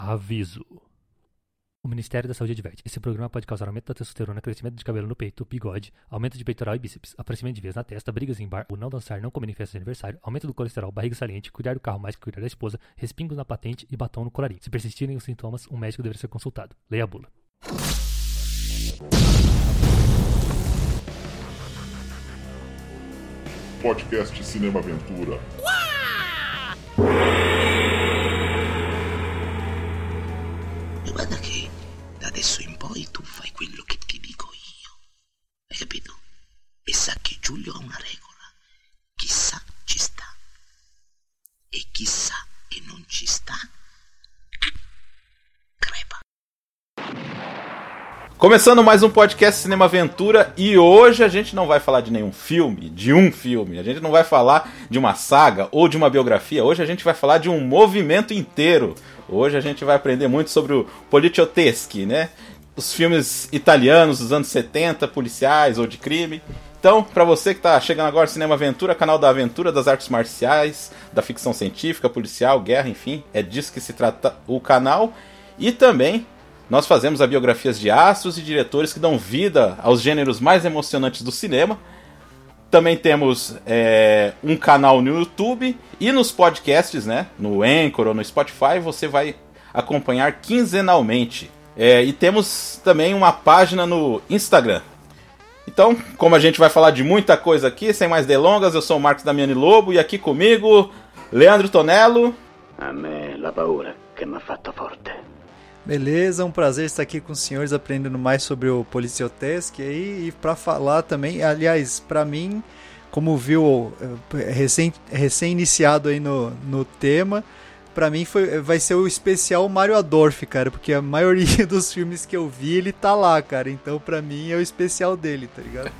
Aviso. O Ministério da Saúde adverte. Esse programa pode causar aumento da testosterona, crescimento de cabelo no peito, bigode, aumento de peitoral e bíceps, aparecimento de veias na testa, brigas em bar, ou não dançar, não comer em festa de aniversário, aumento do colesterol, barriga saliente, cuidar do carro mais que cuidar da esposa, respingos na patente e batom no colarinho. Se persistirem os sintomas, um médico deverá ser consultado. Leia a bula. Podcast Cinema Aventura. Guarda che da adesso in poi tu fai quello che ti dico io. Hai capito? E sa che Giulio ha una regola. Chi sa ci sta. E chi sa che non ci sta crepa. Começando mais um podcast Cinema Aventura, e hoje a gente não vai falar de nenhum filme, de um filme, a gente não vai falar de uma saga ou de uma biografia, hoje a gente vai falar de um movimento inteiro. Hoje a gente vai aprender muito sobre o poliziotteschi, né? Os filmes italianos dos anos 70, policiais ou de crime. Então, para você que está chegando agora, Cinema Aventura, canal da aventura, das artes marciais, da ficção científica, policial, guerra, enfim, é disso que se trata o canal. E também nós fazemos biografias de astros e diretores que dão vida aos gêneros mais emocionantes do cinema. Também temos um canal no YouTube e nos podcasts, né, no Anchor ou no Spotify, você vai acompanhar quinzenalmente. E temos também uma página no Instagram. Então, como a gente vai falar de muita coisa aqui, sem mais delongas, eu sou o Marcos Damiani Lobo e aqui comigo, Leandro Tonello. A me la paura che m'ha fatto forte. Beleza, um prazer estar aqui com os senhores aprendendo mais sobre o poliziotteschi aí, e para falar também, aliás, para mim, como viu, recém-iniciado aí no tema, para mim vai ser o especial Mário Adorf, cara, porque a maioria dos filmes que eu vi, ele tá lá, cara, então para mim é o especial dele, tá ligado?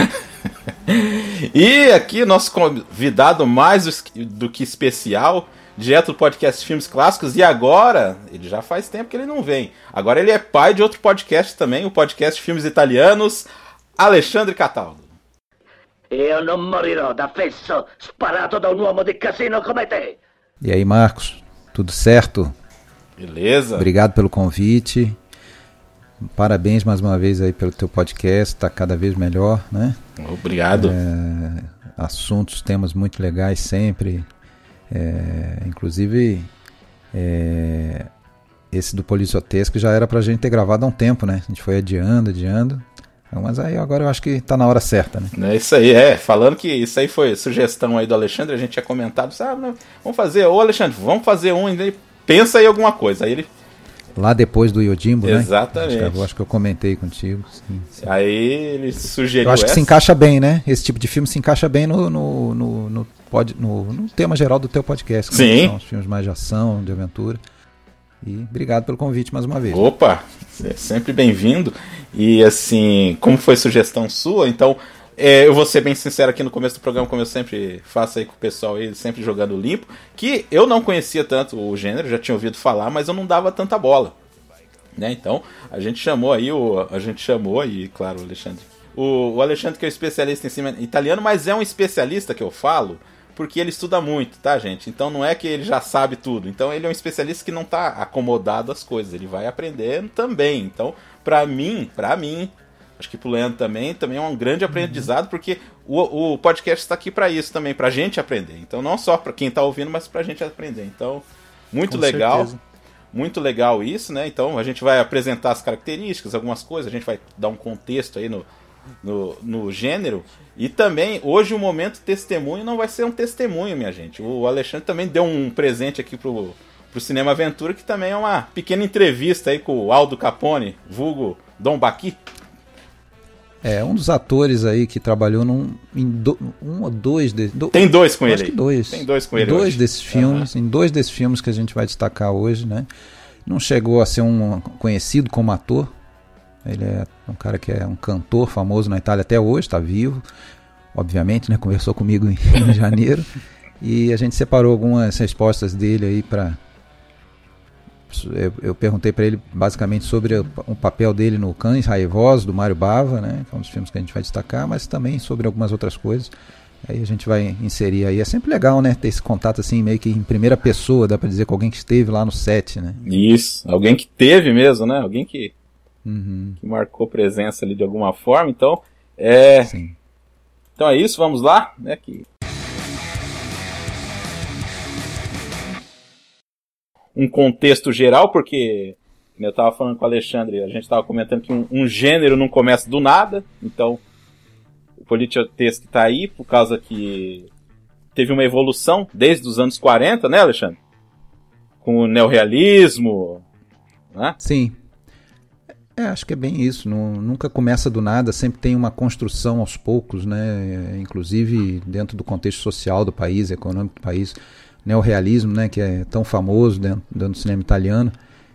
E aqui nosso convidado mais do que especial, direto do podcast Filmes Clássicos, e agora, ele já faz tempo que ele não vem, agora ele é pai de outro podcast também, o podcast Filmes Italianos, Alexandre Cataldo. Io non morirò da fesso sparato da un uomo di casino come te. E aí, Marcos, tudo certo? Beleza. Obrigado pelo convite, parabéns mais uma vez aí pelo teu podcast, tá cada vez melhor, né? Obrigado. Assuntos, temas muito legais sempre. Inclusive esse do poliziotteschi já era pra gente ter gravado há um tempo, né? A gente foi adiando, mas aí agora eu acho que tá na hora certa, né? É isso aí, falando que isso aí foi sugestão aí do Alexandre, a gente tinha comentado, vamos fazer, Alexandre, vamos fazer um, e pensa aí alguma coisa, aí ele... Lá depois do Yojimbo, né? Exatamente. Acho que eu comentei contigo. Sim. Aí ele sugeriu. Eu acho que se encaixa bem, né? Esse tipo de filme se encaixa bem no tema geral do teu podcast. Sim. São os filmes mais de ação, de aventura. E obrigado pelo convite mais uma vez. Opa, é sempre bem-vindo. E assim, como foi sugestão sua, então eu vou ser bem sincero aqui no começo do programa, como eu sempre faço aí com o pessoal aí, sempre jogando limpo, que eu não conhecia tanto o gênero, já tinha ouvido falar, mas eu não dava tanta bola, né? Então, a gente chamou aí, claro, o Alexandre. O Alexandre, que é um especialista em cinema italiano, mas é um especialista que eu falo, porque ele estuda muito, tá, gente? Então não é que ele já sabe tudo. Então ele é um especialista que não tá acomodado às coisas, ele vai aprendendo também. Então, pra mim, acho que pro Leandro também é um grande aprendizado, porque o podcast está aqui para isso também, pra gente aprender. Então não só para quem tá ouvindo, mas pra gente aprender. Então, muito legal. Certeza. Muito legal isso, né? Então a gente vai apresentar as características, algumas coisas, a gente vai dar um contexto aí no gênero. E também, hoje o momento testemunho não vai ser um testemunho, minha gente. O Alexandre também deu um presente aqui pro Cinema Aventura, que também é uma pequena entrevista aí com o Aldo Capone, vulgo Dom Baqui. Um dos atores aí que trabalhou um ou dois... Tem dois com ele. Acho que dois. Tem dois com ele. Dois desses filmes, em dois desses filmes que a gente vai destacar hoje, né? Não chegou a ser um conhecido como ator. Ele é um cara que é um cantor famoso na Itália até hoje, está vivo, obviamente, né? Conversou comigo em janeiro. E a gente separou algumas respostas dele aí para... Eu perguntei para ele basicamente sobre o papel dele no Cães Raivosos, do Mário Bava, né? Que é um dos filmes que a gente vai destacar, mas também sobre algumas outras coisas. Aí a gente vai inserir aí. É sempre legal, né? Ter esse contato assim, meio que em primeira pessoa, dá pra dizer, com alguém que esteve lá no set, né? Isso, alguém que teve mesmo, né? Alguém que marcou presença ali de alguma forma. Então, Sim. Então é isso, vamos lá, né? Um contexto geral, porque eu estava falando com o Alexandre, a gente estava comentando que um gênero não começa do nada, então o policialesco está aí por causa que teve uma evolução desde os anos 40, né, Alexandre? Com o neorrealismo, né? Sim. Acho que é bem isso, nunca começa do nada, sempre tem uma construção aos poucos, né? Inclusive dentro do contexto social do país, econômico do país, neorrealismo, né, que é tão famoso dentro do cinema italiano.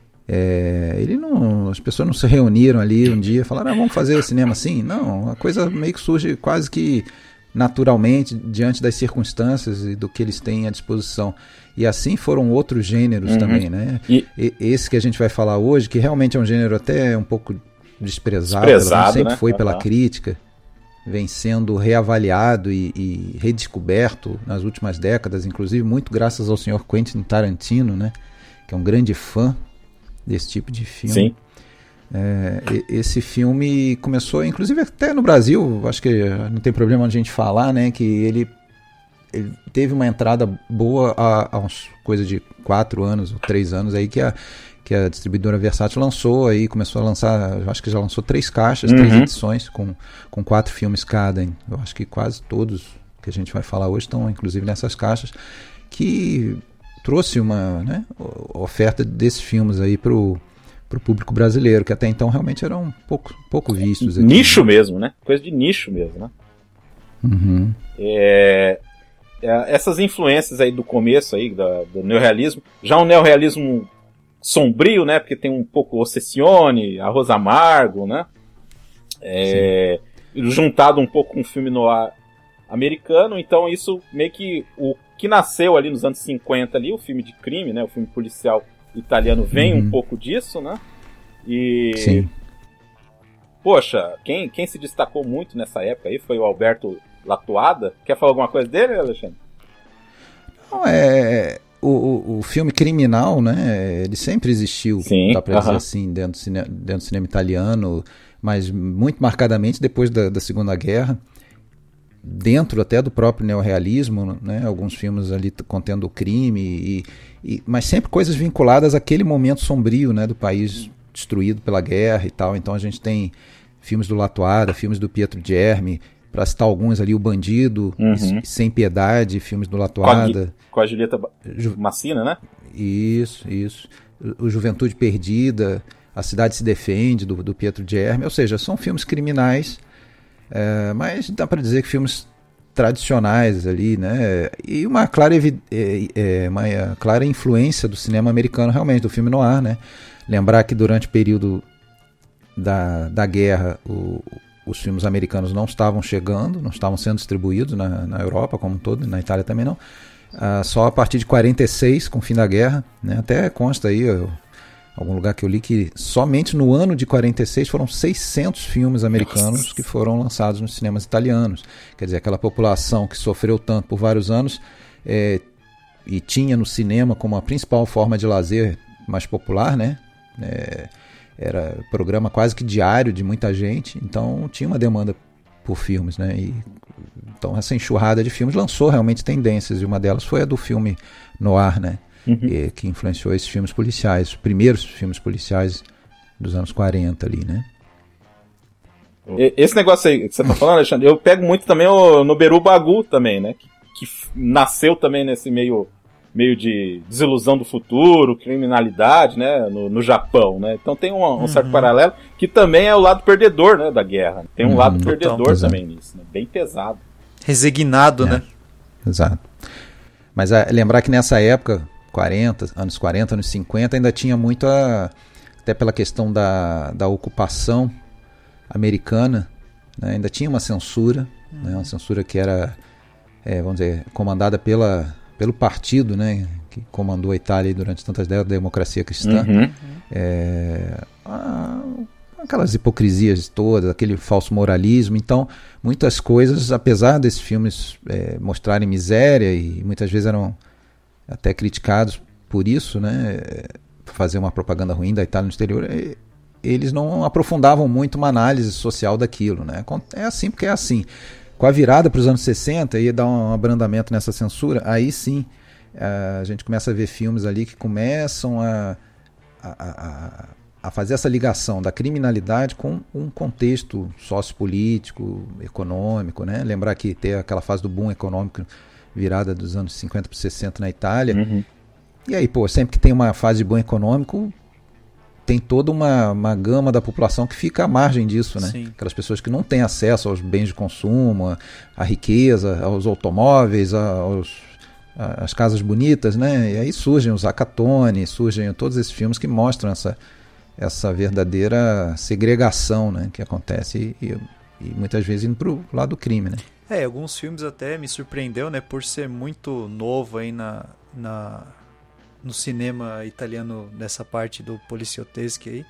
As pessoas não se reuniram ali um dia e falaram, vamos fazer cinema assim? Não, a coisa meio que surge quase que naturalmente diante das circunstâncias e do que eles têm à disposição. E assim foram outros gêneros também, né? Esse que a gente vai falar hoje, que realmente é um gênero até um pouco desprezado sempre, né? Foi pela crítica, vem sendo reavaliado e redescoberto nas últimas décadas, inclusive muito graças ao senhor Quentin Tarantino, né? Que é um grande fã desse tipo de filme. Sim. Esse filme começou, inclusive até no Brasil, acho que não tem problema a gente falar, né? Que ele teve uma entrada boa há uns coisa de 4 anos ou 3 anos aí que a distribuidora Versátil lançou aí, começou a lançar, acho que já lançou 3 caixas, 3 edições com 4 filmes cada, hein? Eu acho que quase todos que a gente vai falar hoje estão inclusive nessas caixas, que trouxe uma, né, oferta desses filmes aí pro público brasileiro, que até então realmente eram pouco vistos aqui. Nicho mesmo, né? Coisa de nicho mesmo, né? Uhum. Essas influências aí do começo aí do neorrealismo, já um neorrealismo sombrio, né? Porque tem um pouco Ossessione, Arroz Amargo, né? Juntado um pouco com o filme noir americano, então isso meio que o que nasceu ali nos anos 50 ali, o filme de crime, né? O filme policial italiano vem um pouco disso, né? E sim. Poxa, quem se destacou muito nessa época aí foi o Alberto Latuada. Quer falar alguma coisa dele, Alexandre? Não, o filme criminal, né? Ele sempre existiu, dá pra dizer assim, dentro do cinema italiano, mas muito marcadamente depois da Segunda Guerra, dentro até do próprio neorrealismo, né? Alguns filmes ali contendo o crime, mas sempre coisas vinculadas àquele momento sombrio, né? Do país destruído pela guerra e tal. Então a gente tem filmes do Latuada, filmes do Pietro Germi, para citar alguns ali, O Bandido, Sem Piedade, filmes do Latuada. Com a Julieta Massina, né? Isso. O Juventude Perdida, A Cidade Se Defende, do Pietro Germi. Ou seja, são filmes criminais, mas dá para dizer que filmes tradicionais ali, né? E uma clara influência do cinema americano, realmente, do filme noir, né? Lembrar que durante o período da guerra, os filmes americanos não estavam chegando, não estavam sendo distribuídos na Europa como um todo, na Itália também não. Só a partir de 46, com o fim da guerra, né? Até consta aí, algum lugar que eu li, que somente no ano de 46 foram 600 filmes americanos que foram lançados nos cinemas italianos. Quer dizer, aquela população que sofreu tanto por vários anos e tinha no cinema como a principal forma de lazer mais popular, né? Era programa quase que diário de muita gente, então tinha uma demanda por filmes, né? Então essa enxurrada de filmes lançou realmente tendências, e uma delas foi a do filme noir, né? Que influenciou esses filmes policiais, os primeiros filmes policiais dos anos 40 ali, né? Esse negócio aí que você tá falando, Alexandre, eu pego muito também o Noboru Bagu também, né? Que nasceu também nesse meio de desilusão do futuro, criminalidade, né, no Japão, né? Então tem um certo paralelo, que também é o lado perdedor, né, da guerra. Tem um lado perdedor também nisso, né? Bem pesado. Resignado, né? Exato. Mas lembrar que nessa época, anos 40, anos 50, ainda tinha muito até pela questão da ocupação americana, né? Ainda tinha uma censura, né? Uma censura que era, vamos dizer, comandada pelo partido, né, que comandou a Itália durante tantas décadas, da democracia cristã. Uma aquelas hipocrisias todas, aquele falso moralismo. Então, muitas coisas, apesar desses filmes mostrarem miséria e muitas vezes eram até criticados por isso, né, fazer uma propaganda ruim da Itália no exterior, eles não aprofundavam muito uma análise social daquilo, né? É assim porque é assim. Com a virada para os anos 60, ia dar um abrandamento nessa censura, aí sim a gente começa a ver filmes ali que começam a fazer essa ligação da criminalidade com um contexto sociopolítico, econômico, né? Lembrar que tem aquela fase do boom econômico, virada dos anos 50 para 60 na Itália. Uhum. E aí, sempre que tem uma fase de boom econômico, tem toda uma gama da população que fica à margem disso, né? Sim. Aquelas pessoas que não têm acesso aos bens de consumo, à riqueza, aos automóveis, às casas bonitas, né? E aí surgem os Acatone, surgem todos esses filmes que mostram essa verdadeira segregação, né, que acontece e muitas vezes indo pro lado do crime, né? Alguns filmes até me surpreendeu, né, por ser muito novo aí no cinema italiano, nessa parte do policiotesco aí,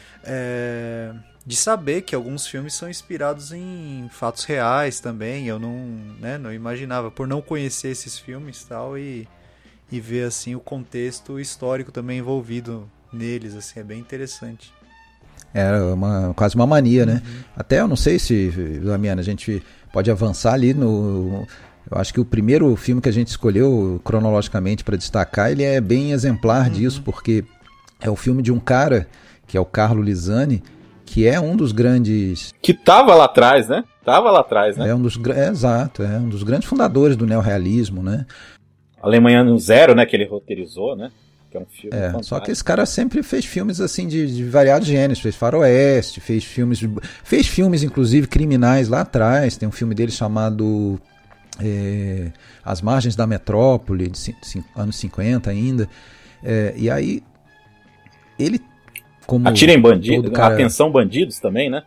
de saber que alguns filmes são inspirados em fatos reais também. Eu não imaginava, por não conhecer esses filmes tal, e ver assim o contexto histórico também envolvido neles, assim, é bem interessante. Era quase uma mania, né? Até eu não sei se, Damiana, a gente pode avançar ali no... Eu acho que o primeiro filme que a gente escolheu cronologicamente para destacar, ele é bem exemplar disso, porque é o filme de um cara, que é o Carlo Lisani, que é um dos grandes... Que tava lá atrás, né? Exato, é um dos grandes fundadores do neorrealismo, né? Alemanha no Zero, né? Que ele roteirizou, né? Que é um filme fantástico. Só que esse cara sempre fez filmes assim de variados gêneros, fez faroeste, fez filmes inclusive criminais lá atrás. Tem um filme dele chamado As Margens da Metrópole, de anos 50 ainda. E aí ele, como Atirem Bandidos, cara... Atenção Bandidos também, né?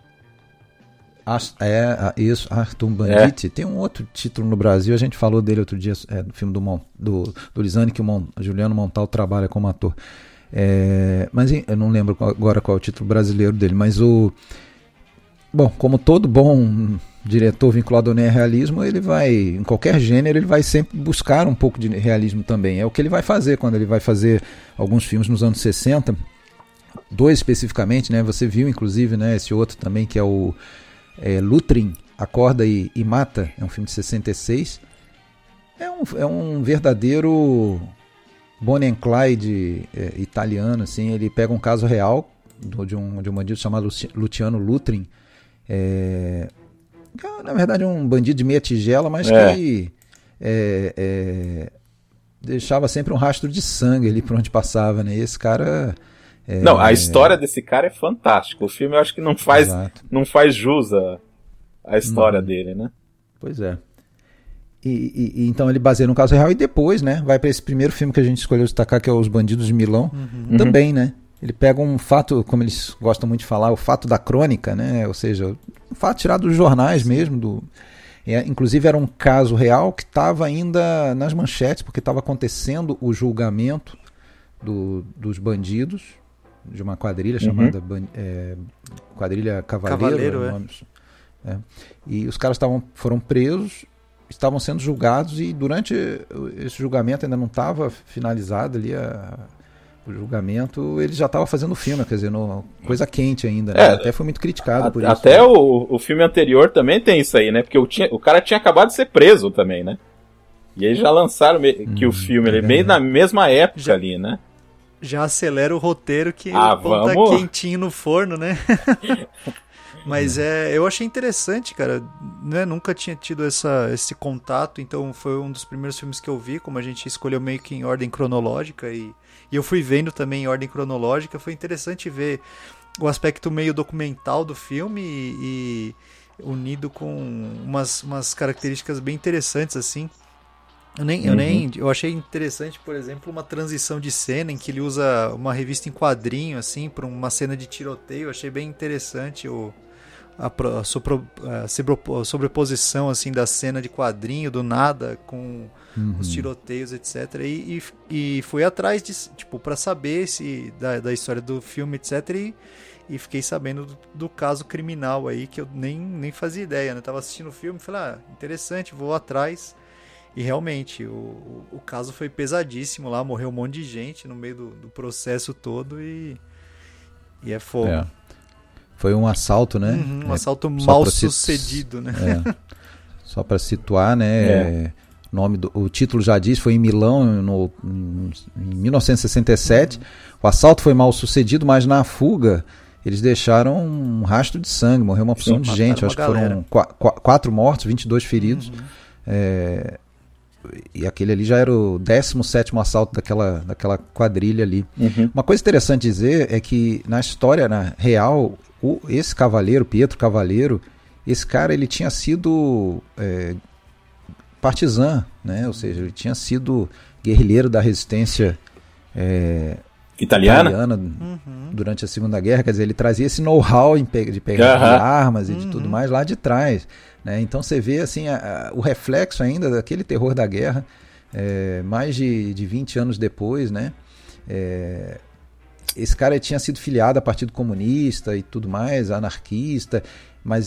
Isso, Arthur Banditi. Tem um outro título no Brasil, a gente falou dele outro dia, do filme do Lisani, que o Juliano Montal trabalha como ator. Mas eu não lembro agora qual é o título brasileiro dele, mas como todo bom diretor vinculado ao neorrealismo, ele vai, em qualquer gênero, ele vai sempre buscar um pouco de realismo também. É o que ele vai fazer quando ele vai fazer alguns filmes nos anos 60, dois especificamente, né? Você viu inclusive, né, esse outro também, que é o Lutrin, Acorda e Mata, é um filme de 66. É um verdadeiro Bonnie and Clyde italiano, assim. Ele pega um caso real de um bandido chamado Luciano Lutrin, que na verdade é um bandido de meia tigela, mas que deixava sempre um rastro de sangue ali por onde passava, né? E esse cara... Não, a história desse cara é fantástica. O filme eu acho que não faz jus à história dele, né? Pois é. E então ele baseia no caso real e depois, né, vai para esse primeiro filme que a gente escolheu destacar, que é Os Bandidos de Milão. Também, né? Ele pega um fato, como eles gostam muito de falar, o fato da crônica, né? Ou seja, um fato tirado dos jornais mesmo. Inclusive era um caso real que estava ainda nas manchetes, porque estava acontecendo o julgamento dos bandidos de uma quadrilha chamada Quadrilha Cavaleiro. E os caras foram presos, estavam sendo julgados, e durante esse julgamento ainda não estava finalizado ali o julgamento, ele já estava fazendo o filme, quer dizer, coisa quente ainda, né? Até foi muito criticado por isso. Até né? o filme anterior também tem isso aí, né? Porque o cara tinha acabado de ser preso também, né? E aí já lançaram que o filme, ele é meio na mesma época ali, né? Já acelera o roteiro que tá quentinho no forno, né? Mas eu achei interessante, cara, né? Nunca tinha tido esse contato, então foi um dos primeiros filmes que eu vi, como a gente escolheu meio que em ordem cronológica, e eu fui vendo também em ordem cronológica. Foi interessante ver o aspecto meio documental do filme e unido com umas características bem interessantes, assim. Eu achei interessante, por exemplo, uma transição de cena em que ele usa uma revista em quadrinho, assim, para uma cena de tiroteio. Eu achei bem interessante sobreposição assim da cena de quadrinho do nada com os tiroteios, etc. E fui atrás de, tipo, para saber da história do filme, etc. E fiquei sabendo do caso criminal aí, que eu nem fazia ideia, né? Tava assistindo o filme e falei, interessante, vou atrás. E realmente, o caso foi pesadíssimo lá, morreu um monte de gente no meio do processo todo e é fogo. É. Foi um assalto, né? Um assalto mal sucedido, né? Só para situar, né? O título já diz, foi em Milão em 1967. O assalto foi mal sucedido, mas na fuga eles deixaram um rastro de sangue, morreu uma porção de gente. Acho que foram 4 mortos, 22 feridos. E aquele ali já era o 17º assalto daquela quadrilha ali. Uma coisa interessante dizer é que na história real, esse cavaleiro, Pietro Cavaleiro, esse cara ele tinha sido partizan, né? Ou seja, ele tinha sido guerrilheiro da resistência italiana durante a Segunda Guerra. Quer dizer, ele trazia esse know-how de pegar armas e de tudo mais lá de trás, né? Então você vê assim, o reflexo ainda daquele terror da guerra, mais de 20 anos depois, né? Esse cara tinha sido filiado a Partido Comunista e tudo mais, anarquista, mas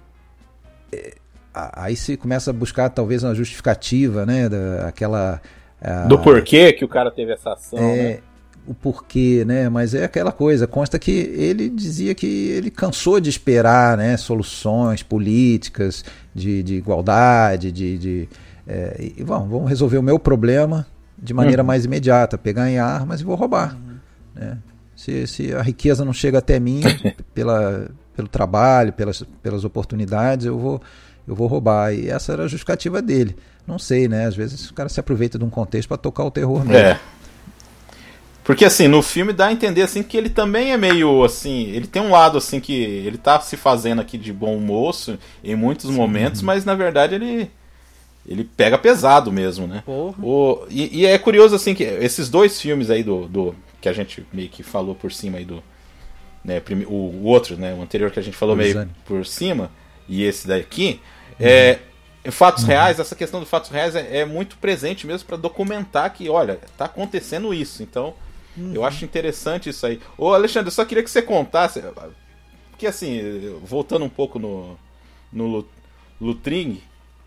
aí você começa a buscar talvez uma justificativa, né? Do porquê que o cara teve essa ação, né? O porquê, né? Mas é aquela coisa, consta que ele dizia que ele cansou de esperar, né, soluções políticas de igualdade, e vamos resolver o meu problema de maneira mais imediata, pegar em armas e vou roubar, né? Se a riqueza não chega até mim pelo trabalho, pelas oportunidades, eu vou roubar. E essa era a justificativa dele. Não sei, né? Às vezes o cara se aproveita de um contexto para tocar o terror mesmo. Porque assim, no filme dá a entender assim que ele também é meio assim, ele tem um lado assim que ele tá se fazendo aqui de bom moço em muitos momentos, mas na verdade ele pega pesado mesmo, né? E é curioso assim que esses dois filmes aí do que a gente meio que falou por cima aí né, o outro, né, o anterior que a gente falou meio por cima, e esse daqui, fatos reais, essa questão dos fatos reais é muito presente mesmo para documentar que, olha, tá acontecendo isso. Então, eu acho interessante isso aí. Ô, Alexandre, eu só queria que você contasse, porque assim, voltando um pouco no Lutring,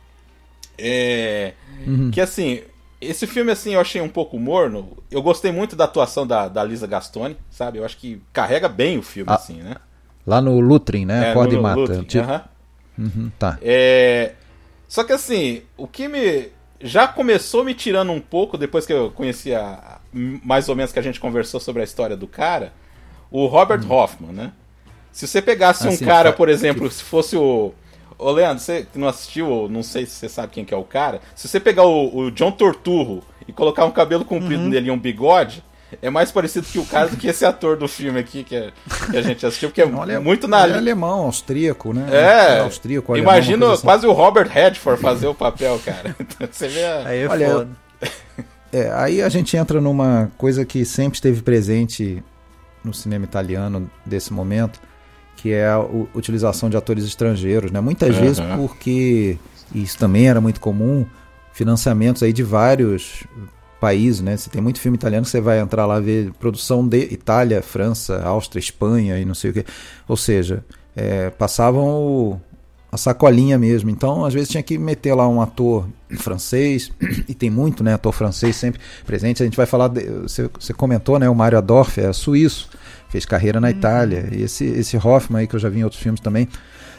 que assim, esse filme assim eu achei um pouco morno. Eu gostei muito da atuação da Lisa Gastone, sabe? Eu acho que carrega bem o filme, assim, né? Lá no Lutring, né? Acorda e Mata. Lutring, tá. Só que assim, o que já começou me tirando um pouco, depois que eu conheci mais ou menos que a gente conversou sobre a história do cara, o Robert Hoffman, né? Se você pegasse um cara, por exemplo, se fosse o Leandro, você que não assistiu, não sei se você sabe quem que é o cara, se você pegar o John Turturro e colocar um cabelo comprido nele e um bigode, é mais parecido que o cara do que esse ator do filme aqui que a gente assistiu, porque muito na linha. É alemão, austríaco, né? Austríaco, imagina assim. Quase o Robert Redford fazer o papel, cara. Então, você vê aí foda. Aí a gente entra numa coisa que sempre esteve presente no cinema italiano desse momento, que é a utilização de atores estrangeiros, né? Muitas vezes porque, e isso também era muito comum, financiamentos aí de vários países, né? Você tem muito filme italiano que você vai entrar lá ver produção de Itália, França, Áustria, Espanha e não sei o que. Ou seja, passavam a sacolinha mesmo. Então, às vezes tinha que meter lá um ator francês, e tem muito, né? Ator francês sempre presente. A gente vai falar, você comentou, né? O Mário Adorf é suíço, fez carreira na Itália. E esse Hoffman aí, que eu já vi em outros filmes também.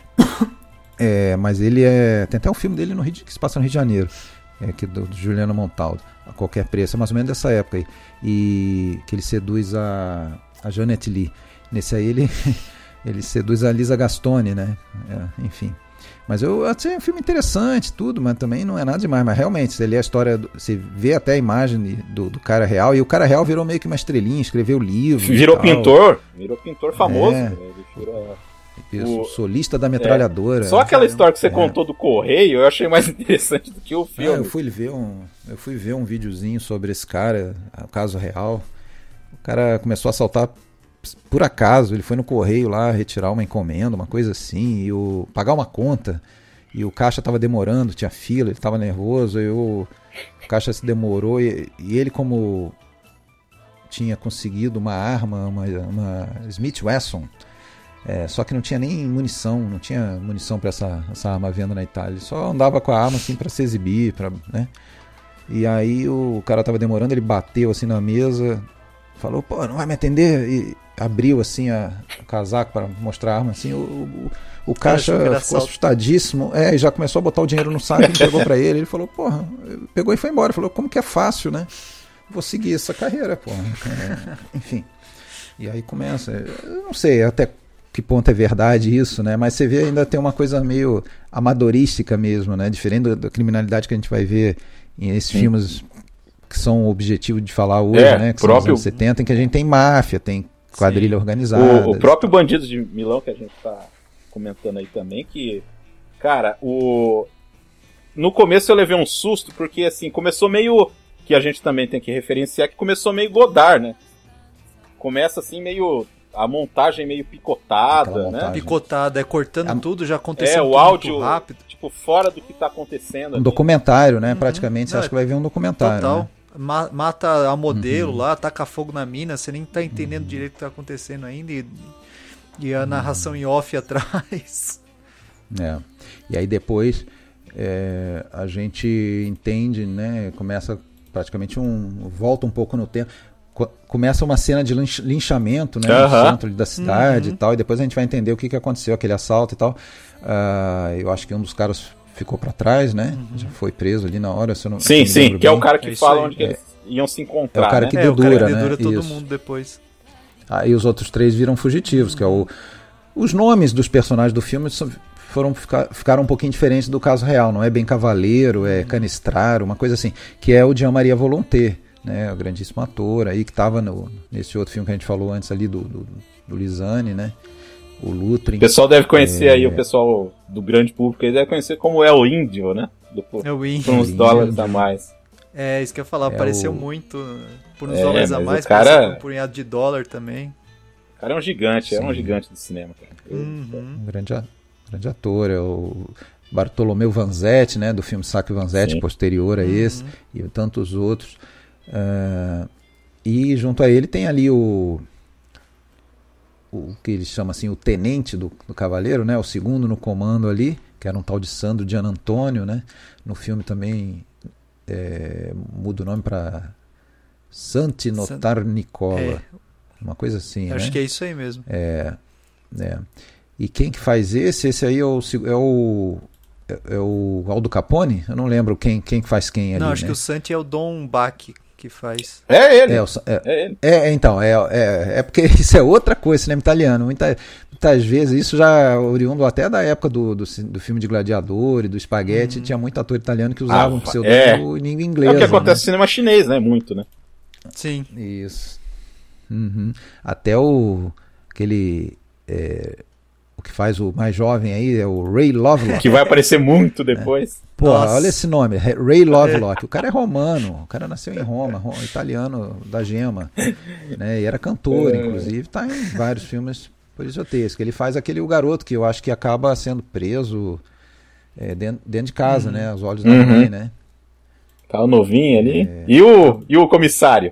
Mas ele tem até um filme dele que se passa no Rio de Janeiro, que do Juliano Montaldo, A Qualquer Preço, é mais ou menos dessa época aí, e que ele seduz a Janet Leigh. Nesse aí ele seduz a Lisa Gastone, né? Enfim. Mas eu achei um filme interessante, tudo, mas também não é nada demais. Mas realmente, você lê a história, você vê até a imagem do cara real, e o cara real virou meio que uma estrelinha, escreveu livro. Virou pintor famoso. O solista da metralhadora. Só aquela história que você contou do Correio, eu achei mais interessante do que o filme. Eu fui ver um videozinho sobre esse cara, o caso real. O cara começou a assaltar por acaso, ele foi no correio lá retirar uma encomenda, uma coisa assim, e pagar uma conta, e o caixa estava demorando, tinha fila, ele estava nervoso, e o caixa se demorou, e ele, como tinha conseguido uma arma, uma Smith Wesson, só que não tinha nem munição, não tinha munição para essa arma à venda na Itália, ele só andava com a arma assim para se exibir, né? E aí o cara estava demorando, ele bateu assim na mesa, falou, pô, não vai me atender? E abriu assim o casaco para mostrar a arma, assim, o caixa ficou assustadíssimo, e já começou a botar o dinheiro no saco, entregou para ele falou, porra, pegou e foi embora, falou, como que é fácil, né? Vou seguir essa carreira, porra. Enfim, e aí começa, eu não sei até que ponto é verdade isso, né? Mas você vê, ainda tem uma coisa meio amadorística mesmo, né? Diferente da criminalidade que a gente vai ver nesses filmes que são o objetivo de falar hoje, né? Que são os anos 70, em que a gente tem máfia, tem quadrilha organizada. O próprio Bandidos de Milão, que a gente tá comentando aí também, que, cara, no começo eu levei um susto, porque, assim, começou meio, que a gente também tem que referenciar, que começou meio Godard, né? Começa, assim, meio, a montagem meio picotada, né? Picotada, cortando tudo, já aconteceu o áudio muito rápido. Tipo, fora do que tá acontecendo. Um documentário, né? Praticamente, você acha que vai ver um documentário. Total. Né? Mata a modelo lá, taca fogo na mina, você nem tá entendendo direito o que tá acontecendo ainda, e a narração em off atrás. E aí depois a gente entende, né? Começa praticamente volta um pouco no tempo. Começa uma cena de linchamento, né, no centro da cidade e tal, e depois a gente vai entender o que aconteceu, aquele assalto e tal. Eu acho que um dos caras ficou para trás, né? Já foi preso ali na hora. Sim, que é o cara que fala onde que eles iam se encontrar. É o cara que dedura, né? Todo mundo depois. Aí os outros 3 viram fugitivos, que é os nomes dos personagens do filme ficaram um pouquinho diferentes do caso real. Não é bem Cavaleiro, é Canestraro, uma coisa assim, que é o Jean-Marie Volonté, né, o grandíssimo ator aí que estava nesse outro filme que a gente falou antes ali do Lisane, né, o Lutrin. O pessoal deve conhecer aí, o pessoal do grande público aí deve conhecer como é o Índio, né, é o Índio. Por uns dólares a mais. Isso que eu ia falar, apareceu muito por uns dólares a mais, cara, por um punhado de dólar também. O cara é um gigante, é um gigante do cinema, cara. Um grande ator, é o Bartolomeu Vanzetti, né, do filme Saque Vanzetti, posterior a esse, e tantos outros. E junto a ele tem ali o que eles chamam assim, o tenente do cavaleiro, né, o segundo no comando ali, que era um tal de Sandro Gianantonio, né, no filme também muda o nome para Santi Notar Nicola, uma coisa assim. Acho né? que é isso aí mesmo. E quem que faz esse aí é o Aldo Capone? Eu não lembro quem faz quem ali. Não, acho que o Santi é o Dom Bach que faz. É ele. Ele. Então, porque isso é outra coisa, cinema italiano. Muitas vezes, isso já oriundo até da época do filme de Gladiador e do Spaghetti, tinha muito ator italiano que usava um pseudônimo em língua inglesa. É o que acontece no cinema chinês, né? Muito, né? Sim. Isso. Até aquele... o que faz o mais jovem aí é o Ray Lovelock. Que vai aparecer muito depois. Porra, olha esse nome, Ray Lovelock. O cara é romano, o cara nasceu em Roma, italiano da Gema, né? E era cantor, inclusive, tá em vários filmes policiotescos. Ele faz o garoto que eu acho que acaba sendo preso dentro de casa, né? Aos olhos da mãe, né? Tá o novinho ali. E o comissário?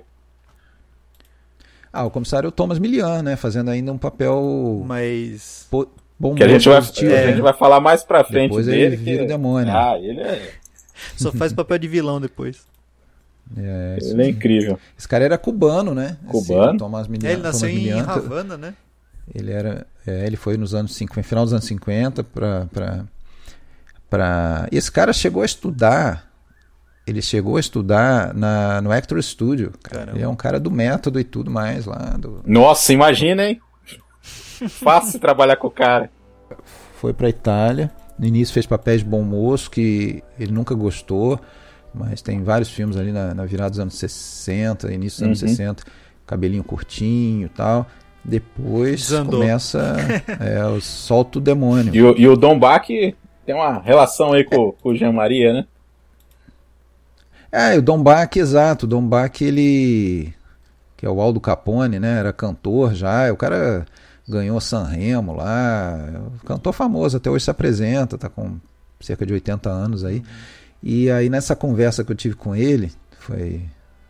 O comissário é o Thomas Milian, né? Fazendo ainda um papel mais bom, que a gente vai falar mais pra frente depois dele. Ele vira o demônio. Ele é... Só faz papel de vilão depois. Ele é incrível. Esse cara era cubano, né? Cubano. Thomas Milian, ele nasceu em Havana, né? Ele foi nos anos 50, final dos anos 50 e esse cara chegou a estudar. Ele chegou a estudar no Actors Studio. Ele é um cara do método e tudo mais lá. Nossa, imagina, hein? Fácil trabalhar com o cara. Foi pra Itália. No início fez papéis de bom moço, que ele nunca gostou. Mas tem vários filmes ali na virada dos anos 60, início dos anos 60. Cabelinho curtinho e tal. Depois começa solta o demônio. E o Dom Bach tem uma relação aí com o Jean-Marie, né? O Dom Bach, exato. O Dom Bach, ele que é o Aldo Capone, né? Era cantor já, o cara ganhou Sanremo lá, cantor famoso, até hoje se apresenta, tá com cerca de 80 anos aí. E aí nessa conversa que eu tive com ele, foi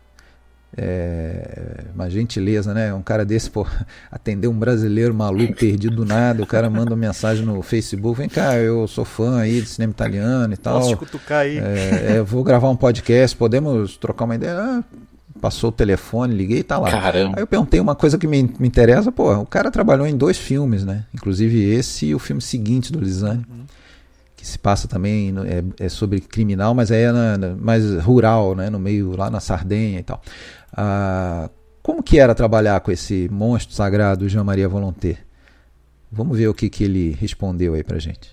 uma gentileza, né? Um cara desse, pô, atender um brasileiro maluco, perdido do nada, o cara manda uma mensagem no Facebook, vem cá, eu sou fã aí de cinema italiano e tal. Posso te cutucar aí? Eu vou gravar um podcast, podemos trocar uma ideia? Passou o telefone, liguei e tá lá. Caramba. Aí eu perguntei uma coisa que me interessa, pô, o cara trabalhou em 2 filmes, né? Inclusive esse e o filme seguinte do Lisani, que se passa também, é sobre criminal, mas é mais rural, né? No meio, lá na Sardenha e tal. Como que era trabalhar com esse monstro sagrado, Jean Maria Volonté? Vamos ver o que ele respondeu aí pra gente.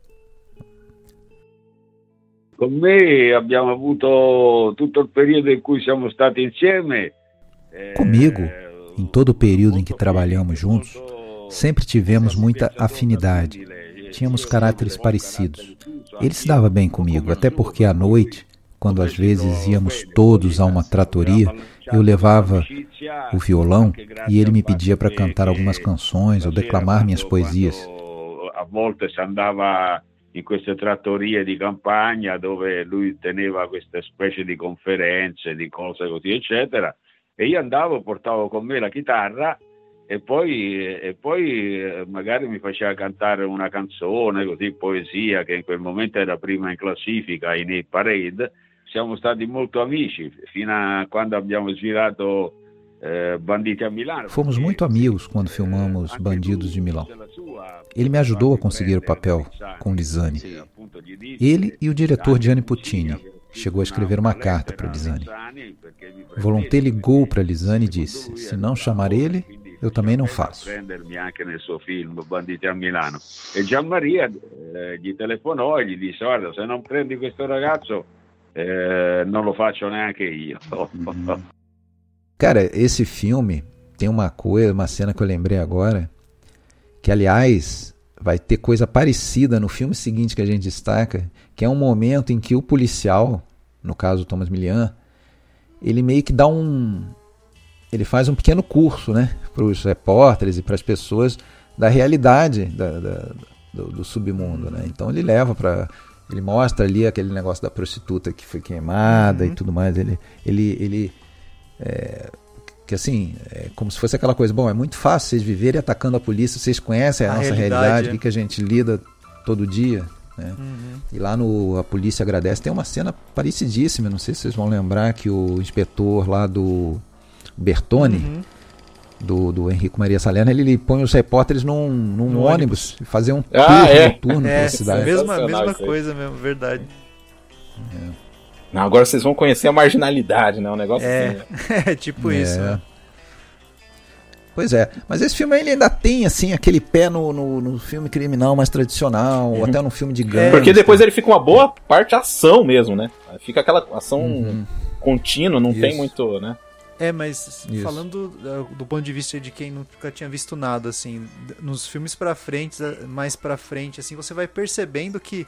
Con me abbiamo avuto tutto il periodo in cui siamo stati insieme. Comigo, em todo o período em que trabalhamos juntos, sempre tivemos muita afinidade. Tínhamos caráteres parecidos. Ele se dava bem comigo, até porque à noite, quando às vezes íamos todos a uma tratoria, eu levava o violão e ele me pedia para cantar algumas canções ou declamar minhas poesias. A volte si andava in queste trattorie di campagna dove lui teneva queste specie di conferenze, di cose così eccetera, e io andavo, portavo con me la chitarra e poi magari mi faceva cantare una canzone, così, poesia, che in quel momento era prima in classifica in Hit Parade. Siamo stati molto amici fino a quando abbiamo girato Banditi a Milano. Fomos muito amigos quando filmamos Bandidos de Milão. Ele me ajudou a conseguir o papel com Lisani. Ele e o diretor Gianni Puccini chegou a escrever uma carta para Lisani. Volonté ligou para Lisani e disse: se não chamar ele, eu também não faço. Anche nel suo film Banditi a Milano. E Gian Maria gli telefonò e gli disse: guarda, se non prendi questo ragazzo non lo faccio neanche io. Cara, esse filme tem uma cena que eu lembrei agora, que aliás vai ter coisa parecida no filme seguinte que a gente destaca, que é um momento em que o policial, no caso o Thomas Milian, ele meio que ele faz um pequeno curso, né, para os repórteres e para as pessoas da realidade do submundo, né? Então ele ele mostra ali aquele negócio da prostituta que foi queimada e tudo mais. Ele que assim, é como se fosse aquela coisa, bom, é muito fácil vocês viverem atacando a polícia, vocês conhecem a nossa realidade, o que a gente lida todo dia, né? E lá a Polícia Agradece tem uma cena parecidíssima, não sei se vocês vão lembrar, que o inspetor lá do Bertone, do Henrico Maria Salerno, ele põe os repórteres num ônibus e fazer um tour noturno pela cidade. Mesma coisa mesmo, verdade. Não, agora vocês vão conhecer a marginalidade, né? Um negócio assim. É tipo isso, né? Pois é, mas esse filme ele ainda tem assim aquele pé no filme criminal mais tradicional, ou até no filme de gangster. Porque depois ele fica uma boa parte ação mesmo, né? Fica aquela ação contínua, não tem muito, né? Mas falando do ponto de vista de quem nunca tinha visto nada, assim, nos filmes mais pra frente, assim, você vai percebendo que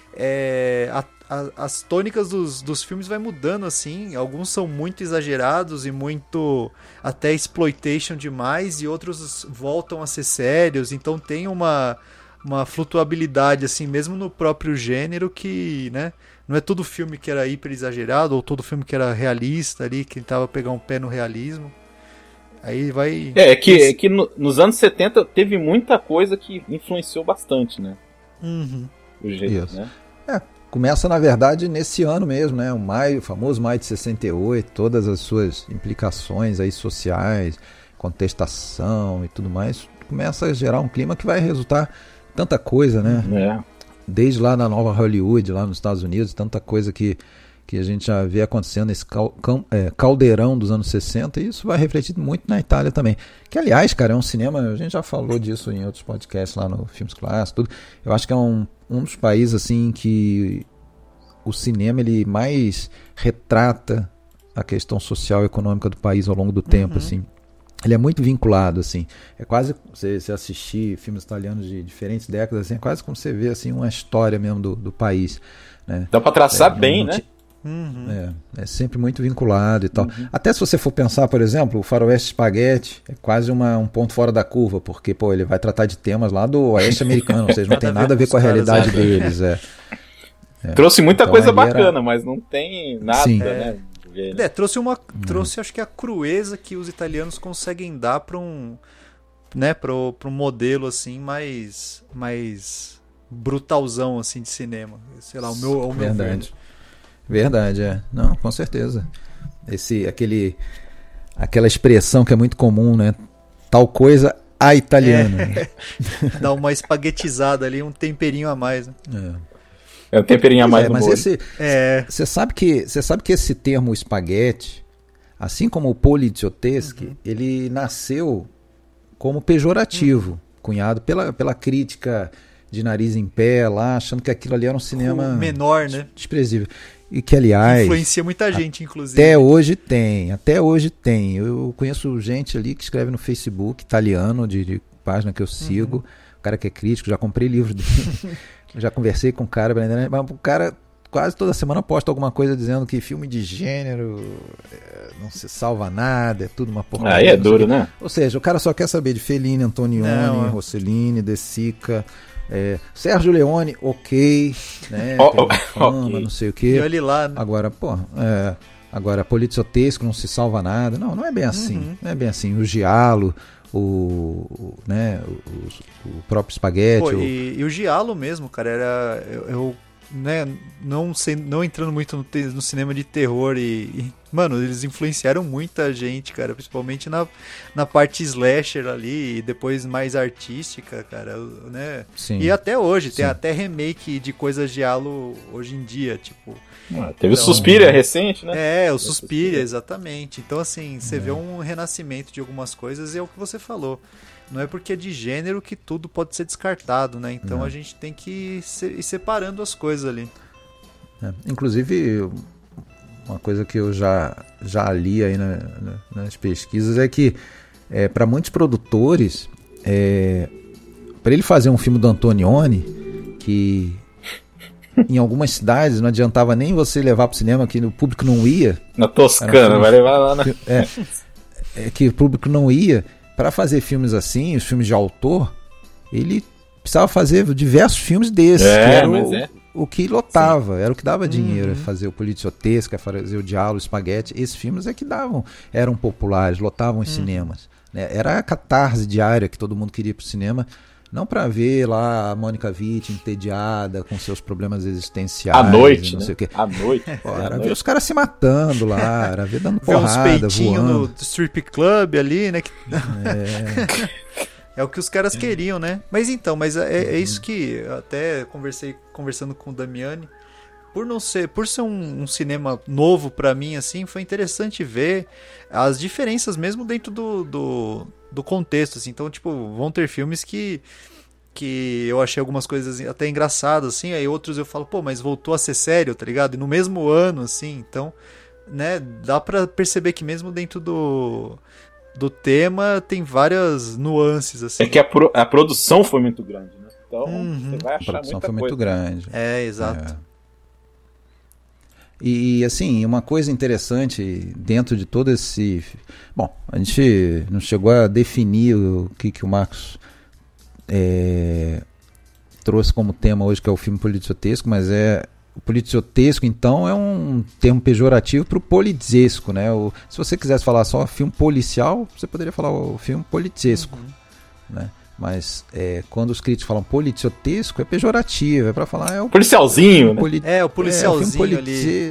as tônicas dos filmes vai mudando, assim. Alguns são muito exagerados e muito até exploitation demais, e outros voltam a ser sérios. Então tem uma flutuabilidade, assim, mesmo no próprio gênero, que, né, não é todo filme que era hiper exagerado, ou todo filme que era realista ali, que tentava pegar um pé no realismo. Aí vai... que nos anos 70 teve muita coisa que influenciou bastante, né? O jeito, né? Começa, na verdade, nesse ano mesmo, né? O famoso maio de 68, todas as suas implicações aí sociais, contestação e tudo mais, começa a gerar um clima que vai resultar tanta coisa, né? Desde lá na Nova Hollywood, lá nos Estados Unidos, tanta coisa que a gente já vê acontecendo nesse caldeirão dos anos 60, e isso vai refletir muito na Itália também. Que, aliás, cara, é um cinema, a gente já falou disso em outros podcasts lá no Filmes Clássicos, tudo. Eu acho que é um dos países, assim, que o cinema ele mais retrata a questão social e econômica do país ao longo do tempo, assim. Ele é muito vinculado, assim. É quase, você assistir filmes italianos de diferentes décadas, assim, é quase como você vê, assim, uma história mesmo do país, né? Dá pra traçar bem, né? É sempre muito vinculado e tal. Até se você for pensar, por exemplo, o Faroeste Spaghetti é quase um ponto fora da curva, porque ele vai tratar de temas lá do oeste americano, ou seja, não tem nada a ver com a realidade deles. Trouxe muita coisa bacana, mas não tem nada, né? Trouxe acho que a crueza que os italianos conseguem dar para um modelo assim mais brutalzão assim de cinema, sei lá, o meu verdade, não, com certeza, aquela expressão que é muito comum, né, tal coisa a italiano, né? Dá uma espaguetizada ali, um temperinho a mais, né? É um temperinho a mais no molho. Mas você sabe que esse termo espaguete, assim como o polizioteschi, ele nasceu como pejorativo, cunhado pela crítica de nariz em pé lá, achando que aquilo ali era um cinema menor, né? Desprezível. E que, aliás, influencia muita gente, inclusive. Até hoje tem. Eu conheço gente ali que escreve no Facebook, italiano, de página que eu sigo, o cara que é crítico, já comprei livro dele. Já conversei com o cara, mas o cara quase toda semana posta alguma coisa dizendo que filme de gênero não se salva nada, é tudo uma porcaria. Aí é duro, né? Ou seja, o cara só quer saber de Fellini, Antonioni, Rossellini, De Sica, Sérgio Leone, ok, né? Fama, não sei o quê. E olha lá, né? Agora, poliziotesco não se salva nada. Não é bem assim. Não é bem assim. O Giallo, o próprio Spaghetti. E o Giallo mesmo, cara, era. Eu não entrando muito no cinema de terror mano, eles influenciaram muita gente, cara, principalmente na parte slasher ali e depois mais artística, cara, né? Sim. E até hoje, tem até remake de coisas Giallo hoje em dia, tipo... Teve o Suspiria recente, né? O Suspiria, exatamente. Então, assim, você vê um renascimento de algumas coisas e é o que você falou. Não é porque é de gênero que tudo pode ser descartado, né? Então a gente tem que ir separando as coisas ali. Inclusive, uma coisa que eu já li aí nas pesquisas é que para muitos produtores, para ele fazer um filme do Antonioni, que em algumas cidades não adiantava nem você levar para o cinema, que o público não ia. Na Toscana, vai levar lá na... que o público não ia. Para fazer filmes assim, os filmes de autor, ele precisava fazer diversos filmes desses, que era o que lotava, era o que dava dinheiro, fazer o Poliziotesco, fazer o Giallo, o Spaghetti, esses filmes eram populares, lotavam os cinemas, né? Era a catarse diária que todo mundo queria ir pro cinema, não para ver lá a Mônica Vitti entediada com seus problemas existenciais. À noite, não sei o quê. À noite. Era ver os caras se matando lá, era ver dando porrada, ver uns peitinhos voando. no strip club ali, né? É o que os caras queriam, né? Mas é isso que até conversando com o Damiani, por ser um cinema novo pra mim, assim, foi interessante ver as diferenças mesmo dentro do contexto, assim. Então, tipo, vão ter filmes que eu achei algumas coisas até engraçadas, assim, aí outros eu falo, mas voltou a ser sério, tá ligado? E no mesmo ano, assim, então, né, dá pra perceber que mesmo dentro do tema tem várias nuances, assim. É que a produção foi muito grande, né? Então, você vai achar muita coisa. A produção foi muito grande. Exato. E assim, uma coisa interessante dentro de todo esse... Bom, a gente não chegou a definir o que o Marcos trouxe como tema hoje, que é o filme poliziotesco, mas o poliziotesco, então, é um termo pejorativo para o polizesco, né? Se você quisesse falar só filme policial, você poderia falar o filme polizesco, né? Mas quando os críticos falam poliziotesco, é pejorativo, é para falar... o policialzinho, né? O policialzinho ali.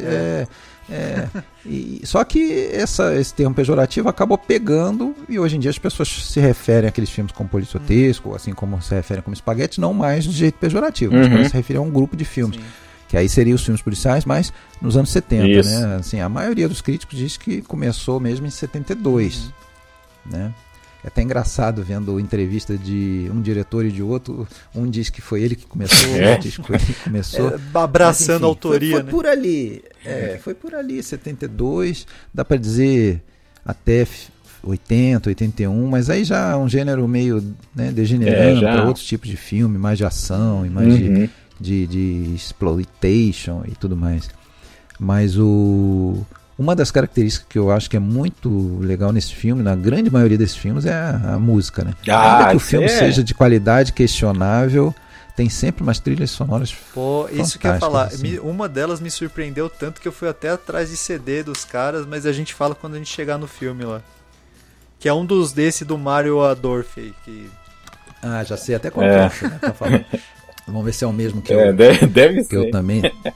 Só que esse termo pejorativo acabou pegando, e hoje em dia as pessoas se referem àqueles filmes como poliziotesco, assim como se referem como Spaghetti, não mais de jeito pejorativo, mas se referem a um grupo de filmes. Sim. Que aí seriam os filmes policiais, mas nos anos 70, né? Assim, a maioria dos críticos diz que começou mesmo em 72, né? É até engraçado vendo entrevista de um diretor e de outro. Um diz que foi ele que começou, outro diz que foi ele que começou. Abraçando, mas, enfim, a autoria, foi por ali. Foi por ali, 72. Dá para dizer até 80, 81, mas aí já é um gênero meio, né, degenerando para outros tipos de filme, mais de ação e mais de exploitation e tudo mais. Mas uma das características que eu acho que é muito legal nesse filme, na grande maioria desses filmes, é a música, né? Ainda que o filme seja de qualidade questionável, tem sempre umas trilhas sonoras isso que eu ia falar. Assim. Uma delas me surpreendeu tanto que eu fui até atrás de CD dos caras, mas a gente fala quando a gente chegar no filme lá. Que é um desse do Mario Adorf aí. Já sei até qual é. Né? Tá falando. Vamos ver se é o mesmo que deve que ser. Eu também.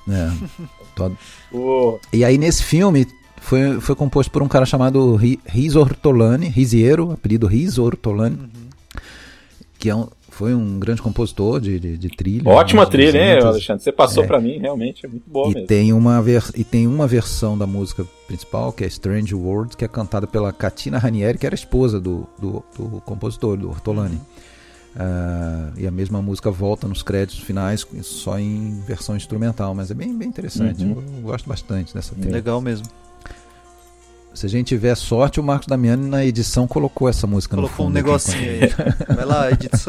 E aí nesse filme foi composto por um cara chamado Riso Ortolani, Risiero, apelido Riso Ortolani, que foi um grande compositor de trilha. Ótima trilha, hein, Alexandre? Você passou pra mim, realmente é muito boa mesmo. Tem uma versão da música principal, que é Strange World, que é cantada pela Katina Ranieri, que era esposa do compositor, do Ortolani. E a mesma música volta nos créditos finais, só em versão instrumental, mas é bem interessante. Eu gosto bastante dessa trilha. Legal mesmo. Se a gente tiver sorte, o Marcos Damiani na edição colocou essa música no fundo. Colocou um negocinho aí. Vai lá, edição.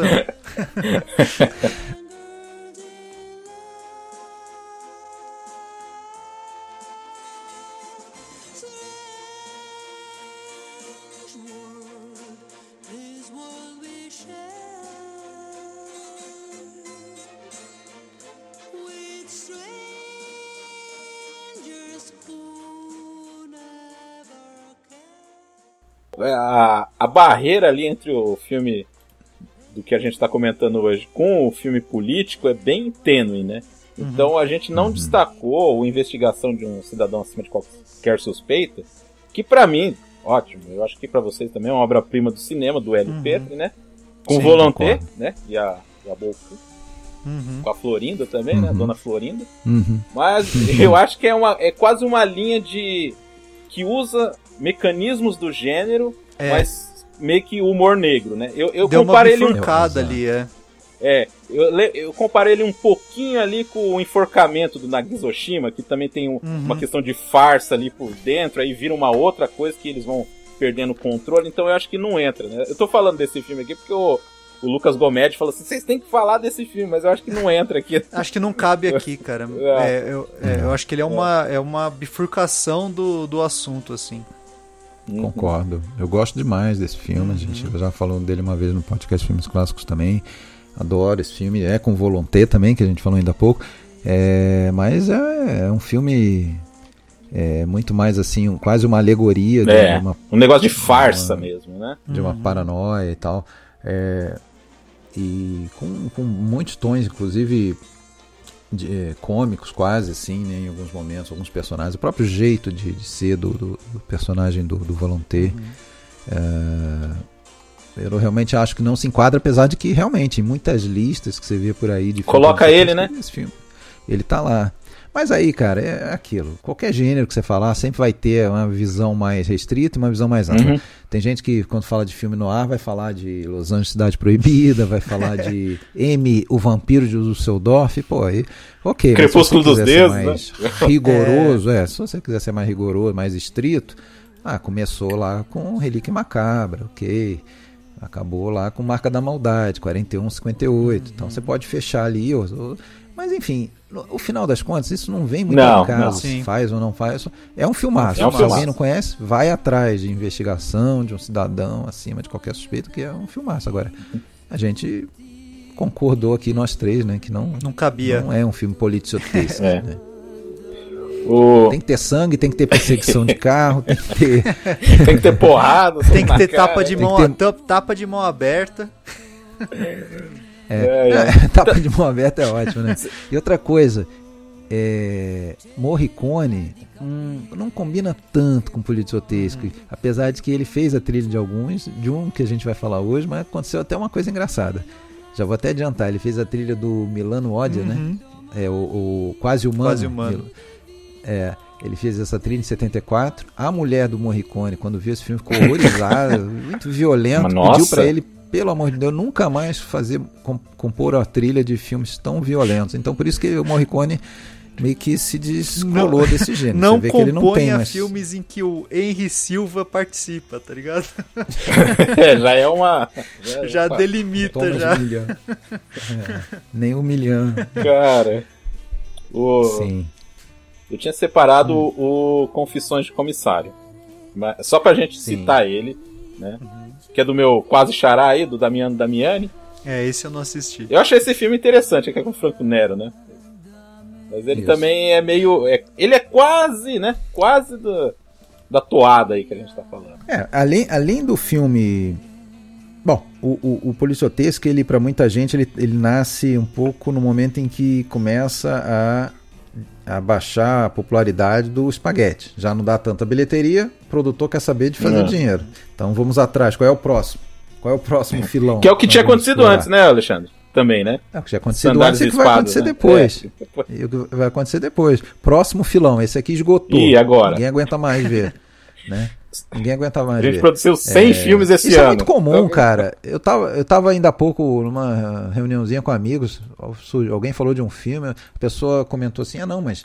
A barreira ali entre o filme do que a gente está comentando hoje com o filme político é bem tênue, né? Então a gente não destacou a investigação de um cidadão acima de qualquer suspeita, que pra mim, ótimo, eu acho que pra vocês também é uma obra-prima do cinema, do Hélio Petri, né? Com o Volonté, né? E a Bolfu. Com a Florinda também, né? A Dona Florinda. Mas eu acho que é quase uma linha que usa mecanismos do gênero, mas meio que humor negro, né? Eu comparei ele ali, eu comparei ele um pouquinho ali com o enforcamento do Nagizoshima, que também tem uma questão de farsa ali por dentro, aí vira uma outra coisa que eles vão perdendo o controle, então eu acho que não entra, né? Eu tô falando desse filme aqui porque o Lucas Gomedes falou assim, vocês têm que falar desse filme, mas eu acho que não entra aqui. Acho que não cabe aqui, cara. Eu acho que ele é uma bifurcação do assunto, assim. Concordo. Eu gosto demais desse filme. A gente já falou dele uma vez no podcast Filmes Clássicos também. Adoro esse filme. É com Volonté também, que a gente falou ainda há pouco. Mas é um filme muito mais assim, quase uma alegoria. Um negócio de farsa mesmo, né? De uma paranoia e tal. E com muitos tons, inclusive cômicos quase assim, né, em alguns momentos, alguns personagens, o próprio jeito de ser do personagem do Volonté. Eu realmente acho que não se enquadra, apesar de que realmente em muitas listas que você vê por aí de coloca ele, né? Esse filme, ele tá lá. Mas aí, cara, é aquilo. Qualquer gênero que você falar sempre vai ter uma visão mais restrita e uma visão mais ampla. Tem gente que, quando fala de filme noir, vai falar de Los Angeles Cidade Proibida, vai falar de M, o Vampiro de Düsseldorf. Pô, aí, ok. Crepúsculo dos Deuses, mais rigoroso, se você quiser ser mais rigoroso, mais estrito, começou lá com Relíquia Macabra, ok. Acabou lá com Marca da Maldade, 41, 58. Então você pode fechar ali. Mas enfim, no final das contas, isso não vem muito ao caso, se faz ou não faz. É um filmaço. Se alguém não conhece, vai atrás de investigação de um cidadão acima de qualquer suspeito, que é um filmaço. Agora, a gente concordou aqui, nós três, né, que não cabia. Não é um filme policiotesco. Né? Tem que ter sangue, tem que ter perseguição de carro, tem que ter porrada, tem que ter tapa de mão aberta. Tapa de mão aberta é ótimo, né? E outra coisa, Morricone não combina tanto com policiotesco, apesar de que ele fez a trilha de alguns, de um que a gente vai falar hoje, mas aconteceu até uma coisa engraçada. Já vou até adiantar, ele fez a trilha do Milano Odia, né? O Quase Humano. Quase Humano. Ele fez essa trilha em 74. A mulher do Morricone, quando viu esse filme, ficou horrorizada, muito violento, pediu pra ele, pelo amor de Deus, nunca mais compor a trilha de filmes tão violentos. Então por isso que o Morricone meio que se descolou desse gênero. Não você vê que ele não tem mais filmes em que o Henry Silva participa, tá ligado? Já é uma... Já delimita, já. Nem humilhando. Cara... Sim. Eu tinha separado o Confissões de Comissário. Só pra gente citar ele, né? Que é do meu quase xará aí, do Damiano Damiani. Esse eu não assisti. Eu achei esse filme interessante, que é com o Franco Nero, né? Mas ele também é meio... ele é quase, né? Quase da toada aí que a gente tá falando. Além do filme... Bom, o Policiotesco, ele, pra muita gente, ele nasce um pouco no momento em que começa a baixar a popularidade do espaguete. Já não dá tanta bilheteria, o produtor quer saber de fazer dinheiro. Então vamos atrás. Qual é o próximo? Qual é o próximo filão? Que é o que tinha acontecido antes, né, Alexandre? Também, né? O que tinha acontecido antes e o que vai acontecer depois. E o que vai acontecer depois. Próximo filão, esse aqui esgotou. E agora? Ninguém aguenta mais ver, né? Ninguém aguenta mais ver. A gente produziu 100 filmes esse ano. Isso é muito comum, cara. Eu tava ainda há pouco numa reuniãozinha com amigos, alguém falou de um filme, a pessoa comentou assim, não, mas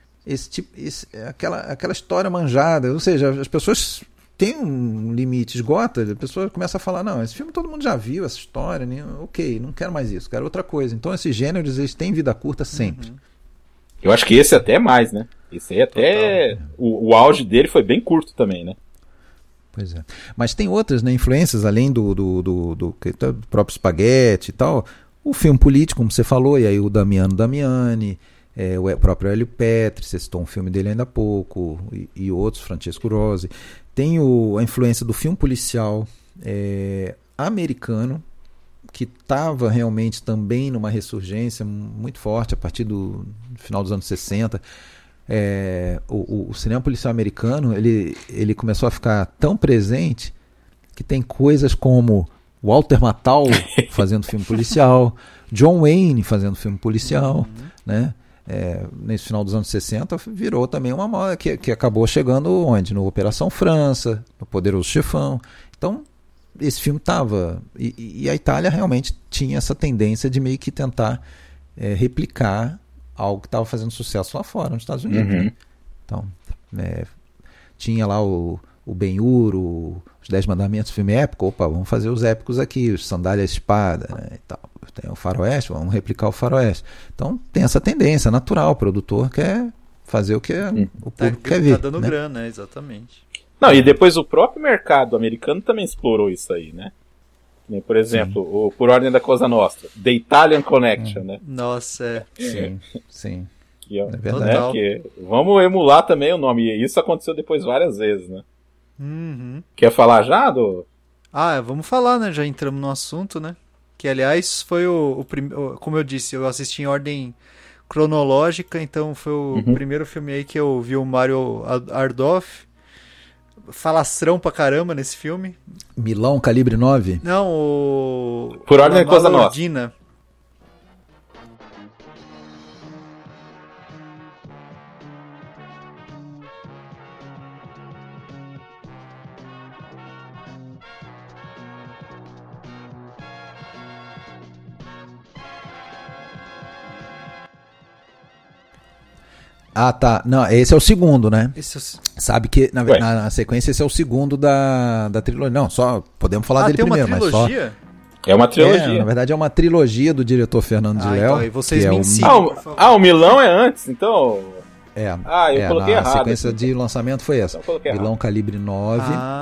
aquela história manjada, ou seja, as pessoas têm um limite, esgota, a pessoa começa a falar, não, esse filme todo mundo já viu, essa história, ok, não quero mais isso, quero outra coisa. Então esses gêneros, eles têm vida curta sempre. Eu acho que esse até é mais, né? Esse aí até... O auge dele foi bem curto também, né? Pois é. Mas tem outras, né, influências, além do próprio espaguete e tal. O filme político, como você falou, e aí o Damiano Damiani, o próprio Hélio Petri, você citou um filme dele ainda há pouco, e outros, Francesco Rosi. Tem a influência do filme policial americano, que estava realmente também numa ressurgência muito forte a partir do final dos anos 60. O cinema policial americano ele começou a ficar tão presente que tem coisas como Walter Matthau fazendo filme policial, John Wayne fazendo filme policial, né? Nesse final dos anos 60 virou também uma moda que acabou chegando onde? No Operação França, no Poderoso Chefão. Então esse filme estava e a Itália realmente tinha essa tendência de meio que tentar replicar algo que estava fazendo sucesso lá fora, nos Estados Unidos. Né? Então, tinha lá o Ben-Hur, os 10 Mandamentos, filme épico. Opa, vamos fazer os épicos aqui, os Sandália Espada, né, e tal. Tem o Faroeste, vamos replicar o Faroeste. Então, tem essa tendência natural, o produtor quer fazer o que o público quer ver. Tá dando né? grana, exatamente. Não, e depois o próprio mercado americano também explorou isso aí, né? Por exemplo, Por Ordem da Cosa Nostra, The Italian Connection, né? Nossa, Sim. Que, é verdade. Que vamos emular também o nome. E isso aconteceu depois várias vezes, né? Quer falar já, do... vamos falar, né? Já entramos no assunto, né? Que, aliás, foi o primeiro... Como eu disse, eu assisti em ordem cronológica, então foi o primeiro filme aí que eu vi o Mário Ardoff. Falastrão pra caramba nesse filme. Milão Calibre 9? Não, o... Por Ordem da Cosa Nostra. Tá. Não, esse é o segundo, né? Sabe que na sequência esse é o segundo da trilogia. Não, só podemos falar dele primeiro, mas só... É uma trilogia. Na verdade é uma trilogia do diretor Fernando de Léo. Então, vocês me ensinam, o Milão é antes, então... eu coloquei errado. A sequência de lançamento foi essa. Milão Calibre 9.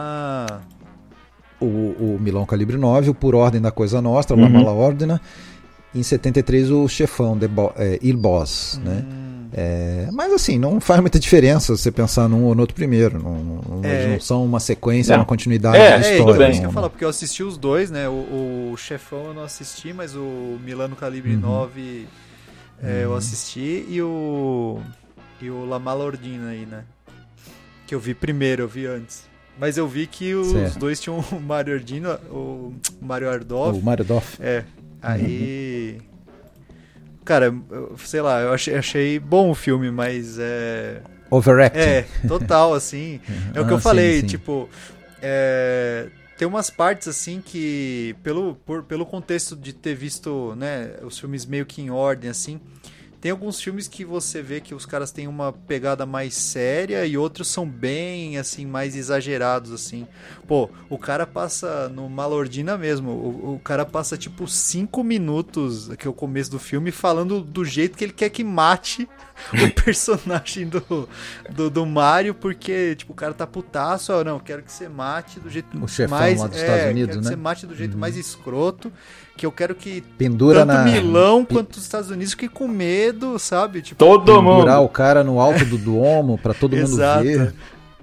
O Milão Calibre 9, o Por Ordem da Coisa Nostra, La Mala Ordina. Em 73 o Chefão, Il Boss, né? Mas assim, não faz muita diferença você pensar num ou no outro primeiro. Eles não são uma sequência, uma continuidade da história. É isso que eu falo, porque eu assisti os dois, né? O Chefão eu não assisti, mas o Milano Calibre 9 eu assisti, e o La Mala Ordina aí, né? Que eu vi primeiro, eu vi antes. Mas eu vi que os dois tinham o Mário Ordina, o Mário Ardoff. O Mário Ardoff. Aí... Cara, sei lá, eu achei bom o filme, mas overacting. Total, assim. É o que eu falei, tipo... tem umas partes, assim, que... Pelo contexto de ter visto, né, os filmes meio que em ordem, assim... Tem alguns filmes que você vê que os caras têm uma pegada mais séria e outros são bem, assim, mais exagerados, assim. Pô, o cara passa no Malordina mesmo, o cara passa, tipo, 5 minutos, que é o começo do filme, falando do jeito que ele quer que mate o personagem do Mario, porque, tipo, o cara tá putaço, não, quero que você mate do jeito o chefão mais... lá dos Estados Unidos, quero né? que você mate do jeito mais escroto, que eu quero que pendura tanto Milão quanto os Estados Unidos fiquem com medo, sabe? Tipo, todo mundo. Pendurar o cara no alto do domo pra todo mundo ver.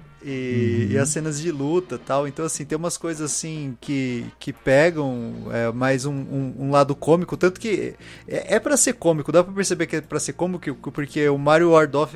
E as cenas de luta e tal. Então, assim, tem umas coisas assim que pegam mais um lado cômico. Tanto que é pra ser cômico. Dá pra perceber que é pra ser cômico, porque o Mario Wardorf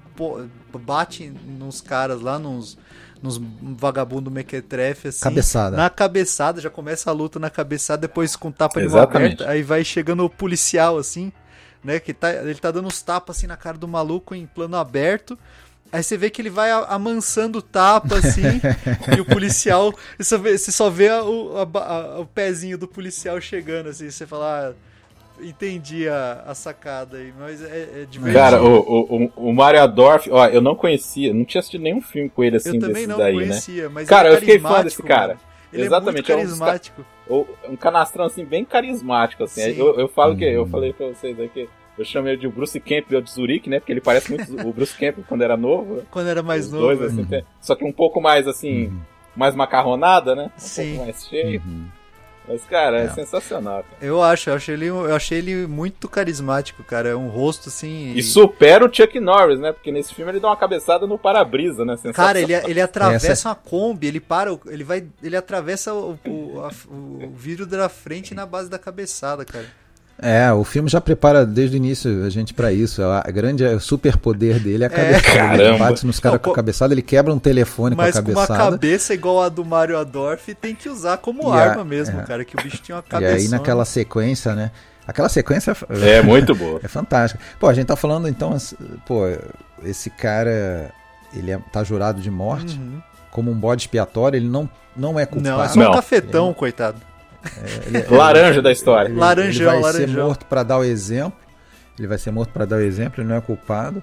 bate nos caras lá, nos vagabundo mequetrefe, assim. Cabeçada. Na cabeçada, já começa a luta na cabeçada, depois com tapa de mão aberta. Aí vai chegando o policial, assim, né? Ele tá dando uns tapas assim na cara do maluco em plano aberto. Aí você vê que ele vai amansando o tapa, assim, e o policial... Você só vê o pezinho do policial chegando, assim, você fala... entendi a sacada aí, mas é divertido. Cara, o Mario Wardorf, ó, eu não conhecia, não tinha assistido nenhum filme com ele, assim, eu também não daí, conhecia, né? Mas cara, eu fiquei fã desse cara. Mano. Ele exatamente, é muito carismático. Um canastrão, assim, bem carismático, assim. Eu falo que... Eu falei pra vocês aqui... Eu chamo ele de Bruce Campbell de Zurique, né? Porque ele parece muito o Bruce Campbell quando era novo. Quando era mais novo. Dois, assim, só que um pouco mais, assim, mais macarronada, né? Sim. pouco mais cheio. Mas, cara, é sensacional. Cara. Eu achei ele muito carismático, cara. É um rosto, assim... E supera o Chuck Norris, né? Porque nesse filme ele dá uma cabeçada no para-brisa, né? Cara, ele atravessa uma Kombi, ele atravessa o vidro da frente na base da cabeçada, cara. O filme já prepara desde o início a gente pra isso. O super poder dele é a cabeçada. Ele bate nos caras com a cabeçada, ele quebra um telefone com a cabeçada. Mas com uma cabeça igual a do Mario Wardorf, tem que usar como arma mesmo, cara, que o bicho tinha uma cabeça. E aí naquela sequência, né? Aquela sequência é muito boa. É fantástica. Pô, a gente tá falando então, pô, esse cara, ele tá jurado de morte, como um bode expiatório, ele não é culpado. Não, é só um cafetão, coitado. Laranja da história. Laranjão, ele vai ser morto para dar o exemplo. Ele vai ser morto para dar o exemplo, ele não é culpado.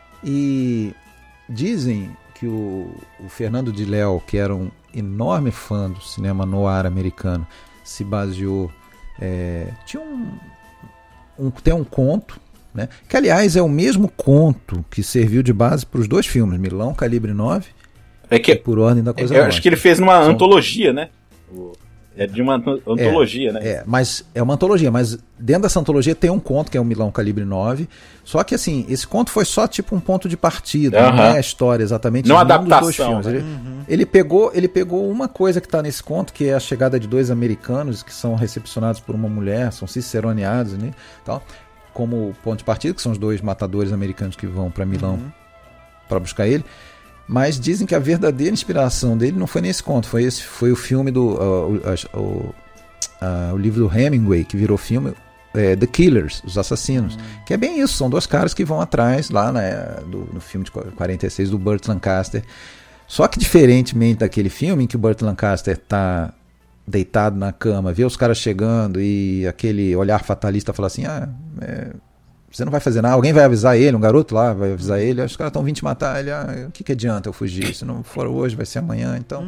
E dizem que o Fernando de Léo, que era um enorme fã do cinema noir americano, se baseou... tem um conto, né? Que aliás é o mesmo conto que serviu de base para os dois filmes, Milão, Calibre 9, por ordem da coisa. Eu acho que ele fez numa antologia, né? É de uma antologia, né? Mas é uma antologia, mas dentro dessa antologia tem um conto que é o Milão Calibre 9, só que assim, esse conto foi só tipo um ponto de partida, não é a história exatamente. Não a adaptação. Dos dois filmes. Ele pegou uma coisa que está nesse conto, que é a chegada de dois americanos que são recepcionados por uma mulher, são ciceroneados, né, tal, como ponto de partida, que são os dois matadores americanos que vão para Milão para buscar ele. Mas dizem que a verdadeira inspiração dele não foi nesse conto, foi o filme o livro do Hemingway, que virou filme, The Killers, Os Assassinos, que é bem isso, são dois caras que vão atrás, lá no filme de 46 do Burt Lancaster. Só que diferentemente daquele filme em que o Burt Lancaster está deitado na cama, vê os caras chegando e aquele olhar fatalista fala assim, você não vai fazer nada, alguém vai avisar ele, um garoto lá vai avisar ele, os caras estão vindo te matar, ele, o que adianta eu fugir, se não for hoje vai ser amanhã, então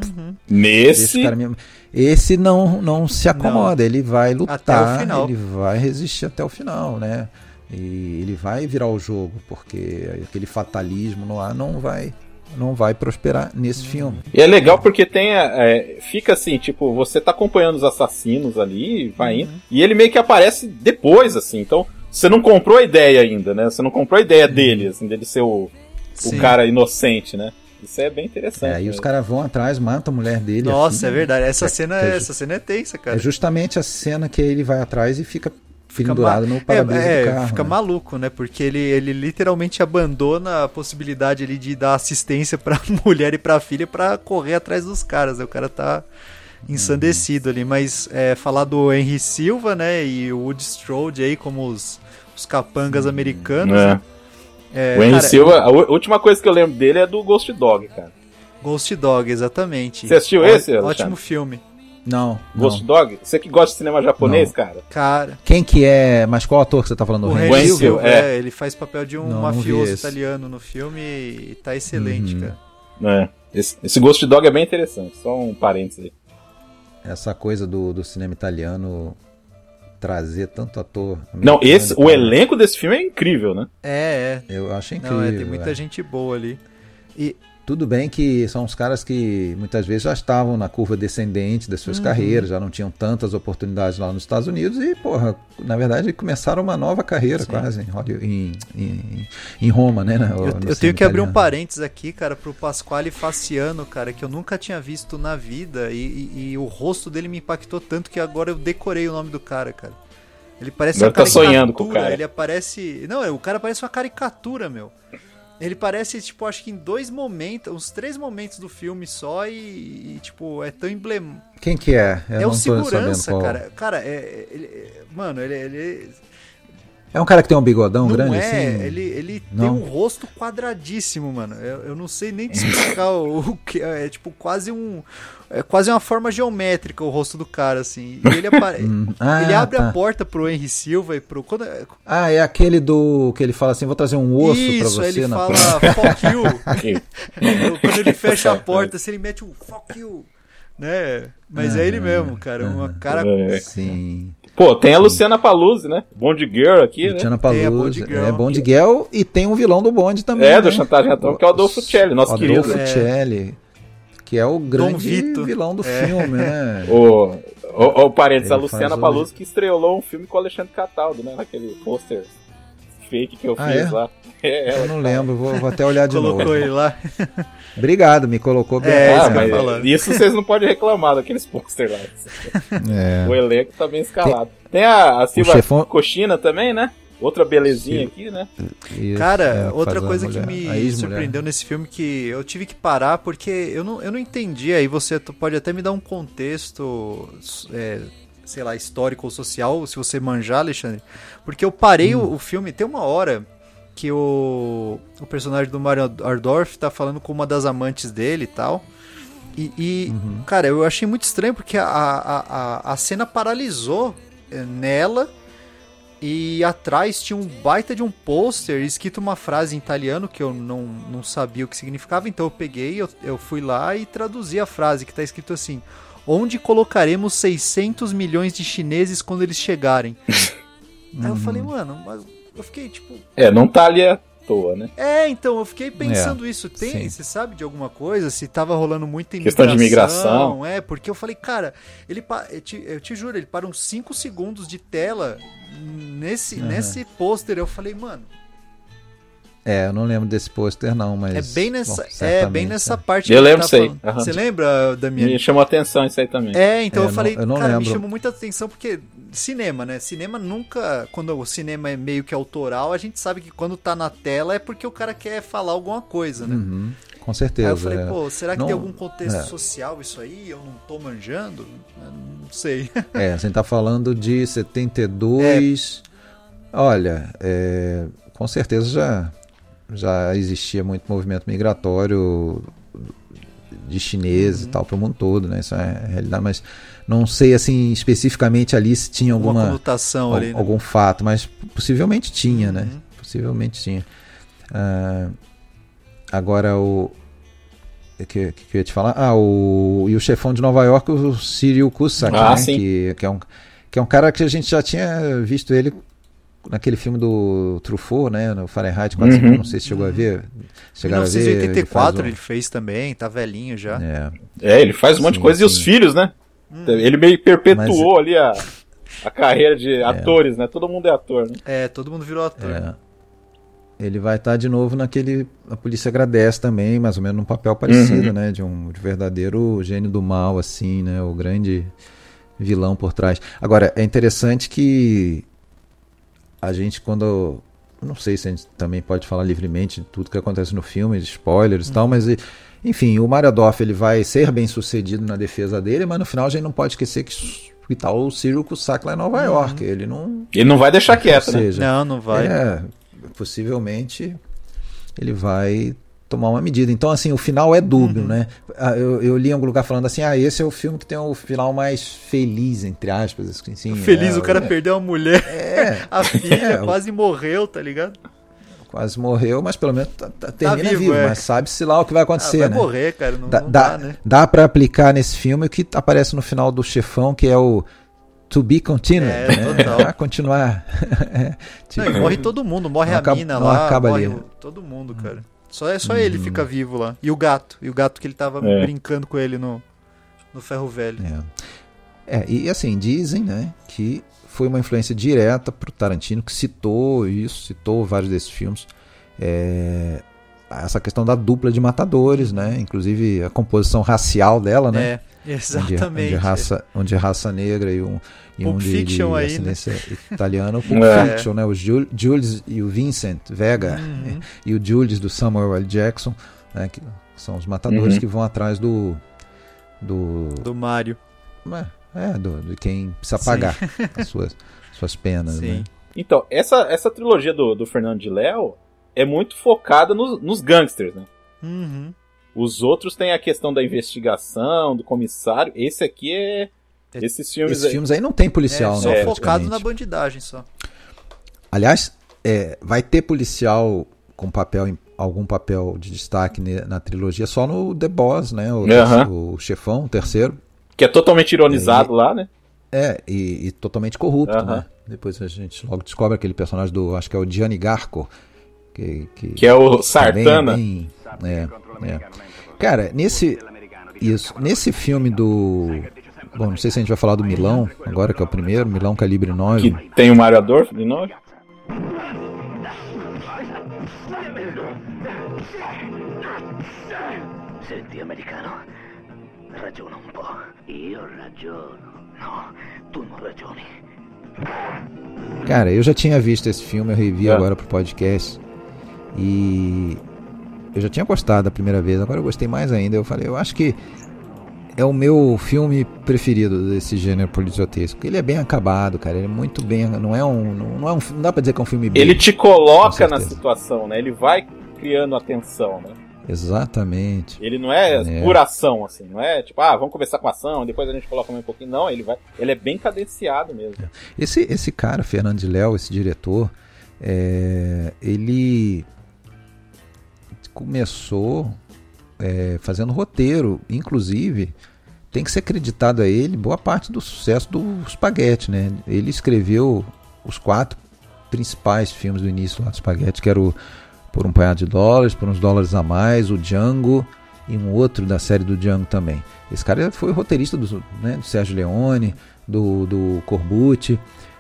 esse não se acomoda, ele vai lutar, ele vai resistir até o final, né, e ele vai virar o jogo, porque aquele fatalismo no ar não vai prosperar nesse filme. E é legal porque fica assim, tipo, você tá acompanhando os assassinos ali, vai indo, e ele meio que aparece depois, assim, então você não comprou a ideia ainda, né? Você não comprou a ideia dele, assim, dele ser o cara inocente, né? Isso é bem interessante. Aí os caras vão atrás, matam a mulher dele. Nossa, é verdade. Essa cena é tensa, cara. É justamente a cena que ele vai atrás e fica pendurado no para-brisa do carro. Fica maluco, né? Porque ele literalmente abandona a possibilidade ali de dar assistência pra mulher e pra filha pra correr atrás dos caras. Né? O cara tá ensandecido ali, mas falar do Henry Silva, né, e o Woody Strode aí como os capangas americanos, né? O Henry Silva, a última coisa que eu lembro dele é do Ghost Dog, cara. Ghost Dog, exatamente. Você assistiu esse, Ótimo Alexandre? Filme. Não. Ghost Dog? Você que gosta de cinema japonês, cara? Quem que é, mas qual ator que você tá falando? O Henry Silva, ele faz papel de um mafioso italiano no filme e tá excelente, cara. Esse Ghost Dog é bem interessante, só um parênteses aí. Essa coisa do cinema italiano trazer tanto ator. Não, o elenco desse filme é incrível, né? Eu acho incrível. Não, tem muita gente boa ali. E tudo bem que são os caras que muitas vezes já estavam na curva descendente das suas carreiras, já não tinham tantas oportunidades lá nos Estados Unidos e, porra, na verdade começaram uma nova carreira quase em Roma, né? Eu tenho que abrir um parênteses aqui, cara, pro Pasquale Faciano, cara, que eu nunca tinha visto na vida e o rosto dele me impactou tanto que agora eu decorei o nome do cara. Ele parece uma caricatura. Sonhando com o cara. Ele aparece... Não, o cara parece uma caricatura, meu. Ele parece, tipo, acho que em 2 momentos, uns 3 momentos do filme só tipo, é tão emblemático. Quem que é? É o segurança, cara. Cara, mano, ele... É um cara que tem um bigodão não grande, assim? Ele tem um rosto quadradíssimo, mano. Eu não sei nem te explicar o que é. Tipo, quase uma forma geométrica o rosto do cara, assim. E ele ele abre a porta pro Henry Silva e pro... é aquele que ele fala assim, vou trazer um osso pra você. Isso, ele fala fuck you. Quando ele fecha a porta, assim, ele mete um fuck you. Né? Mas é ele mesmo, cara. Uma cara... Sim. Pô, tem a Luciana Paluzzi, né? Bond Girl aqui, Luciana né? Paluzzi, Bond Girl e tem um vilão do Bond também. Do Chantagem Atômica, que é o Adolfo Celli, nosso querido. Adolfo Celli, que é o grande vilão do filme, né? O parênteses, a Luciana Paluzzi que estreou um filme com o Alexandre Cataldo, né? Naquele pôster fake que eu fiz lá. Eu não lembro, vou até olhar de novo. Colocou ele lá. Obrigado, me colocou bem. Mas isso vocês não podem reclamar daqueles pôster lá. O elenco tá bem escalado. Tem a Silva Cochina também, né? Outra belezinha aqui, né? Isso, cara, outra coisa que me surpreendeu nesse filme, que eu tive que parar porque eu não entendi. Aí você pode até me dar um contexto, sei lá, histórico ou social, se você manjar, Alexandre. Porque eu parei o filme, tem uma hora que o personagem do Mario Ardorf tá falando com uma das amantes dele e tal. Cara, eu achei muito estranho porque a cena paralisou nela e atrás tinha um baita de um pôster escrito uma frase em italiano que eu não sabia o que significava, então eu peguei, eu fui lá e traduzi a frase, que tá escrito assim: onde colocaremos 600 milhões de chineses quando eles chegarem? Aí eu falei, mano, mas eu fiquei tipo... não tá ali à toa, né? Então, eu fiquei pensando isso. Você sabe de alguma coisa? Se tava rolando muita imigração? Questão de imigração. Porque eu falei, cara, eu te juro, ele para uns 5 segundos de tela nesse pôster. Eu falei, mano... eu não lembro desse pôster não, mas... É bem nessa parte. Eu lembro isso aí. Você lembra, Damiani? Me chamou a atenção isso aí também. Então eu falei, cara, lembro. Me chamou muita atenção porque cinema, né? Cinema nunca... Quando o cinema é meio que autoral, a gente sabe que quando tá na tela é porque o cara quer falar alguma coisa, né? Com certeza. Aí eu falei, será que tem algum contexto social isso aí? Eu não tô manjando? Eu não sei. A gente tá falando de 72... Olha, com certeza já existia muito movimento migratório de chineses e tal para o mundo todo, né? Isso é a realidade, mas não sei assim especificamente ali se tinha alguma conotação ali, né? Algum fato, mas possivelmente tinha, né? Possivelmente tinha. Agora o que eu ia te falar? E o chefão de Nova York, o Cyril Cusack, né? Que é um cara que a gente já tinha visto ele naquele filme do Truffaut, né, no Fahrenheit 451, não sei se chegou a ver. Em 1984 ele fez também, tá velhinho já. Ele faz um monte de coisa, e os filhos, né? Ele meio perpetuou ali a carreira de atores, né? Todo mundo é ator, né? Todo mundo virou ator. Ele vai estar de novo naquele... A Polícia Agradece também, mais ou menos num papel parecido, né? De verdadeiro gênio do mal, assim, né? O grande vilão por trás. Agora, é interessante que a gente, quando... Não sei se a gente também pode falar livremente de tudo que acontece no filme, de spoilers e tal, mas... Enfim, o Mario Adolfo, ele vai ser bem sucedido na defesa dele, mas no final a gente não pode esquecer que tá o Cyril Cusack lá em Nova York. Ele não vai deixar quieto, né? Não vai. Possivelmente ele vai tomar uma medida. Então, assim, o final é dúbio, né? Eu li em algum lugar falando assim, esse é o filme que tem o final mais feliz, entre aspas. Assim, feliz, o cara perdeu a mulher, a filha, quase morreu, tá ligado? Quase morreu, mas pelo menos termina vivo, mas sabe-se lá o que vai acontecer, vai né? Morrer, cara, não dá, né? Dá pra aplicar nesse filme o que aparece no final do Chefão, que é to be continued, né? Total. Pra continuar. Tipo, morre todo mundo, morre a mina lá, morre todo mundo, cara. Só ele fica vivo lá. E o gato que ele tava brincando com ele no Ferro Velho. E assim, dizem, né, que foi uma influência direta pro Tarantino, que citou vários desses filmes. Essa questão da dupla de matadores, né? Inclusive a composição racial dela, né? Exatamente. Onde raça negra e um de ascendência italiana, o Pulp Fiction, né? O Jules e o Vincent Vega e o Jules do Samuel L. Jackson, né? Que são os matadores que vão atrás do Mário. De quem precisa pagar as suas penas, né? Então, essa trilogia do Fernando de Léo é muito focada nos gangsters, né? Os outros têm a questão da investigação, do comissário. Esse aqui esses filmes aí não tem policial, só focado na bandidagem só. Aliás, vai ter policial com algum papel de destaque na trilogia só no The Boss, né? O chefão, o terceiro. Que é totalmente ironizado lá, né? E totalmente corrupto, né? Depois a gente logo descobre aquele personagem acho que é o Gianni Garco. Que é o Sartana. Cara, nesse filme bom, não sei se a gente vai falar do Milão agora, que é o primeiro, Milão Calibre 9. Que tem o Mario Adolfo de novo. Senti, americano, ragiona un po'. Io ragiono. No, tu non ragioni. Cara, eu já tinha visto esse filme, eu revi agora pro podcast. E eu já tinha gostado da primeira vez, agora eu gostei mais ainda. Eu falei, eu acho que é o meu filme preferido desse gênero policiotesco. Ele é bem acabado, cara. Ele é muito bem. Não dá pra dizer que é um filme bem. Ele te coloca na situação, né? Ele vai criando a tensão, né? Exatamente. Ele não é pura ação, assim. Não é tipo, vamos começar com a ação, depois a gente coloca mais um pouquinho. Não, ele é bem cadenciado mesmo. Esse cara, Fernando de Léo, esse diretor, ele começou fazendo roteiro, inclusive tem que ser acreditado a ele boa parte do sucesso do Spaghetti, né? Ele escreveu os 4 principais filmes do início lá do Spaghetti, que era o Por um Punhado de Dólares, Por uns Dólares a Mais, o Django e um outro da série do Django também. Esse cara foi o roteirista do Sérgio Leone, do Corbucci,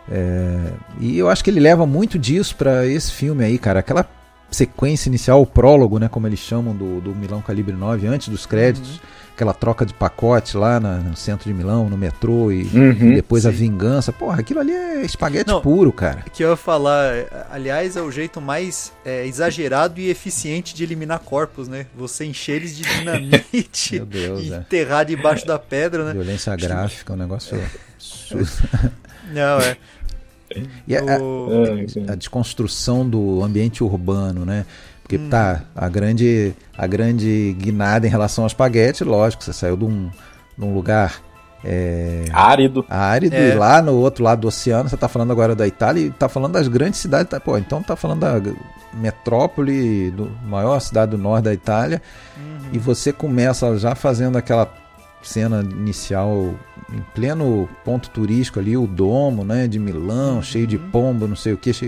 e eu acho que ele leva muito disso para esse filme aí, cara. Aquela sequência inicial, o prólogo, né, como eles chamam, do Milão Calibre 9, antes dos créditos, aquela troca de pacote lá no centro de Milão, no metrô, e depois a vingança. Porra, aquilo ali é espaguete puro, cara. Que eu ia falar, aliás, é o jeito mais exagerado e eficiente de eliminar corpos, né? Você encher eles de dinamite Meu Deus, e enterrar debaixo da pedra, né? Violência gráfica, um negócio absurdo. Não, E a desconstrução do ambiente urbano, né? Porque a grande guinada em relação ao espaguete, lógico, você saiu de um lugar árido e lá no outro lado do oceano, você tá falando agora da Itália e tá falando das grandes cidades, então tá falando da metrópole, maior cidade do norte da Itália, e você começa já fazendo aquela cena inicial em pleno ponto turístico ali, o Domo, né, de Milão, cheio de pombo, não sei o que,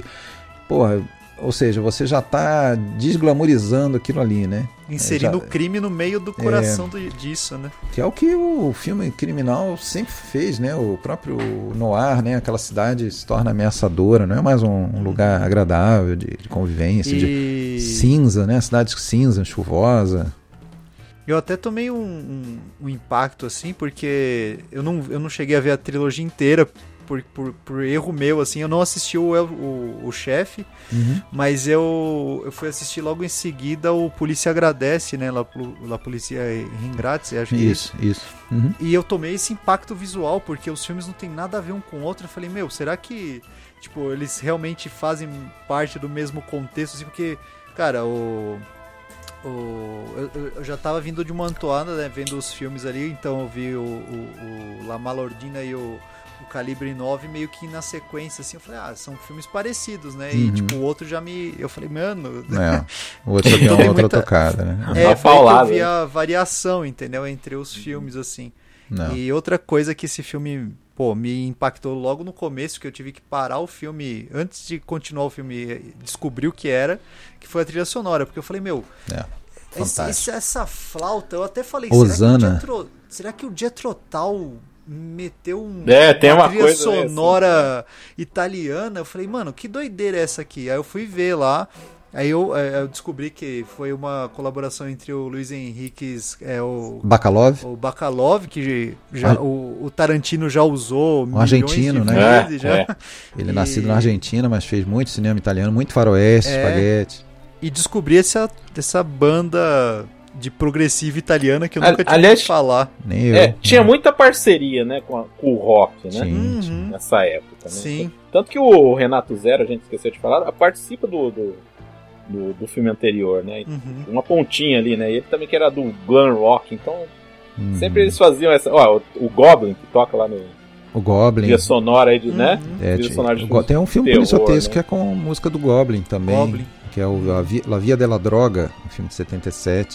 ou seja, você já está desglamorizando aquilo ali, né? Inserindo o crime no meio do coração disso, né? Que é o que o filme criminal sempre fez, né? O próprio noir, né? Aquela cidade se torna ameaçadora, não é mais um lugar agradável de convivência, de cinza, né? Cidade cinza, chuvosa. Eu até tomei um impacto, assim, porque eu não cheguei a ver a trilogia inteira por erro meu, assim. Eu não assisti o Chefe, mas eu fui assistir logo em seguida o Polícia Agradece, né? La Polícia Ringrazie, acho que isso. E eu tomei esse impacto visual, porque os filmes não tem nada a ver um com o outro. Eu falei, será que eles realmente fazem parte do mesmo contexto? Assim, porque, cara, eu já tava vindo de uma antoada, né, vendo os filmes ali, então eu vi o La Malordina e o Calibre 9 meio que na sequência, assim, eu falei, são filmes parecidos, né, e o outro eu falei, mano... o outro tem uma outra tocada, né? Eu vi a variação, entendeu, entre os filmes, assim. E outra coisa que esse filme pô, me impactou logo no começo, que eu tive que parar o filme, antes de continuar o filme, descobrir o que era, que foi a trilha sonora, porque eu falei, meu, essa flauta, eu até falei, será que o Jethro Tull meteu tem uma trilha coisa sonora italiana? Eu falei, mano, que doideira é essa aqui? Aí eu fui ver lá, aí eu descobri que foi uma colaboração entre o Luiz Henriquez, o Bacalov, que já, o Tarantino já usou, um argentino, né? Vezes, já. Ele é nascido na Argentina, mas fez muito cinema italiano, muito faroeste, espaguete. E descobri essa banda de progressiva italiana que eu nunca tinha ouvido falar. Nem eu. Tinha muita parceria, né, com o rock, né? Sim. Nessa época, né? Sim. Tanto que o Renato Zero, a gente esqueceu de falar, participa do filme anterior, né? Uma pontinha ali, né? Ele também que era do glam rock, então sempre eles faziam essa... o Goblin, que toca lá no... O Goblin. Trilha sonora aí, né? Tem um filme policiotesco, né? Que é com música do Goblin também. Que é o La Via della Droga, um filme de 77.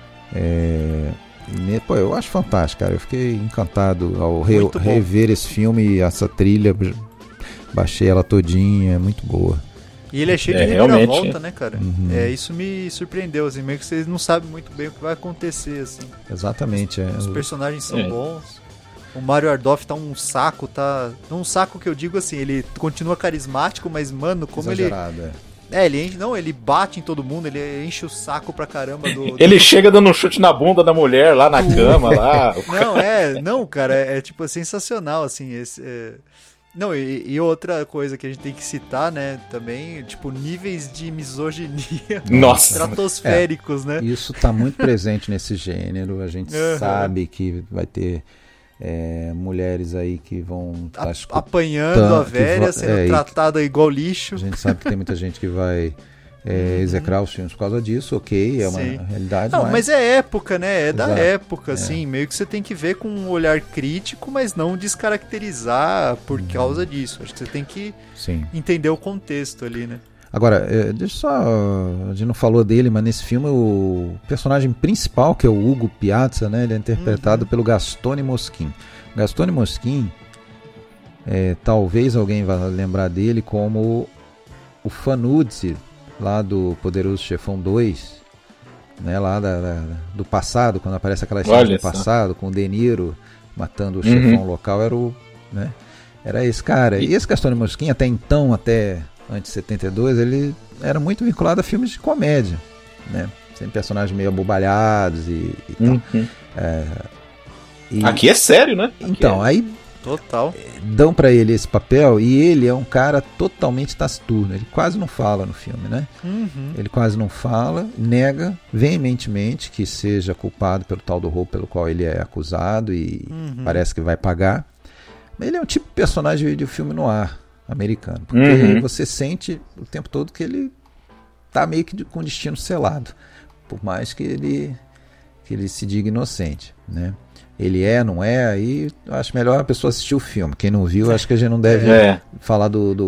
Pô, eu acho fantástico, cara. Eu fiquei encantado ao rever esse filme e essa trilha. Baixei ela todinha, é muito boa. E ele é cheio de reviravolta, né, cara? Isso me surpreendeu, assim, meio que vocês não sabem muito bem o que vai acontecer, assim. Exatamente. Os personagens são bons. O Mário Ardoff tá um saco, um saco que eu digo assim, ele continua carismático, mas, mano, como exagerado, ele bate em todo mundo, ele enche o saco pra caramba Ele chega dando um chute na bunda da mulher lá na cama, lá. Não, cara, é tipo sensacional, assim, Não, e outra coisa que a gente tem que citar, né, também, tipo, níveis de misoginia estratosféricos, né? Isso tá muito presente nesse gênero, a gente sabe que vai ter mulheres aí que vão apanhando a velha, sendo tratada igual lixo. A gente sabe que tem muita gente que vai execrar os filmes por causa disso, é uma realidade. Não, mas é época, né? É da época, assim, meio que você tem que ver com um olhar crítico, mas não descaracterizar por causa disso. Acho que você tem que entender o contexto ali, né? Agora, deixa só... A gente não falou dele, mas nesse filme o personagem principal, que é o Hugo Piazza, né? Ele é interpretado pelo Gastone Moschin. Gastone Moschin, talvez alguém vá lembrar dele como o Fanuzzi, lá do Poderoso Chefão 2, né? Lá do passado, quando aparece aquela cena do passado, com o De Niro matando o chefão local, era esse cara. E esse Gastone Moschin, até então, antes de 72, ele era muito vinculado a filmes de comédia, né? Sempre personagens meio abobalhados e tal. Aqui é sério, né? Então, aí total. Dão pra ele esse papel e ele é um cara totalmente taciturno. Ele quase não fala no filme, né? Ele quase não fala, nega veementemente que seja culpado pelo tal do roubo pelo qual ele é acusado e parece que vai pagar. Mas ele é um tipo de personagem de filme noir americano, porque você sente o tempo todo que ele tá meio que com destino selado, por mais que ele se diga inocente, né? Ele não é, aí eu acho melhor a pessoa assistir o filme. Quem não viu, acho que a gente não deve falar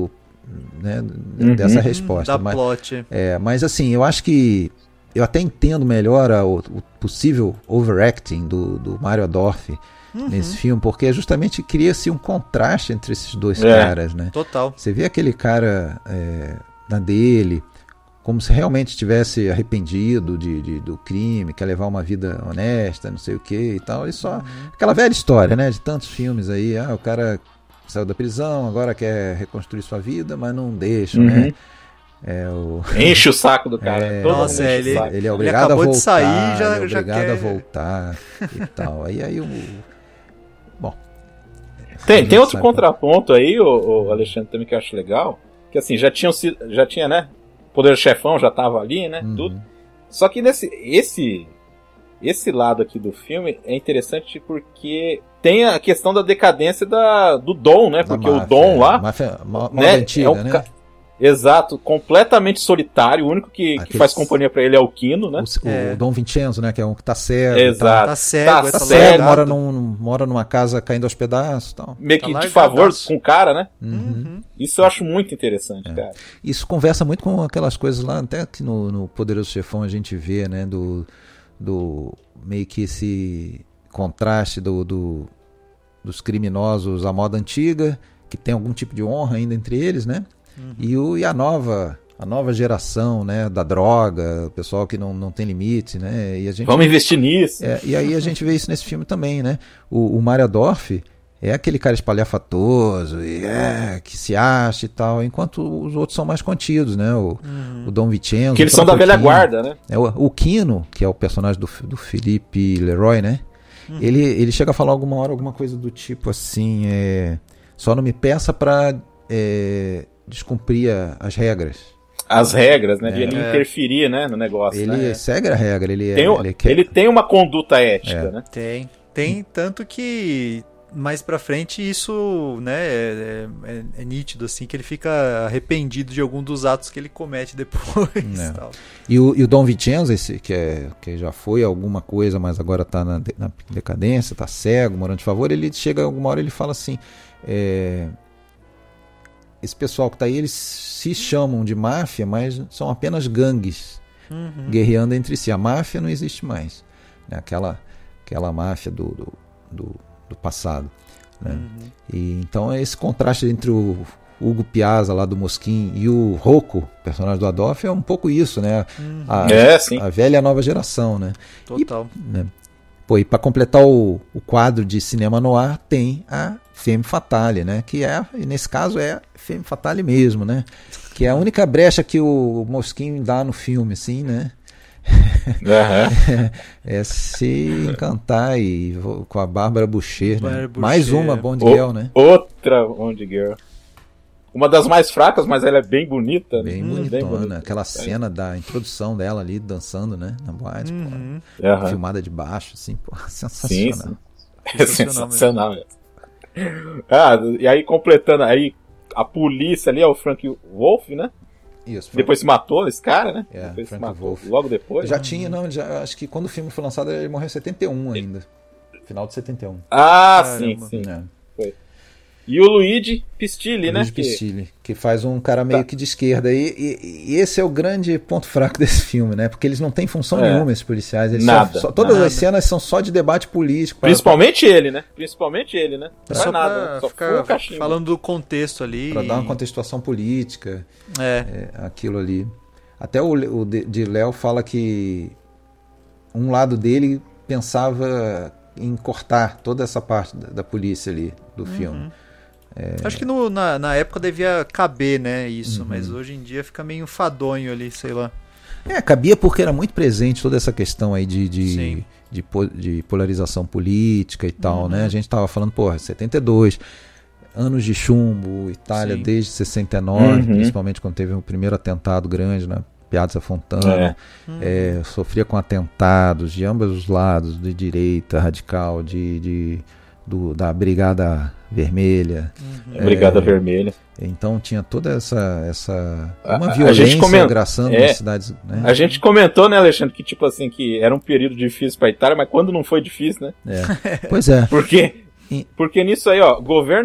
dessa resposta. Plot. Mas assim, eu acho que eu até entendo melhor o possível overacting do Mário Adorf nesse filme, porque justamente cria-se um contraste entre esses dois caras, né? Total. Você vê aquele cara na dele, como se realmente estivesse arrependido do crime, quer levar uma vida honesta, não sei o que e tal. E só aquela velha história, né? De tantos filmes aí, o cara saiu da prisão, agora quer reconstruir sua vida, mas não deixa, né? Enche o saco do cara. Nossa, ele é obrigado a voltar, de sair, já obrigado a voltar e tal. Bom. Tem outro contraponto aí, o Alexandre, também que eu acho legal, que assim, já tinha, né? Poder Chefão já tava ali, né? Tudo. Só que esse lado aqui do filme é interessante porque tem a questão da decadência do Dom, né? Porque o Dom lá, né, antiga, né? Exato, completamente solitário. O único que faz companhia pra ele é o Quino, né? O Dom Vincenzo, né? Que é um que tá cego. Exato. Tá cego, mora numa casa caindo aos pedaços. Tal. Meio que de favor com o cara, né? Isso eu acho muito interessante, cara. Isso conversa muito com aquelas coisas lá, até que no Poderoso Chefão a gente vê, né? Do meio que esse contraste dos criminosos à moda antiga, que tem algum tipo de honra ainda entre eles, né? E a nova geração, né, da droga, o pessoal que não tem limite, né? E a gente, vamos investir nisso. E aí a gente vê isso nesse filme também, né? O Mario Adorf é aquele cara espalhafatoso, que se acha e tal, enquanto os outros são mais contidos, né? O Dom Vincenzo. Que eles são da velha guarda, né? O Kino, que é o personagem do Philippe Leroy, né? Ele chega a falar alguma coisa do tipo assim, só não me peça pra descumprir as regras. As regras, né? De ele interferir, né, no negócio. Ele segue a regra, ele tem uma conduta ética, né? Tem, tanto que mais pra frente isso, né, é nítido, assim, que ele fica arrependido de algum dos atos que ele comete depois. Tal. E o Dom Vincenzo, esse que já foi alguma coisa, mas agora tá na decadência, tá cego, morando de favor, ele chega alguma hora, ele fala assim, esse pessoal que tá aí, eles se chamam de máfia, mas são apenas gangues guerreando entre si. A máfia não existe mais, né? Aquela máfia do passado, né? E então esse contraste entre o Hugo Piazza lá do Mosquin e o Rocco, personagem do Adolf, é um pouco isso, né? A velha e a nova geração, né? Total. E para completar o quadro de cinema noir tem a Femme Fatale, né? Que nesse caso é Femme Fatale mesmo, né? Que é a única brecha que o Mosquin dá no filme, assim, né? É se encantar com a Bárbara Boucher, né? Mais uma Bond Girl, né? Outra Bond Girl. Uma das mais fracas, mas ela é bem bonita. Bem bonitona. Aquela cena da introdução dela ali, dançando, né? Na boate. Filmada de baixo, assim, pô, sensacional. Sim. É sensacional mesmo. E aí completando, aí a polícia ali é o Frank Wolf, né? Isso, depois se matou esse cara, né? Depois Frank se matou Wolf. logo depois. Já tinha, acho que quando o filme foi lançado ele morreu em 71 ainda. Final de 71. Sim. Foi. E o Luigi Pistilli, né? Pistilli, que faz um cara meio que de esquerda. E esse é o grande ponto fraco desse filme, né? Porque eles não têm função nenhuma, esses policiais. Eles todas as cenas são só de debate político. Principalmente ele, né? Só nada. Só ficar falando do contexto ali. Pra dar uma contextuação política. Aquilo ali. Até o de Léo fala que um lado dele pensava em cortar toda essa parte da polícia ali do filme. Acho que na época devia caber, né, isso, mas hoje em dia fica meio enfadonho ali, sei lá. Cabia porque era muito presente toda essa questão aí de polarização política e tal, né? A gente tava falando, 72, anos de chumbo, Itália desde 69, principalmente quando teve o primeiro atentado grande na Piazza Fontana, sofria com atentados de ambos os lados, de direita radical, da Brigada Vermelha. Brigada Vermelha. Então tinha toda essa uma violência graçando nas cidades, né? A gente comentou, né, Alexandre, que tipo assim, que era um período difícil para a Itália, mas quando não foi difícil, né? Pois é. Porque nisso aí, ó, governo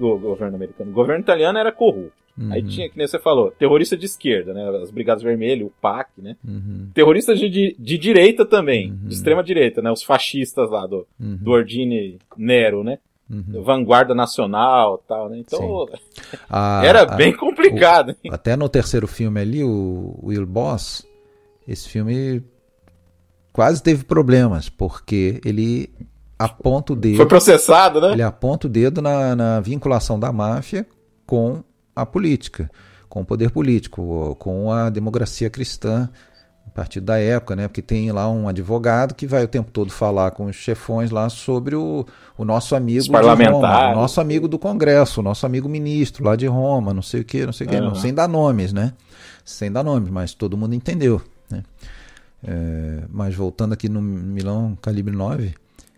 italiano era corrupto. Aí tinha, que nem você falou, terrorista de esquerda, né? As Brigadas Vermelhas, o PAC, né? Terroristas de direita também, de extrema direita, né? Os fascistas lá do Ordine Nero, né? Vanguarda Nacional e tal, né? Então, era bem complicado. Até no terceiro filme ali, o Will Boss, esse filme quase teve problemas, porque ele aponta o dedo... Foi processado, né? Ele aponta o dedo na vinculação da máfia com a política, com o poder político, com a democracia cristã, a partir da época, né? Porque tem lá um advogado que vai o tempo todo falar com os chefões lá sobre o nosso amigo de Roma, o nosso amigo do Congresso, o nosso amigo ministro lá de Roma, não sei o que, sem dar nomes, né? Sem dar nomes, mas todo mundo entendeu, né? Mas voltando aqui no Milão Calibre 9,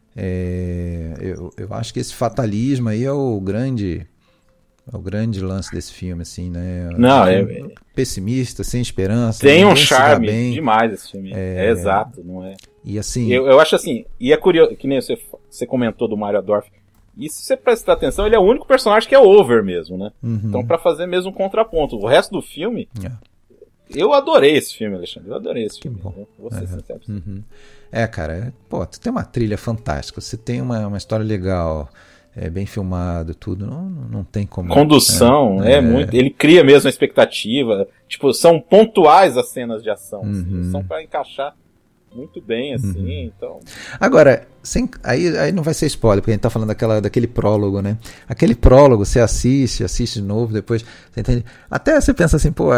eu acho que esse fatalismo aí é o grande lance desse filme, assim, né? Não, pessimista, sem esperança. Tem um charme demais esse filme. Exato, não é? E assim... Eu acho assim, e é curioso, que nem você comentou do Mario Adorf, e se você prestar atenção, ele é o único personagem que é over mesmo, né? Então, pra fazer mesmo um contraponto. O resto do filme... Eu adorei esse filme, Alexandre. Eu adorei esse filme. Bom. Vou ser sincero. Cara, tu tem uma trilha fantástica, você tem uma história legal, É bem filmado, tudo. Não tem como. Condução, muito. Ele cria mesmo a expectativa. Tipo, são pontuais as cenas de ação. Assim, são pra encaixar muito bem, assim. Então. Agora, aí não vai ser spoiler, porque a gente tá falando daquele prólogo, né? Aquele prólogo, você assiste de novo, depois. Você entende? Até você pensa assim, pô,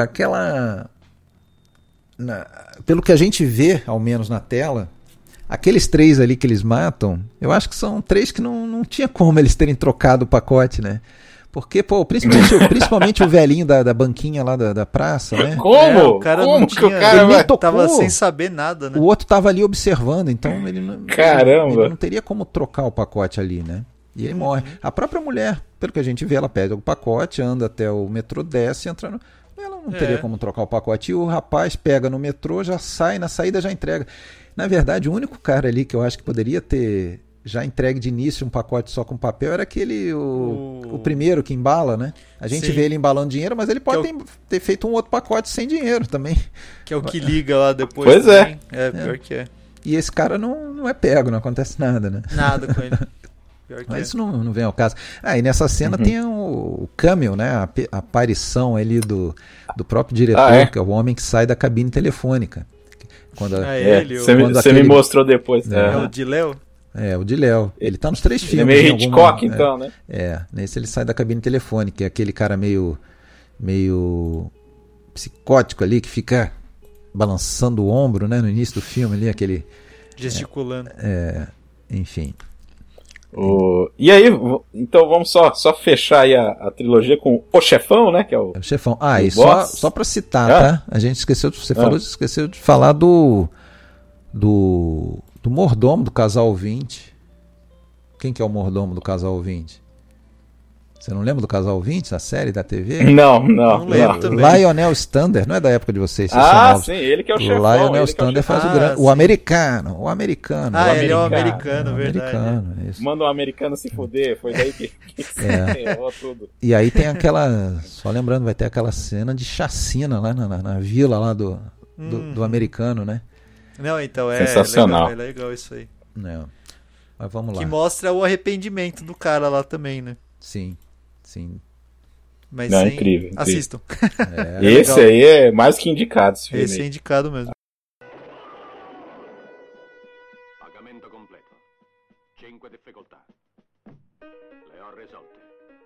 pelo que a gente vê, ao menos na tela. Aqueles 3 ali que eles matam, eu acho que são 3 que não tinha como eles terem trocado o pacote, né? Porque, pô, principalmente o velhinho da banquinha lá da praça, né? Como? O cara não tinha, que o cara ele tava sem saber nada, né? O outro tava ali observando, então ele não teria como trocar o pacote ali, né? E ele morre. A própria mulher, pelo que a gente vê, ela pega o pacote, anda até o metrô, desce, entra no... Ela não teria como trocar o pacote. E o rapaz pega no metrô, já sai, na saída já entrega. Na verdade, o único cara ali que eu acho que poderia ter já entregue de início um pacote só com papel era aquele, o primeiro que embala, né? A gente vê ele embalando dinheiro, mas ele pode ter feito um outro pacote sem dinheiro também. Que é o que liga lá depois. Pois também. Pior que é. E esse cara não é pego, não acontece nada, né? Nada com ele. Mas isso não vem ao caso. E nessa cena tem o cameo, né? A aparição ali do próprio diretor, que é o homem que sai da cabine telefônica. Você me mostrou depois. É o de Léo? É, o de Léo. Ele tá nos 3 filmes. Ele é meio Hitchcock, então, né? Nesse ele sai da cabine telefônica. É aquele cara meio psicótico ali, que fica balançando o ombro, né? No início do filme ali, aquele... Gesticulando. Enfim. E aí, então vamos só fechar aí a trilogia com O Chefão, né? Que é o Chefão. E só pra citar, tá? A gente esqueceu de falar do mordomo do Casal 20. Quem que é o mordomo do Casal 20? Você não lembra do Casal 20, da série da TV? Não lembro também. Lionel Stander, não é da época de vocês. Sim, ele que é o chefão. Lionel Stander faz o americano. O americano. Ele é o americano, verdade. Isso. Manda um americano se fuder, foi daí que errou tudo. E aí tem aquela, só lembrando, vai ter aquela cena de chacina lá na vila lá do americano, né? Não, então sensacional. É legal isso aí. Mas vamos lá. Que mostra o arrependimento do cara lá também, né? Sim. Mas incrível. Assistam. Esse aí é mais que indicado. Esse é indicado mesmo. Pagamento completo. 5 difficoltà. Le ho risolte.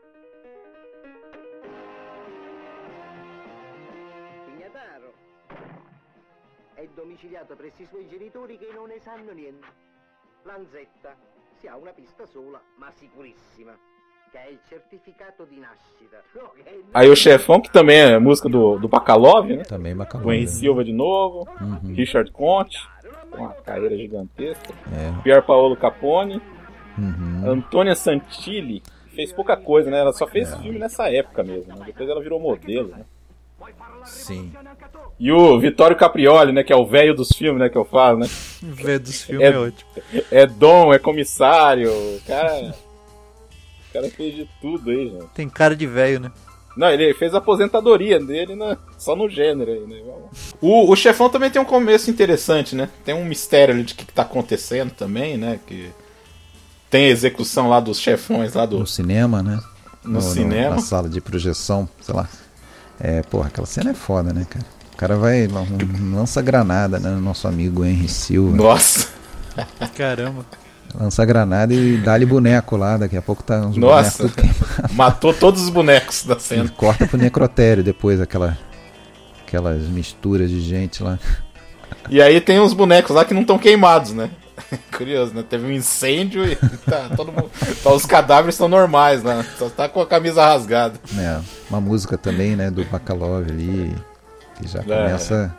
Pignataro è domiciliato presso i suoi genitori che non ne sanno niente. Lanzetta si ha una pista sola, ma sicurissima. Que é o certificado de nascita. Aí o Chefão, que também é música do Bacalov, né? Também Bacalov. O Henry Silva de novo, Richard Conte, com uma carreira gigantesca, Pier Paolo Capone, Antônia Santilli, fez pouca coisa, né? Ela só fez filme nessa época mesmo, né? Depois ela virou modelo, né? Sim. E o Vittorio Caprioli, né? Que é o velho dos filmes, né? Que eu falo, né? O velho dos filmes é ótimo. É dom, é comissário, cara... O cara fez de tudo aí, gente. Tem cara de velho, né? Não, ele fez a aposentadoria dele só no gênero aí, né? O Chefão também tem um começo interessante, né? Tem um mistério ali de que tá acontecendo também, né? Que tem a execução lá dos chefões lá do... No cinema, né? No cinema. Na sala de projeção, sei lá. Aquela cena é foda, né, cara? O cara vai, lança granada, né? No nosso amigo Henry Silva. Nossa! Caramba. Lança granada e dá-lhe boneco lá, daqui a pouco tá uns bonecos tudo queimados. Matou todos os bonecos da cena. E corta pro necrotério depois, aquelas misturas de gente lá. E aí tem uns bonecos lá que não estão queimados, né? Curioso, né? Teve um incêndio e todo mundo, os cadáveres estão normais lá, só tá com a camisa rasgada. Uma música também, né, do Bacalov ali, que já começa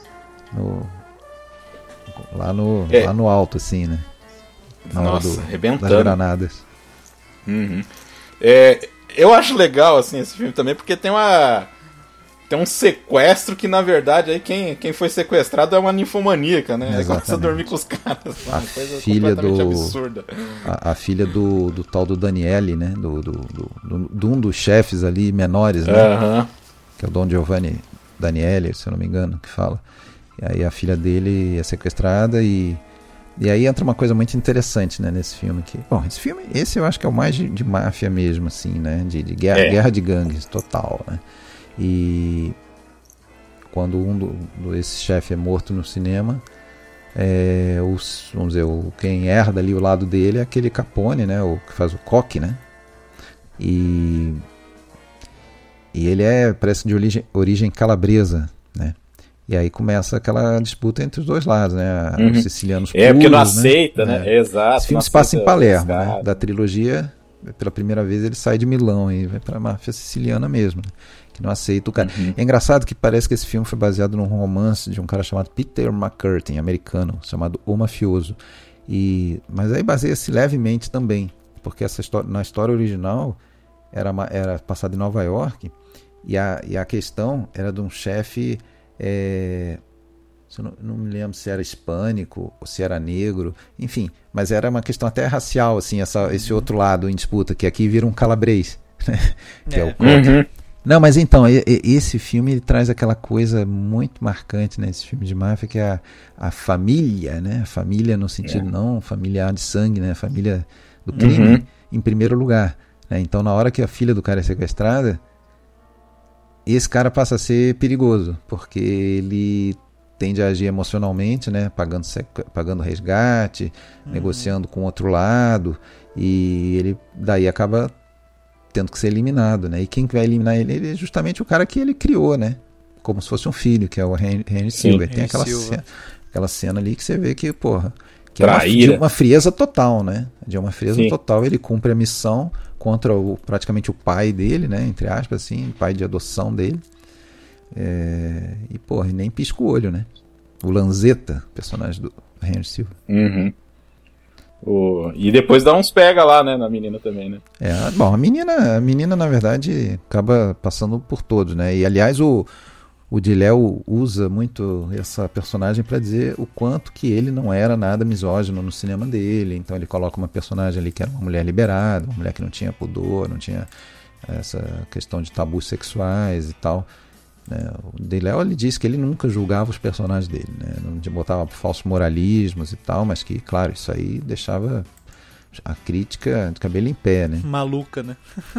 lá no alto, assim, né? Nossa, arrebentando. Das granadas. Eu acho legal assim esse filme também, porque tem um sequestro que na verdade aí quem foi sequestrado é uma ninfomaníaca, né? Aí começa a dormir com os caras. A filha absurda. A filha do tal do Daniele, né? De um dos chefes ali menores, né? Que é o Don Giovanni Daniele, se eu não me engano, que fala. E aí a filha dele é sequestrada e E aí entra uma coisa muito interessante, né, nesse filme aqui. Bom, esse eu acho que é o mais de máfia mesmo, assim, né, de guerra de gangues total, né. E quando esse chefe é morto no cinema, vamos dizer, quem herda ali o lado dele é aquele Capone, né, o que faz o Coque, né. E ele parece de origem calabresa, né. E aí começa aquela disputa entre os dois lados, né? Os sicilianos puros, porque não aceita, né? Exato. Esse filme se passa em Palermo, né? Da trilogia, pela primeira vez ele sai de Milão e vai para a máfia siciliana mesmo, né? Que não aceita o cara. É engraçado que parece que esse filme foi baseado num romance de um cara chamado Peter McCurtain, americano, chamado O Mafioso. Mas aí baseia-se levemente também, porque na história original era passado em Nova York e a questão era de um chefe... não me lembro se era hispânico ou se era negro, enfim, mas era uma questão até racial, assim, esse outro lado em disputa, que aqui vira um calabrês, né? Que é o Coque. Não, mas então, esse filme ele traz aquela coisa muito marcante, né? Esse filme de máfia, que é a família, né? A família no sentido não familiar de sangue, né? A família do crime em primeiro lugar, né? Então, na hora que a filha do cara é sequestrada, esse cara passa a ser perigoso, porque ele tende a agir emocionalmente, né? Pagando resgate, negociando com o outro lado, e ele daí acaba tendo que ser eliminado, né? E quem vai eliminar ele é justamente o cara que ele criou, né? Como se fosse um filho, que é o Henry Silva. Tem aquela cena ali que você vê que, que é de uma frieza total, né? De uma frieza total, ele cumpre a missão contra praticamente o pai dele, né? Entre aspas, assim, pai de adoção dele. E nem pisca o olho, né? O Lanzetta, personagem do Henry Silva. E depois dá uns pega lá, né? Na menina também, né? Bom, a menina, na verdade, acaba passando por todos, né? E, aliás, o Di-Léo usa muito essa personagem para dizer o quanto que ele não era nada misógino no cinema dele. Então ele coloca uma personagem ali que era uma mulher liberada, uma mulher que não tinha pudor, não tinha essa questão de tabus sexuais e tal, né? O Di-Léo, ele disse que ele nunca julgava os personagens dele, né? Não botava falsos moralismos e tal, mas que, claro, isso aí deixava a crítica de cabelo em pé, né? Maluca, né?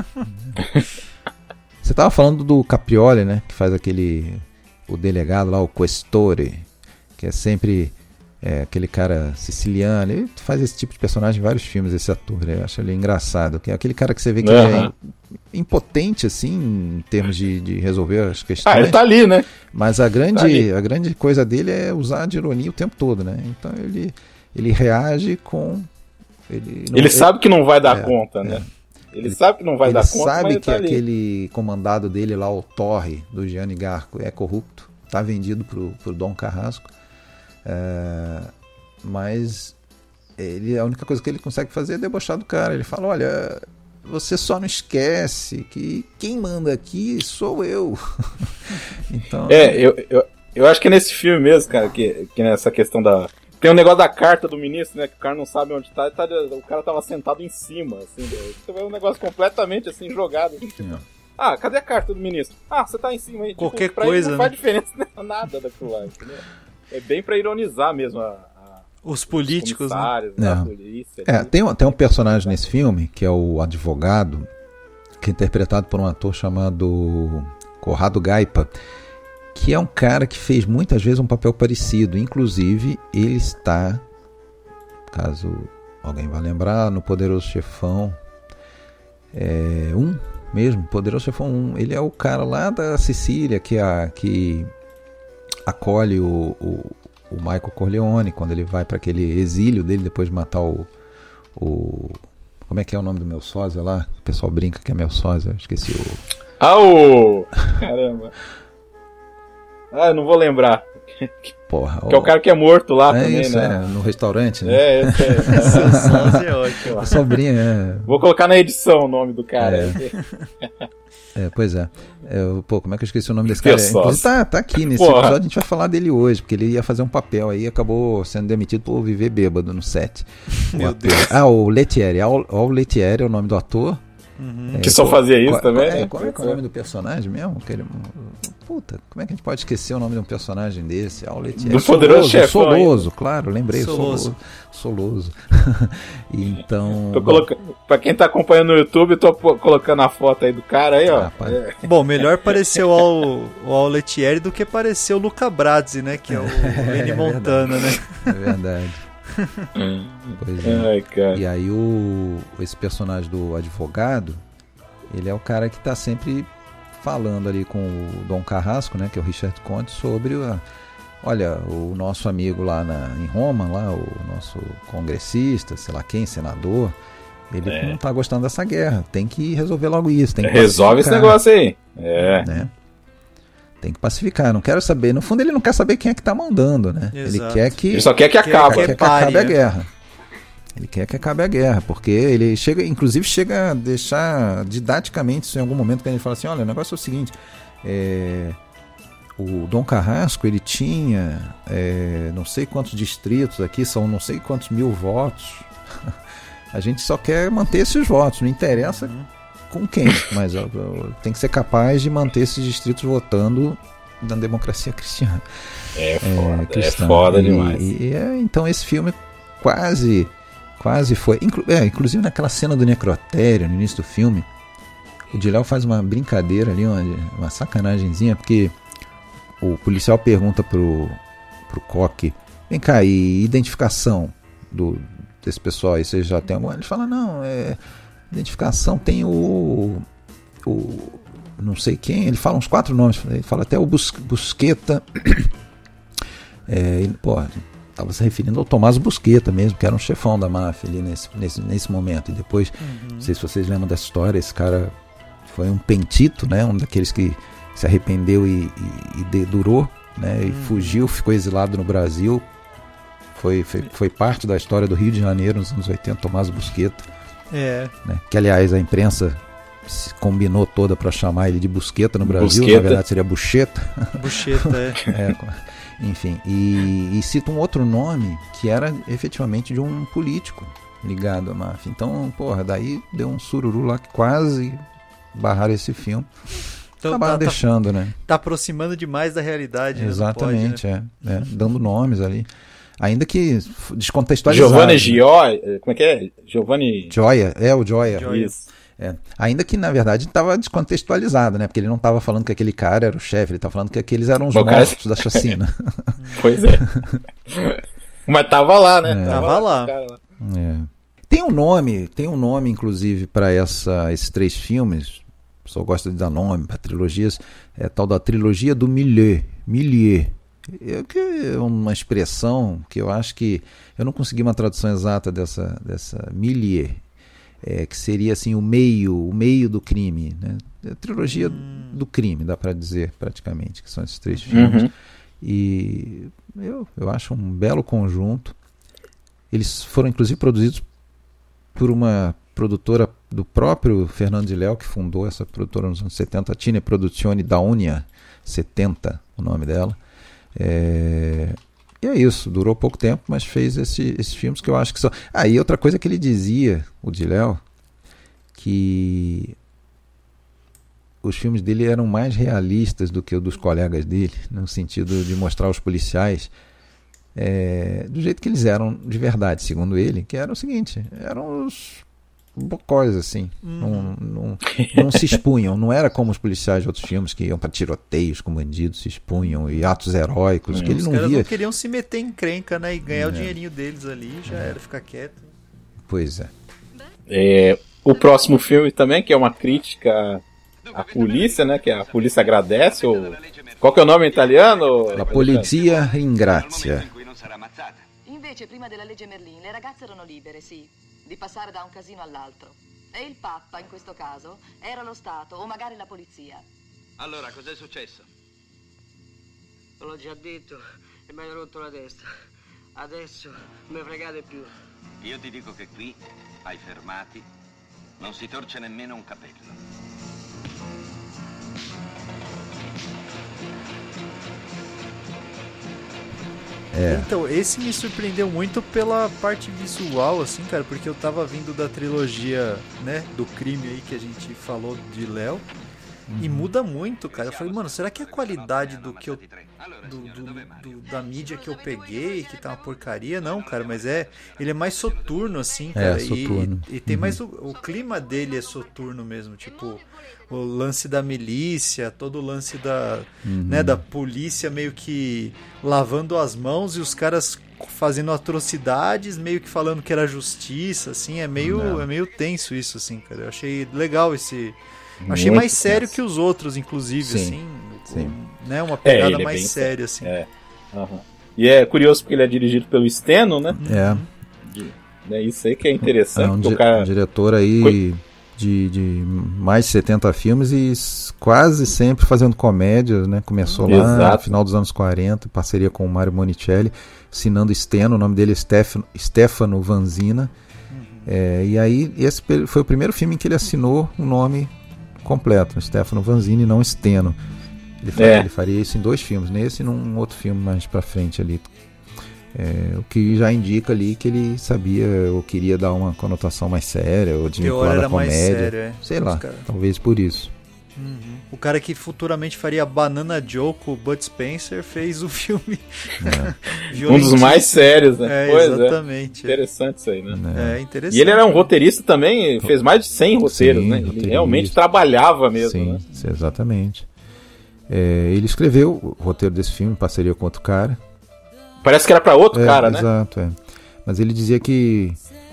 Você estava falando do Caprioli, né? Que faz o delegado lá, o Questore, que é sempre aquele cara siciliano. Ele faz esse tipo de personagem em vários filmes, esse ator. Eu acho ele engraçado. Que é aquele cara que você vê que ele é impotente, assim, em termos de resolver as questões. Ele tá ali, né? Mas a grande coisa dele é usar de ironia o tempo todo, né? Então ele reage com... Ele sabe que não vai dar conta, né? Ele sabe que não vai dar conta, mas ele sabe que tá aquele comandado dele lá, o Torre, do Gianni Garco, é corrupto. Está vendido pro Dom Carrasco. Mas a única coisa que ele consegue fazer é debochar do cara. Ele fala, olha, você só não esquece que quem manda aqui sou eu. Então... eu acho que é nesse filme mesmo, cara, que nessa questão da... Tem um negócio da carta do ministro, né? Que o cara não sabe onde tá. O cara tava sentado em cima, assim. Então é um negócio completamente, assim, jogado. Assim, cadê a carta do ministro? Você tá em cima aí. Qualquer coisa, não faz diferença nada daquilo lá, entendeu? É bem pra ironizar mesmo os políticos, né? A polícia. Tem um personagem nesse filme, que é o advogado, que é interpretado por um ator chamado Corrado Gaipa, que é um cara que fez muitas vezes um papel parecido. Inclusive, ele está, caso alguém vá lembrar, no Poderoso Chefão 1 mesmo, Poderoso Chefão 1. Ele é o cara lá da Sicília que acolhe o Michael Corleone quando ele vai para aquele exílio dele depois de matar o... Como é que é o nome do meu sósia lá? O pessoal brinca que é meu sósia, esqueci o... Caramba! Eu não vou lembrar. Porra, que é o cara que é morto lá também, isso, né? No restaurante, né? Seu sósia é ótimo. A sobrinha, Vou colocar na edição o nome do cara. Pois é. Como é que eu esqueci o nome desse cara? Inclusive tá aqui nesse episódio, a gente vai falar dele hoje, porque ele ia fazer um papel aí e acabou sendo demitido por viver bêbado no set. Meu Deus. O Lettieri. O Lettieri é o nome do ator. Que só fazia isso também. Qual é o nome do personagem mesmo? Puta, como é que a gente pode esquecer o nome de um personagem desse? Do Poderoso Chefão. Soloso, claro, lembrei. Soloso. Então... Pra quem tá acompanhando no YouTube, eu tô colocando a foto aí do cara aí, ó. Bom, melhor parecer o Auletieri do que parecer o Luca Brasi, né? Que é o Lenny Montana, né? É verdade. Pois é. Ai, cara. E aí esse personagem do advogado, ele é o cara que tá sempre falando ali com o Dom Carrasco, né, que é o Richard Conte, sobre olha, o nosso amigo lá em Roma, lá, o nosso congressista, sei lá quem, senador, ele não tá gostando dessa guerra, tem que resolver logo isso, tem que resolve esse negócio aí. Né? Tem que pacificar, não quero saber. No fundo, ele não quer saber quem é que tá mandando, né? Exato. Ele só quer que acabe. Ele quer que acabe a guerra. Ele quer que acabe a guerra, porque ele chega a deixar didaticamente isso em algum momento, que ele fala assim, olha, o negócio é o seguinte, o Dom Carrasco, ele tinha não sei quantos distritos aqui, são não sei quantos mil votos. A gente só quer manter esses votos, não interessa com quem, mas tem que ser capaz de manter esses distritos votando na democracia cristã. É foda demais. Então esse filme quase foi. Inclusive naquela cena do necrotério, no início do filme, o Diléu faz uma brincadeira ali, uma sacanagemzinha, porque o policial pergunta pro Coque, vem cá, e identificação desse pessoal aí, você já tem alguma? Ele fala, não, identificação tem o não sei quem, ele fala uns 4 nomes, ele fala até o Busqueta, estava se referindo ao Tomás Busqueta mesmo, que era um chefão da máfia ali nesse momento, e depois, não sei se vocês lembram dessa história, esse cara foi um pentito, né, um daqueles que se arrependeu e dedurou, né, e fugiu, ficou exilado no Brasil, foi parte da história do Rio de Janeiro nos anos 80, Tomás Busqueta. Né? Que aliás a imprensa se combinou toda para chamar ele de Busqueta no Brasil, na verdade seria Bucheta. Enfim, e cita um outro nome que era efetivamente de um político ligado à máfia. Então, daí deu um sururu lá que quase barraram esse filme. Então, acabaram deixando, né? Tá aproximando demais da realidade. Exatamente, né? Dando nomes ali. Ainda que descontextualizado. Giovanni Gioia, como é que é? Giovanni Gioia, o Gioia. Isso. Ainda que, na verdade, estava descontextualizado, né? Porque ele não estava falando que aquele cara era o chefe, ele estava falando que aqueles eram os mortos da chacina. Pois é. Mas tava lá, né? Tava lá. Tem um nome, inclusive, para esses 3 filmes. O pessoal gosta de dar nome para trilogias. É tal da trilogia do Milieu. Que é uma expressão que eu acho que eu não consegui uma tradução exata dessa milieu, que seria assim o meio do crime, né? A trilogia do crime, dá para dizer praticamente, que são esses 3 filmes. E eu acho um belo conjunto. Eles foram inclusive produzidos por uma produtora do próprio Fernando de Léo, que fundou essa produtora nos anos 70, a Cine Produzione da Unia 70, o nome dela. E é isso, durou pouco tempo, mas fez esses filmes que eu acho que são... E outra coisa que ele dizia, o de Léo, que os filmes dele eram mais realistas do que os dos colegas dele, no sentido de mostrar os policiais do jeito que eles eram de verdade, segundo ele, que era o seguinte, eram os bocóis, assim, não se expunham, não era como os policiais de outros filmes que iam para tiroteios com bandidos, se expunham, e atos heróicos, que ele não via. Os caras não queriam se meter em encrenca, né, e ganhar o dinheirinho deles ali, já era ficar quieto. Pois é. O próximo filme também, que é uma crítica à polícia, né, que a polícia agradece, qual que é o nome em italiano? La Polizia Ringrazia. Invece, prima della legge Merlin, le ragazze erano libere, sì, di passare da un casino all'altro. E il Papa, in questo caso, era lo Stato o magari la polizia. Allora, cos'è successo? L'ho già detto e mi hai rotto la testa. Adesso non mi fregate più. Io ti dico che qui, ai fermati, non si torce nemmeno un capello. Então, esse me surpreendeu muito pela parte visual, assim, cara, porque eu tava vindo da trilogia, né, do crime aí que a gente falou de Léo, e muda muito, cara. Eu falei, mano, será que a qualidade do que eu da mídia que eu peguei, que tá uma porcaria? Não, cara, mas ele é mais soturno, assim, cara. Soturno. E tem mais o clima dele é soturno mesmo, tipo, o lance da milícia, todo o lance né, da polícia meio que lavando as mãos e os caras fazendo atrocidades, meio que falando que era justiça, assim, é meio tenso isso, assim, cara. Eu achei legal esse... Achei mais sério que os outros, inclusive, assim, né? Uma pegada mais séria, assim. E é curioso porque ele é dirigido pelo Steno, né? Isso aí que é interessante. Um diretor aí de mais de 70 filmes e quase sempre fazendo comédias, né? Começou lá no final dos anos 40, em parceria com o Mario Monicelli, assinando Steno, o nome dele é Stefano Vanzina. E aí, esse foi o primeiro filme em que ele assinou o nome completo, Stefano Vanzini, não Steno. Ele faria isso em 2 filmes, nesse e num outro filme mais pra frente ali. O que já indica ali que ele sabia ou queria dar uma conotação mais séria, ou desvincular da comédia. Sério, sei lá, talvez por isso. O cara que futuramente faria Banana Joe com o Bud Spencer fez o filme um dos mais sérios, né? Exatamente. Interessante isso aí, né? Interessante. E ele era um roteirista também, fez mais de 100 roteiros, né? Ele realmente trabalhava mesmo, né? Exatamente. Ele escreveu o roteiro desse filme em parceria com outro cara. Parece que era para outro cara, né? Exato, Mas ele dizia que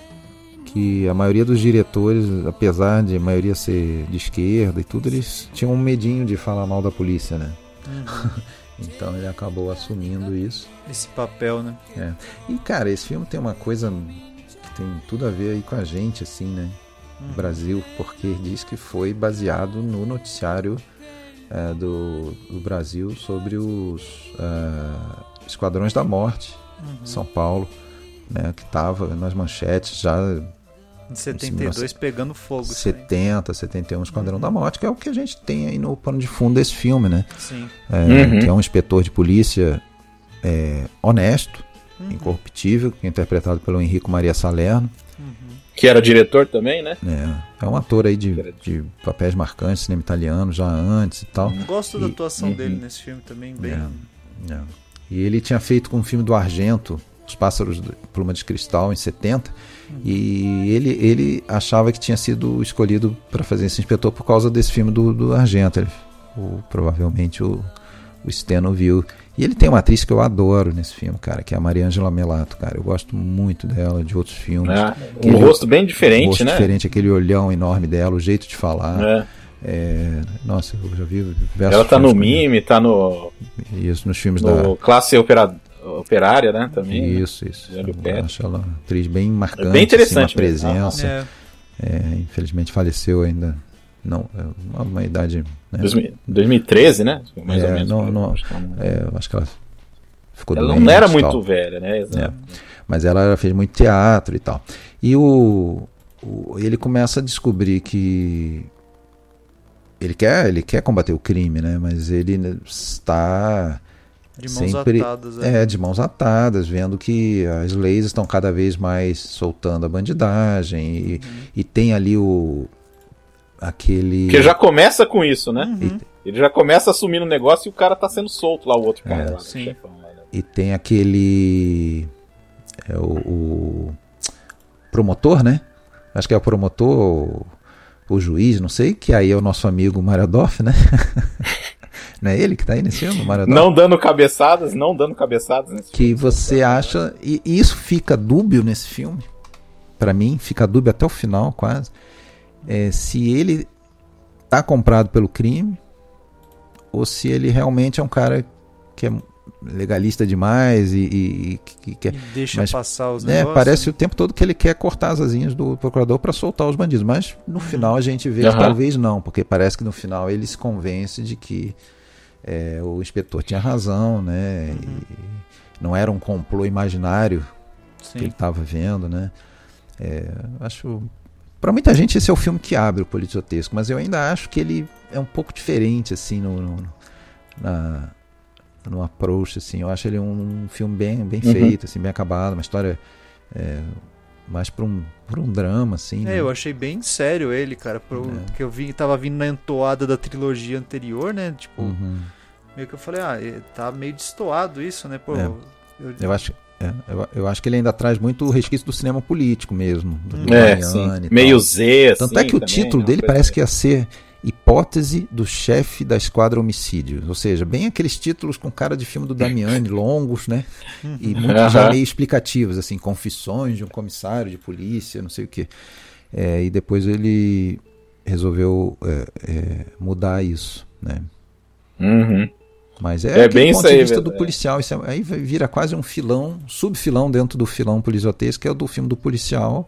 a maioria dos diretores, apesar de a maioria ser de esquerda e tudo, eles tinham um medinho de falar mal da polícia, né? Então ele acabou assumindo isso. Esse papel, né? E, cara, esse filme tem uma coisa que tem tudo a ver aí com a gente, assim, né? No Brasil, porque diz que foi baseado no noticiário do Brasil sobre os Esquadrões da Morte, São Paulo, né? Que estava nas manchetes já... Em 72 pegando fogo. 70, 71, Esquadrão da Morte, que é o que a gente tem aí no pano de fundo desse filme, né? Sim. Que é um inspetor de polícia honesto, incorruptível, interpretado pelo Enrico Maria Salerno. Que era diretor também, né? É um ator aí de papéis marcantes, cinema italiano, já antes e tal. Gosto da atuação dele nesse filme também, bem... E ele tinha feito com o filme do Argento, Os Pássaros de Pluma de Cristal, em 70, e ele achava que tinha sido escolhido para fazer esse inspetor por causa desse filme do Argento. Provavelmente o Steno viu. E ele tem uma atriz que eu adoro nesse filme, cara, que é a Mariângela Melato, cara. Eu gosto muito dela, de outros filmes. Um rosto bem diferente, rosto né? Diferente, aquele olhão enorme dela, o jeito de falar. Nossa, eu já vi diversos. Ela tá no Mime, tá no... Isso, nos filmes no Classe Operária, né? Também. Isso. Eu acho ela uma atriz bem marcante, bem interessante, assim, uma presença. Infelizmente faleceu ainda. Não, uma idade. Né? 2013, né? Mais ou menos. Acho que ela ficou ela doente. Não era muito velha, né? Exato. Mas ela fez muito teatro e tal. E ele começa a descobrir que ele quer combater o crime, né? Mas ele está de mãos atadas. De mãos atadas, vendo que as leis estão cada vez mais soltando a bandidagem e tem ali aquele... Que já começa com isso, né? Ele já começa assumindo o negócio e o cara tá sendo solto lá, o outro cara. E tem aquele... o promotor, né? Acho que é o promotor, o juiz, não sei, que aí é o nosso amigo Maradov, né? Não é ele que tá aí nesse filme, Maradov? Não dando cabeçadas nesse que filme. Você acha... E isso fica dúbio nesse filme. Pra mim, fica dúbio até o final, quase. Se ele tá comprado pelo crime ou se ele realmente é um cara que é legalista demais e deixa passar os negócios. Parece o tempo todo que ele quer cortar as asinhas do procurador para soltar os bandidos, mas no final a gente vê que talvez não, porque parece que no final ele se convence de que o inspetor tinha razão, né? E não era um complô imaginário que ele estava vendo, né? Acho... Para muita gente esse é o filme que abre o Policiotesco, mas eu ainda acho que ele é um pouco diferente assim no approach, assim. Eu acho ele um filme bem feito, assim, bem acabado, uma história mais para um drama, assim. Eu achei bem sério ele, cara, que eu tava vindo na entoada da trilogia anterior, né? Tipo, meio que eu falei, tá meio destoado isso, né? Pô, eu acho que ele ainda traz muito o resquício do cinema político mesmo. Do Mariani, meio Z, tanto é que o título dele parece que ia ser Hipótese do Chefe da Esquadra Homicídio. Ou seja, bem aqueles títulos com cara de filme do Damiani, longos, né? E muito já meio explicativos, assim, confissões de um comissário de polícia, não sei o quê. E depois ele resolveu mudar isso, né? Mas bem ponto de vista do policial. Isso aí vira quase um subfilão dentro do filão policiotesco, que é o do filme do policial,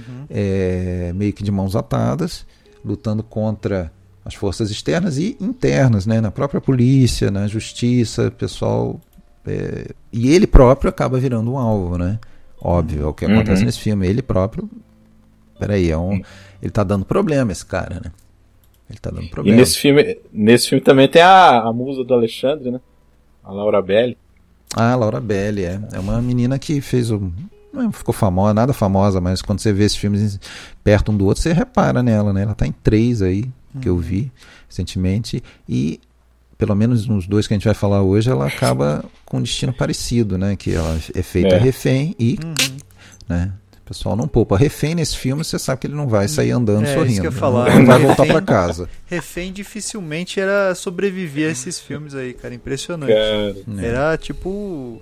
meio que de mãos atadas, lutando contra as forças externas e internas, né? Na própria polícia, na justiça, pessoal. E ele próprio acaba virando um alvo, né? Óbvio, é o que acontece nesse filme. Ele próprio. Peraí, ele tá dando problema, esse cara, né? Ele tá dando problema. E nesse filme também tem a musa do Alexandre, né? A Laura Belli. A Laura Belli, é uma menina que fez não ficou famosa, nada famosa, mas quando você vê esses filmes perto um do outro, você repara nela, né? Ela tá em 3 aí, que eu vi recentemente, e pelo menos nos 2 que a gente vai falar hoje, ela acaba com um destino parecido, né? Que ela é feita refém e, né? O pessoal não poupa. Refém nesse filme, você sabe que ele não vai sair andando sorrindo. Isso que eu ia falar. Ele vai voltar para casa. Refém dificilmente era sobreviver a esses filmes aí, cara. Impressionante. Era tipo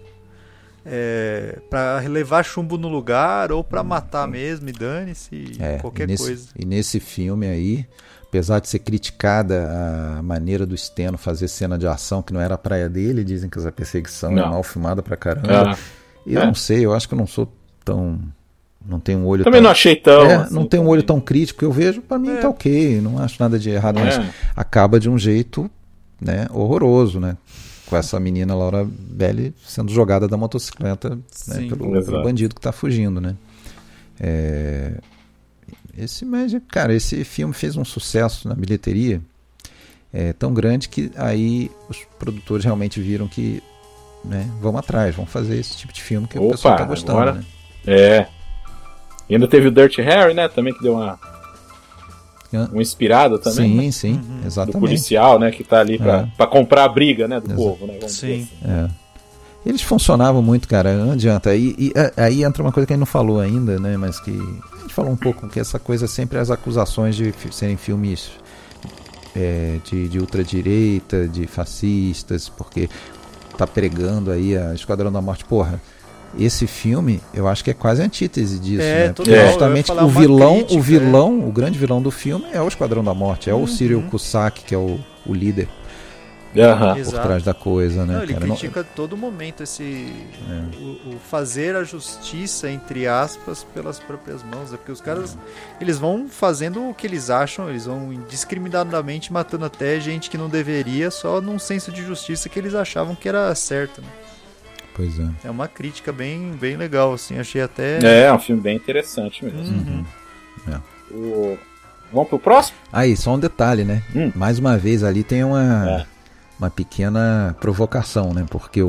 pra levar chumbo no lugar ou pra matar mesmo e dane-se qualquer coisa. E nesse filme aí, apesar de ser criticada a maneira do Steno fazer cena de ação, que não era a praia dele, dizem que essa perseguição é mal filmada pra caramba. Eu não sei, eu acho que eu não sou tão... Não tem um olho também não achei tão assim, não tem um olho tão crítico. Eu vejo, para mim tá ok, não acho nada de errado, mas acaba de um jeito, né, horroroso, né, com essa menina Laura Belli sendo jogada da motocicleta, né, pelo bandido que tá fugindo, né. Esse filme fez um sucesso na bilheteria tão grande que aí os produtores realmente viram que, né, vamos atrás, vamos fazer esse tipo de filme que o pessoal tá gostando, agora, né. E ainda teve o Dirty Harry, né? Também que deu uma inspirada também. Sim, exatamente. Do policial, né? Que tá ali pra comprar a briga, né? Do povo, né? Vamos dizer assim. Eles funcionavam muito, cara. Não adianta. E aí entra uma coisa que a gente não falou ainda, né? Mas que a gente falou um pouco, que essa coisa sempre as acusações de serem filmes de ultradireita, de fascistas, porque tá pregando aí a Esquadrão da Morte. Porra, esse filme, eu acho que é quase a antítese disso, né? Justamente o grande vilão do filme é o Esquadrão da Morte, é o Cyril Cusack, que é o líder por trás da coisa, né? Ele critica a todo momento o fazer a justiça, entre aspas, pelas próprias mãos, porque os caras, eles vão fazendo o que eles acham, eles vão indiscriminadamente matando até gente que não deveria, só num senso de justiça que eles achavam que era certo, né? Pois é. É uma crítica bem legal, assim, achei até... É um filme bem interessante mesmo. Vamos pro próximo? Aí, só um detalhe, né? Mais uma vez ali tem uma pequena provocação, né? Porque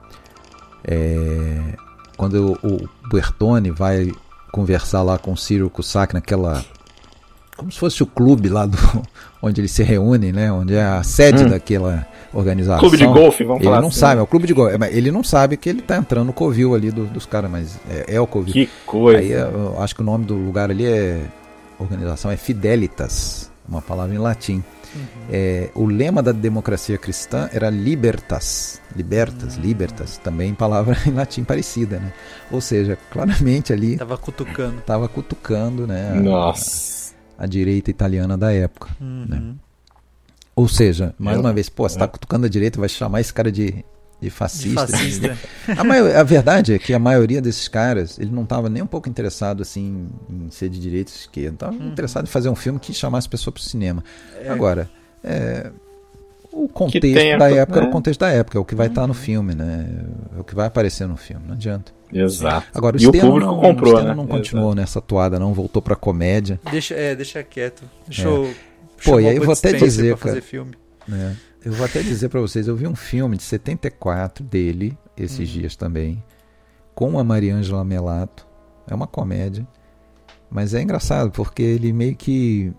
quando o Bertone vai conversar lá com o Cyril Cusack naquela... Como se fosse o clube lá onde eles se reúnem, né? Onde é a sede daquela organização. Clube de golfe, vamos falar assim. Ele não sabe, é o clube de golfe. Ele não sabe que ele tá entrando no covil ali dos caras, mas é o covil. Que coisa. Aí eu acho que o nome do lugar ali organização é Fidelitas, uma palavra em latim. O lema da democracia cristã era libertas, libertas, também palavra em latim parecida, né? Ou seja, claramente ali... Tava cutucando, né? Nossa... A direita italiana da época, né? Ou seja, mais uma vez, você tá cutucando a direita, vai chamar esse cara de fascista. A verdade é que a maioria desses caras, ele não estava nem um pouco interessado assim, em ser de direita ou esquerda, estava interessado em fazer um filme que chamasse a pessoa para o cinema. Agora, o contexto da época era o contexto da época, é o que vai estar no filme, né? É o que vai aparecer no filme, não adianta. Exato. Agora, o Steno não continuou nessa toada, não, voltou pra comédia. Deixa quieto. Deixa eu e aí eu vou até dizer, cara. Fazer filme. Eu vou até dizer pra vocês, eu vi um filme de 74 dele, esses dias também, com a Mariângela Melato. É uma comédia, mas é engraçado, porque ele meio que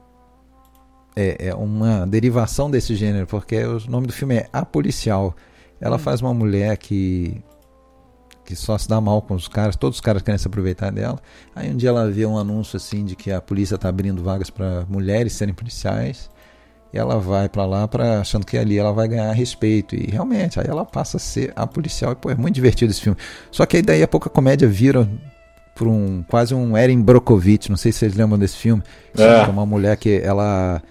é uma derivação desse gênero, porque o nome do filme é A Policial. Ela faz uma mulher que só se dá mal com os caras, todos os caras querem se aproveitar dela. Aí um dia ela vê um anúncio assim de que a polícia está abrindo vagas para mulheres serem policiais, e ela vai para lá achando que ali ela vai ganhar respeito, e realmente aí ela passa a ser a policial. E pô, é muito divertido esse filme. Só que aí daí a pouco a comédia vira por quase um Erin Brockovich, não sei se vocês lembram desse filme. É uma mulher que ela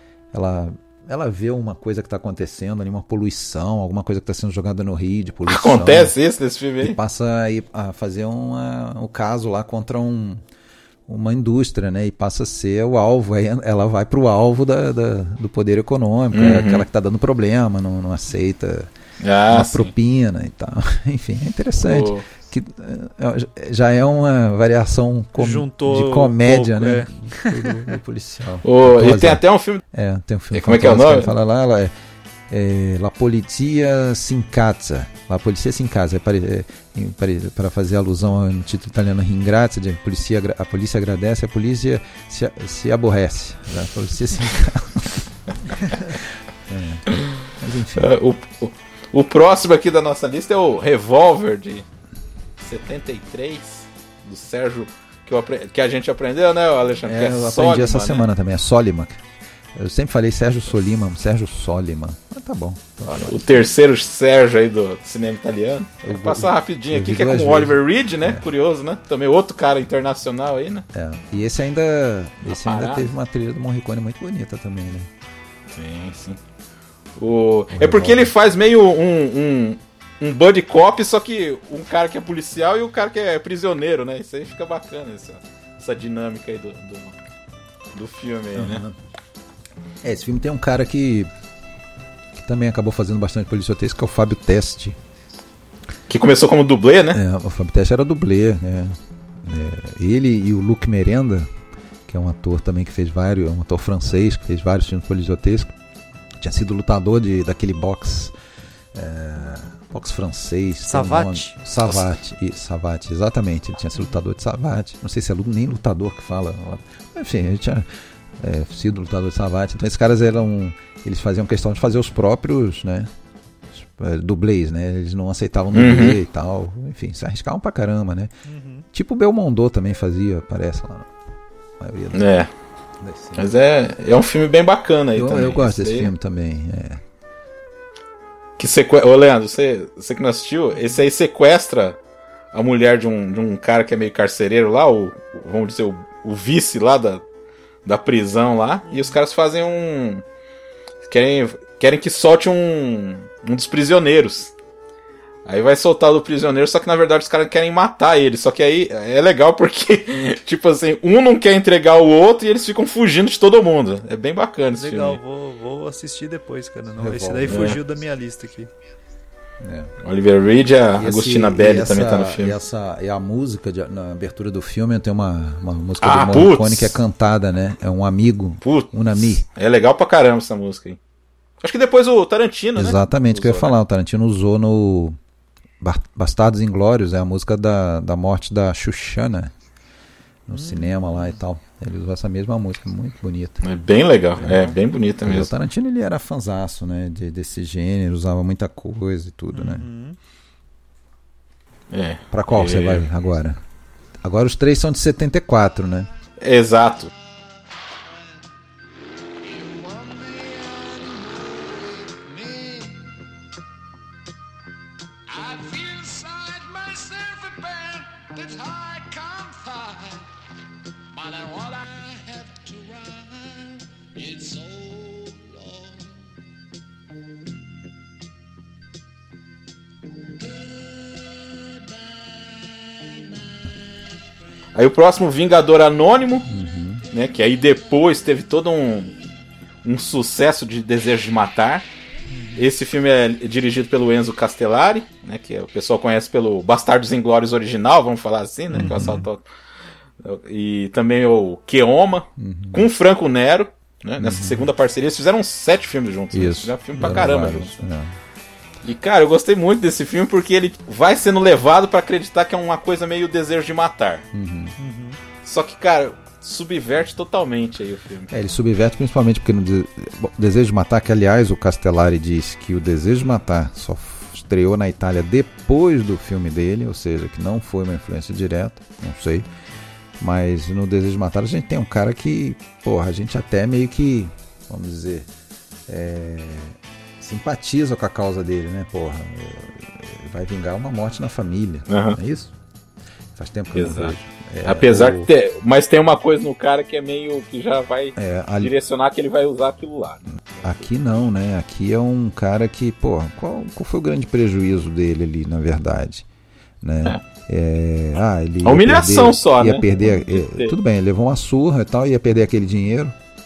vê uma coisa que está acontecendo ali, uma poluição, alguma coisa que está sendo jogada no rio de poluição. Acontece isso nesse filme aí? E passa a fazer o caso lá contra uma indústria, né? E passa a ser o alvo. Aí ela vai para o alvo do poder econômico, aquela que está dando problema, não aceita uma propina e tal. Enfim, é interessante. Que já é uma variação de comédia, né? Do policial. E tem até um filme. Tem um filme. E como é que é o nome? Fala lá, ela La Polizia si incazza. La Polizia si incazza. Para fazer alusão ao título italiano Ringrazia, a polícia agradece, a polícia se aborrece. A polícia se incazza. Mas enfim. O próximo aqui da nossa lista é o Revolver de 73, do Sérgio, que a gente aprendeu, né, Alexandre? Eu aprendi essa semana também, é Soliman. Eu sempre falei Sérgio Soliman. Mas tá bom. O terceiro Sérgio aí do cinema italiano. Vou passar rapidinho aqui, que é com o Oliver Reed, né? Curioso, né? Também outro cara internacional aí, né? E esse ainda teve uma trilha do Morricone muito bonita também, né? Sim. É porque ele faz meio um buddy cop, só que um cara que é policial e o cara que é prisioneiro, né? Isso aí fica bacana, essa dinâmica aí do filme aí, né? Esse filme tem um cara que também acabou fazendo bastante policiotesco, que é o Fábio Teste. Que começou como dublê, né? O Fábio Teste era dublê, né? Ele e o Luc Merenda, que é um ator também que fez um ator francês, que fez vários filmes policiotescos. Tinha sido lutador daquele boxe francês. Savate. Savate, exatamente. Ele tinha sido lutador de Savate. Não sei se é nem lutador que fala. Enfim, ele tinha sido lutador de Savate. Então esses caras eles faziam questão de fazer os próprios, né, dublês, né? Eles não aceitavam dublê e tal. Enfim, se arriscavam pra caramba, né? Tipo o Belmondo também fazia, parece lá. A maioria Mas é um filme bem bacana aí também. Eu gosto desse filme também. Ô Leandro, você que não assistiu, esse aí sequestra a mulher de um cara que é meio carcereiro lá, vamos dizer, o vice lá da prisão lá, e os caras fazem querem que solte um dos prisioneiros. Aí vai soltar o prisioneiro, só que na verdade os caras querem matar ele. Só que aí é legal porque, tipo assim, um não quer entregar o outro e eles ficam fugindo de todo mundo. É bem bacana esse filme. Legal, vou assistir depois, cara. Não, esse daí fugiu da minha lista aqui. Oliver Reed e a Agostina Belli também tá no filme. E a música na abertura do filme tem uma música do Morricone que é cantada, né? É um amigo, um ami. É legal pra caramba essa música aí. Acho que depois o Tarantino, né? Exatamente, o que eu ia falar. O Tarantino usou no Bastardos Inglórios, é a música da morte da Xuxana no cinema lá e tal. Ele usou essa mesma música, muito bonita. É bem legal, bem bonita mesmo. O Tarantino, ele era fanzaço, né, desse gênero, usava muita coisa e tudo, né? Pra qual você vai agora? Agora os três são de 74, né? Exato. Aí o próximo, Vingador Anônimo, né, que aí depois teve todo um sucesso de Desejo de Matar. Esse filme é dirigido pelo Enzo Castellari, né, que o pessoal conhece pelo Bastardos Inglórios original, vamos falar assim, né, que é o e também o Keoma, com Franco Nero. né? Nessa segunda parceria, eles fizeram 7 filmes juntos. Isso. Né? Fizeram filme pra caramba juntos. É. E, cara, eu gostei muito desse filme porque ele vai sendo levado pra acreditar que é uma coisa meio Desejo de Matar. Só que, cara, subverte totalmente aí o filme. Ele subverte principalmente porque no Desejo de Matar, que aliás o Castellari disse que o Desejo de Matar só estreou na Itália depois do filme dele, ou seja, que não foi uma influência direta, não sei. Mas no Desejo de Matar a gente tem um cara que, porra, a gente até meio que, vamos dizer, simpatiza com a causa dele, né, porra? Vai vingar uma morte na família, não é isso? Faz tempo que eu não vejo. Apesar de ter... Mas tem uma coisa no cara que é meio... que já vai direcionar que ele vai usar aquilo lá. Aqui não, né? Aqui é um cara que, porra, qual foi o grande prejuízo dele ali, na verdade? Né? Ele a humilhação perder, só, ia né? Perder, tudo bem, ele levou uma surra e tal, ia perder aquele dinheiro,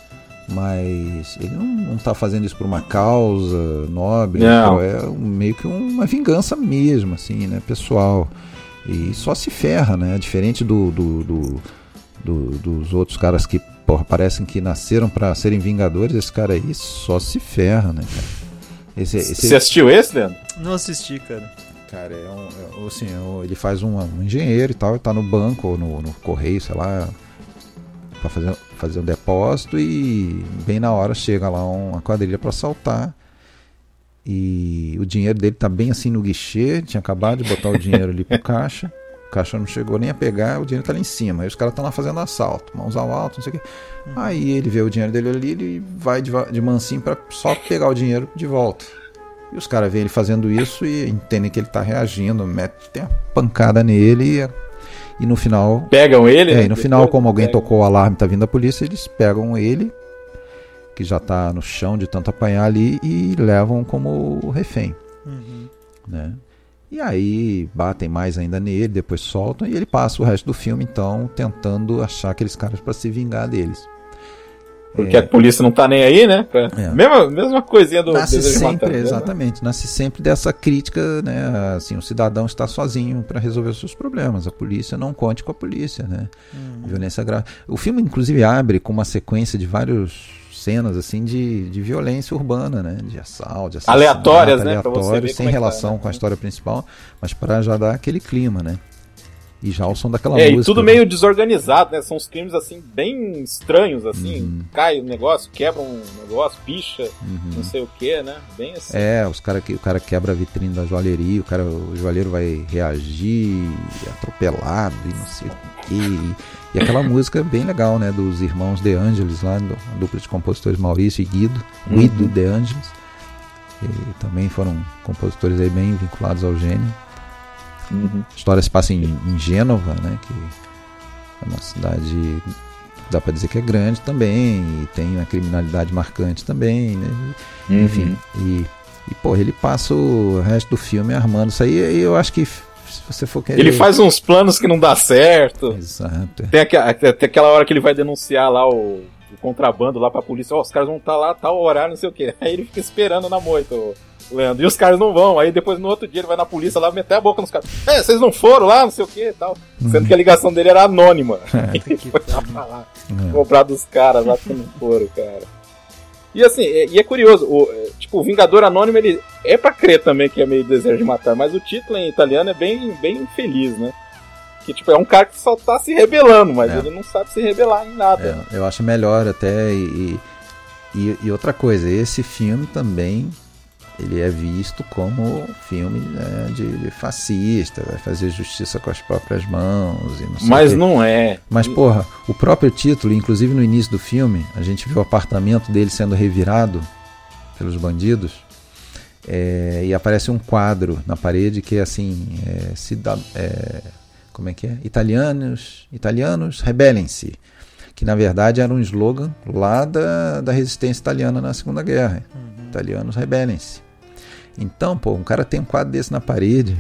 mas ele não tá fazendo isso por uma causa nobre, não. É meio que uma vingança mesmo, assim, né, pessoal. E só se ferra, né? Diferente dos outros caras que, porra, parecem que nasceram pra serem vingadores, esse cara aí só se ferra, né, cara? Você assistiu esse, Leandro? Não assisti, cara. Cara, ele faz um engenheiro e tal, tá no banco ou no correio, sei lá, pra fazer um depósito, e bem na hora chega lá uma quadrilha pra assaltar. E o dinheiro dele tá bem assim no guichê, tinha acabado de botar o dinheiro ali pro caixa, o caixa não chegou nem a pegar, o dinheiro tá lá em cima, aí os caras estão lá fazendo assalto, mãos ao alto, não sei o que. Aí ele vê o dinheiro dele ali, ele vai de mansinho pra só pegar o dinheiro de volta. E os caras veem ele fazendo isso e entendem que ele tá reagindo, tem uma pancada nele e no final... Pegam ele? E no final, como alguém tocou o alarme, tá vindo a polícia, eles pegam ele, que já tá no chão de tanto apanhar ali, e levam como refém. Né? E aí batem mais ainda nele, depois soltam, e ele passa o resto do filme, então, tentando achar aqueles caras para se vingar deles. Porque a polícia não tá nem aí, né? Mesma coisinha do Nasce Desejo sempre, de Matar. exatamente, nasce sempre dessa crítica, né? Assim, o cidadão está sozinho para resolver os seus problemas. A polícia, não conte com a polícia, né? Violência grave. O filme, inclusive, abre com uma sequência de várias cenas assim de violência urbana, né? De assalto, de assassinato, aleatórias, né? Pra você ver sem relação com a história principal, mas para já dar aquele clima, né? E já o som daquela música. E tudo meio desorganizado, né? São uns crimes assim, bem estranhos, assim. Cai o negócio, quebra um negócio, picha, não sei o que, né? Bem assim. O cara quebra a vitrine da joalheria, o joalheiro vai reagir, atropelado e não sei o que. E aquela música bem legal, né? Dos irmãos De Angelis, lá, a dupla de compositores Maurício e Guido De Angelis. E também foram compositores aí bem vinculados ao gênio. A história se passa em Gênova, né, que é uma cidade, dá pra dizer que é grande também, e tem uma criminalidade marcante também, né? Enfim, e pô, ele passa o resto do filme armando isso aí, e eu acho que se você for querer... Ele faz uns planos que não dá certo. Exato. Tem aquela hora que ele vai denunciar lá o contrabando lá pra polícia, os caras vão estar lá, tal horário, não sei o que. Aí ele fica esperando na moita, Leandro, e os caras não vão, aí depois no outro dia ele vai na polícia lá meter a boca nos caras, vocês não foram lá, não sei o que e tal, sendo que a ligação dele era anônima, ele foi lá comprar dos caras lá que não foram, cara. E assim, é curioso, o Vingador Anônimo, ele é pra crer também que é meio Desejo de Matar, mas o título em italiano é bem, bem infeliz, né? Que é um cara que só tá se rebelando, mas ele não sabe se rebelar em nada. Eu acho melhor até, e outra coisa, esse filme também ele é visto como filme, né, de fascista, vai fazer justiça com as próprias mãos. E não sei mas não é. Mas, porra, o próprio título, inclusive no início do filme, a gente vê o apartamento dele sendo revirado pelos bandidos, e aparece um quadro na parede que é assim, como é que é? Italianos rebelem-se. Que na verdade era um slogan lá da resistência italiana na Segunda Guerra. Italianos rebelem-se. Então, pô, um cara tem um quadro desse na parede,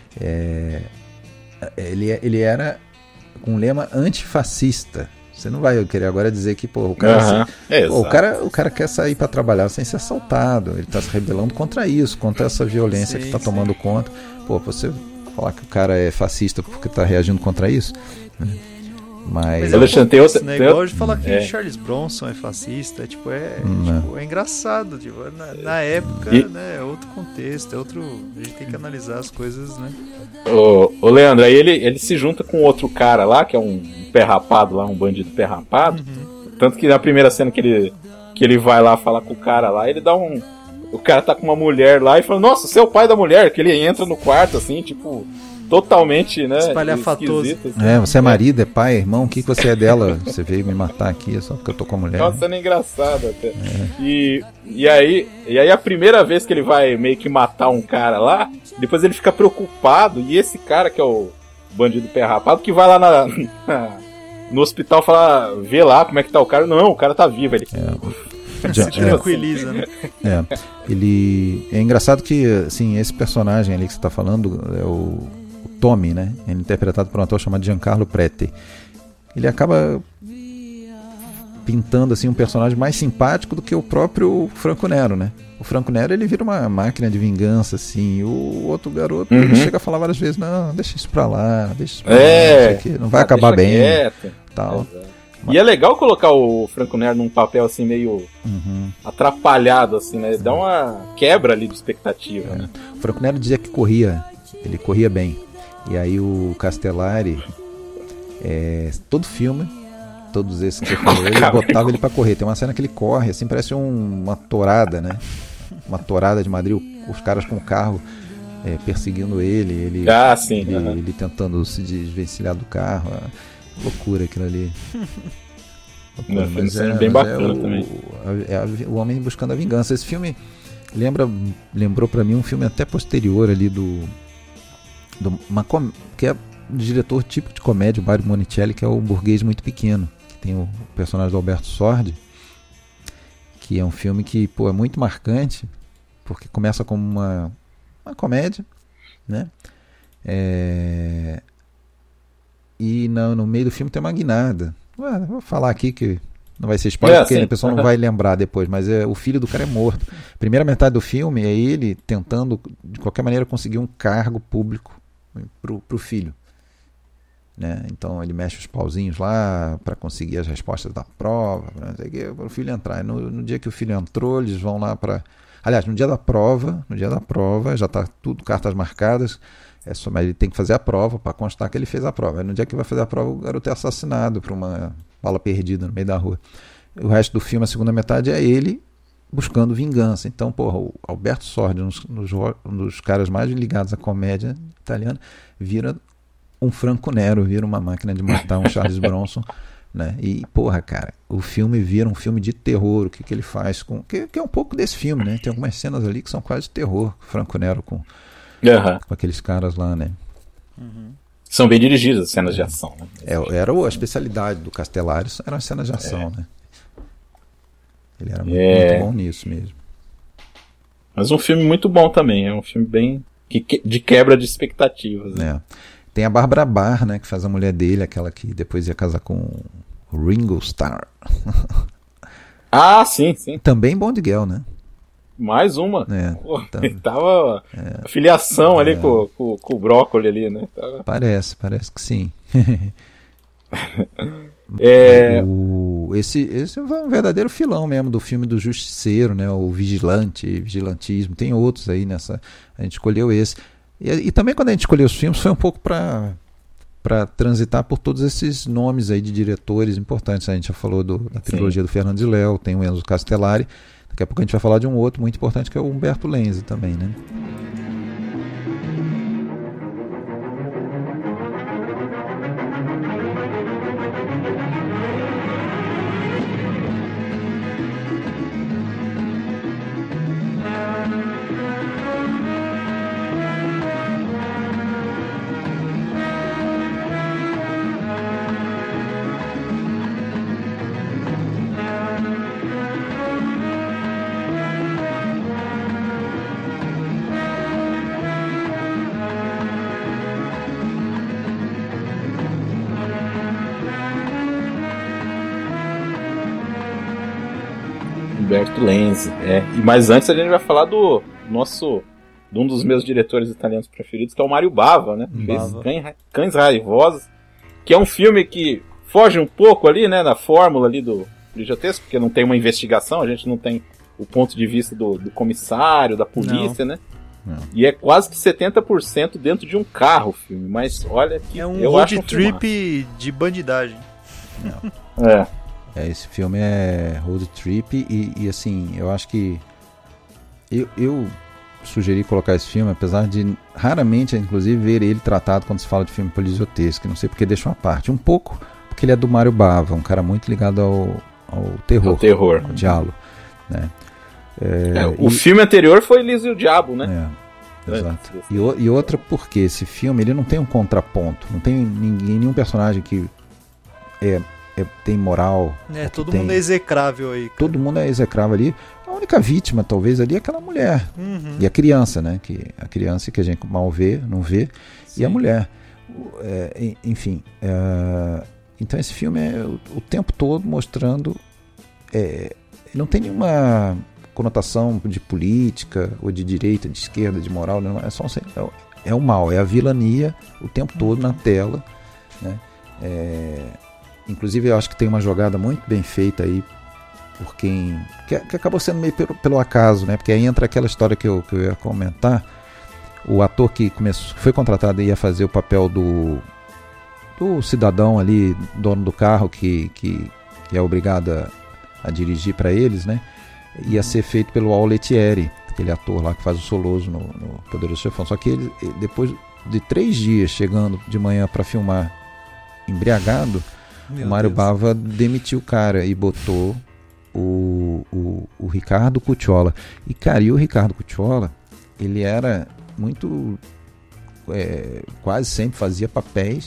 ele era com um lema antifascista. Você não vai querer agora dizer que, pô, o cara, o cara quer sair para trabalhar sem ser assaltado, ele está se rebelando contra isso, contra essa violência que está tomando conta. Pô, você falar que o cara é fascista porque está reagindo contra isso? Mas Alexandre, tem outra. Né? Igual de falar que Charles Bronson é fascista, tipo, é engraçado, tipo, na época, né, é outro contexto, é outro. A gente tem que analisar as coisas, né? Ô Leandro, aí ele se junta com outro cara lá, que é um pé rapado lá, um bandido pé rapado. Tanto que na primeira cena que ele vai lá falar com o cara lá, ele dá um. O cara tá com uma mulher lá e fala, nossa, você é o pai da mulher, que ele entra no quarto assim, tipo. Totalmente, né? Espalhafatoso. Assim. Você é marido, é pai, irmão, o que você é dela? Você veio me matar aqui só porque eu tô com a mulher. Nossa, sendo engraçado até. E aí a primeira vez que ele vai meio que matar um cara lá, depois ele fica preocupado, e esse cara que é o bandido pé rapado, que vai lá no hospital falar, vê lá como é que tá o cara. Não, o cara tá vivo. Ele se tranquiliza, né? Ele é engraçado que, assim, esse personagem ali que você tá falando é o Tommy, né? Ele é interpretado por um ator chamado Giancarlo Prete. Ele acaba pintando assim um personagem mais simpático do que o próprio Franco Nero, né? O Franco Nero, ele vira uma máquina de vingança, assim. O outro garoto, ele chega a falar várias vezes, não, deixa isso pra lá, deixa isso pra lá, não vai acabar bem, tal. E é legal colocar o Franco Nero num papel assim meio atrapalhado, assim, né? Dá uma quebra ali de expectativa, né? O Franco Nero dizia que ele corria bem. E aí o Castellari, todo filme, todos esses que você falou, ele botava ele pra correr. Tem uma cena que ele corre, assim, parece uma tourada, né? Uma tourada de Madrid, os caras com o carro perseguindo ele tentando se desvencilhar do carro. Loucura aquilo ali. Loucura, mas bem bacana também. O Homem Buscando a Vingança. Esse filme lembrou pra mim um filme até posterior ali que é um diretor típico de comédia, o Mario Monicelli, que é o Burguês Muito Pequeno, que tem o personagem do Alberto Sordi, que é um filme que é muito marcante, porque começa como uma comédia, né? E no meio do filme tem uma guinada. Vou falar aqui que não vai ser spoiler, porque a pessoa não vai lembrar depois, mas o filho do cara é morto. A primeira metade do filme é ele tentando, de qualquer maneira, conseguir um cargo público pro filho, né? Então ele mexe os pauzinhos lá para conseguir as respostas da prova, para o filho entrar. No dia que o filho entrou, eles vão lá aliás, no dia da prova já está tudo, cartas marcadas, mas ele tem que fazer a prova para constar que ele fez a prova. No dia que vai fazer a prova, o garoto é assassinado por uma bala perdida no meio da rua. O resto do filme, a segunda metade, é ele buscando vingança. Então, o Alberto Sordi, um dos caras mais ligados à comédia italiana, vira um Franco Nero, vira uma máquina de matar, um Charles Bronson, né? E, cara, o filme vira um filme de terror. O que ele faz que é um pouco desse filme, né? Tem algumas cenas ali que são quase de terror. Franco Nero com aqueles caras lá, né? São bem dirigidas as cenas de ação, né? Era a especialidade do Castellari, eram as cenas de ação, né? Ele era muito bom nisso mesmo. Mas um filme muito bom também, é um filme bem de quebra de expectativas, né? Tem a Bárbara Barr, né, que faz a mulher dele, aquela que depois ia casar com o Ringo Starr. Sim. Também Bond Girl, né? Mais uma. Tava filiação ali com o brócoli ali, né? Parece que sim. Esse é um verdadeiro filão mesmo do filme do Justiceiro, né? O Vigilantismo. Tem outros aí nessa. A gente escolheu esse. E também quando a gente escolheu os filmes foi um pouco para transitar por todos esses nomes aí de diretores importantes. A gente já falou da trilogia do Fernando de Léo, tem o Enzo Castellari. Daqui a pouco a gente vai falar de um outro muito importante que é o Umberto Lenzi também, né? Umberto Lenzi, Mas antes a gente vai falar de um dos meus diretores italianos preferidos, que é o Mário Bava, né? Fez Cães Raivosos, que é um filme que foge um pouco ali, né, da fórmula ali do gigantesco, porque não tem uma investigação, a gente não tem o ponto de vista do comissário, da polícia, né? Não. E é quase que 70% dentro de um carro o filme, mas olha que é um road trip de bandidagem. Esse filme é road trip e assim, eu acho que eu sugeri colocar esse filme, apesar de raramente, inclusive, ver ele tratado quando se fala de filme policiotesco, não sei porque deixa uma parte, um pouco porque ele é do Mário Bava, um cara muito ligado ao terror, ao diálogo, né? O filme anterior foi Liso e o Diabo, né? Exato. E outra porque esse filme ele não tem um contraponto, não tem nenhum personagem que tem moral. Todo mundo é execrável aí. Cara. Todo mundo é execrável ali. A única vítima, talvez, ali é aquela mulher. Uhum. E a criança, né? A criança que a gente mal vê, não vê. Sim. E a mulher. Enfim. Então esse filme é o tempo todo mostrando. Não tem nenhuma conotação de política, ou de direita, de esquerda, de moral. Não, é só o mal, é a vilania o tempo todo na tela, né? Inclusive eu acho que tem uma jogada muito bem feita aí por quem que acabou sendo meio pelo acaso, né? Porque aí entra aquela história que eu ia comentar. O ator que foi contratado e ia fazer o papel do cidadão ali, dono do carro que é obrigado a dirigir para eles, né? Ia ser feito pelo Al Lettieri, aquele ator lá que faz o Soloso no Poderoso Chefão. Só que ele, depois de 3 dias chegando de manhã para filmar embriagado, o Mário Bava demitiu o cara e botou o Ricardo Cucciola. E, cara, o Ricardo Cucciola, ele era muito... quase sempre fazia papéis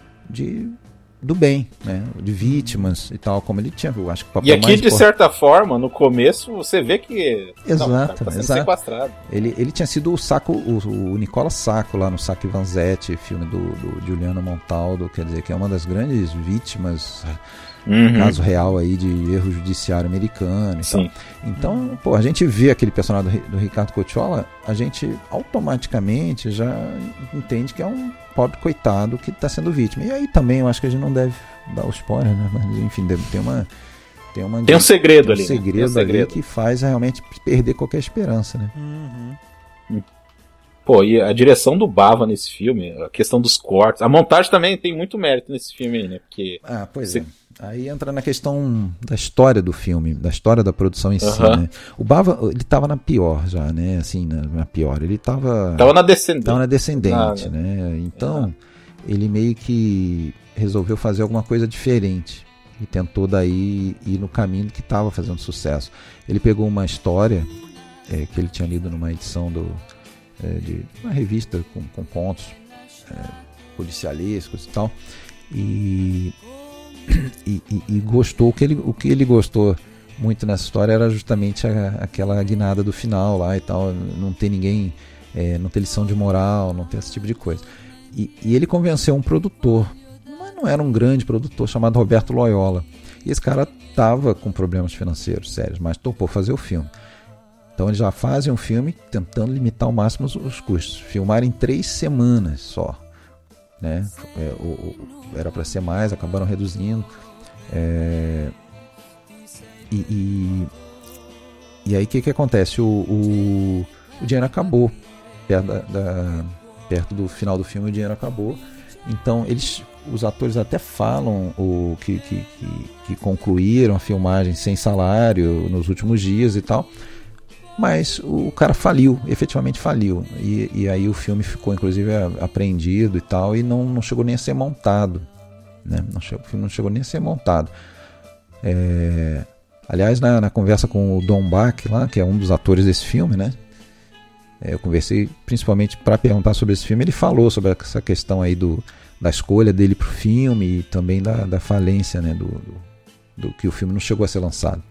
do bem, né? De vítimas e tal, como ele tinha. Eu acho que o papel e aqui, de certa forma, no começo, você vê que... Exato, tá sendo sequestrado. Ele tinha sido o Nicola Sacco lá no Sacco e Vanzetti, filme do Giuliano Montaldo, quer dizer, que é uma das grandes vítimas, caso real aí de erro judiciário americano e tal. Então, a gente vê aquele personagem do Ricardo Cucciola, a gente automaticamente já entende que é um pobre coitado que está sendo vítima. E aí também eu acho que a gente não deve dar o spoiler, né? Mas enfim, tem um segredo ali. Tem um segredo ali que faz realmente perder qualquer esperança, né? E a direção do Bava nesse filme, a questão dos cortes, a montagem também tem muito mérito nesse filme aí, né? Porque aí entra na questão da história do filme, da história da produção em si, né? O Bava, ele estava na pior já, né? Assim, na pior. Ele estava na descendente. Tava na descendente, né? Então, ele meio que resolveu fazer alguma coisa diferente e tentou daí ir no caminho que estava fazendo sucesso. Ele pegou uma história que ele tinha lido numa edição de uma revista com contos policialescos e tal, e gostou. O que ele gostou muito nessa história era justamente aquela guinada do final lá e tal, não ter ninguém, não ter lição de moral, não ter esse tipo de coisa. E ele convenceu um produtor, mas não era um grande produtor, chamado Roberto Loyola, e esse cara estava com problemas financeiros sérios, mas topou fazer o filme. Então eles já fazem um filme tentando limitar ao máximo os custos. Filmaram em 3 semanas só, né? Era para ser mais, acabaram reduzindo. E aí o que acontece? O dinheiro acabou. Perto do final do filme o dinheiro acabou. Então os atores até falam que concluíram a filmagem sem salário nos últimos dias e tal. Mas o cara faliu, efetivamente faliu. E aí o filme ficou, inclusive, apreendido e tal, e não chegou nem a ser montado, né? O filme não chegou nem a ser montado. Aliás, na conversa com o Don Bach, lá, que é um dos atores desse filme, né? Eu conversei principalmente para perguntar sobre esse filme. Ele falou sobre essa questão aí da escolha dele pro filme e também da falência, né? Do que o filme não chegou a ser lançado.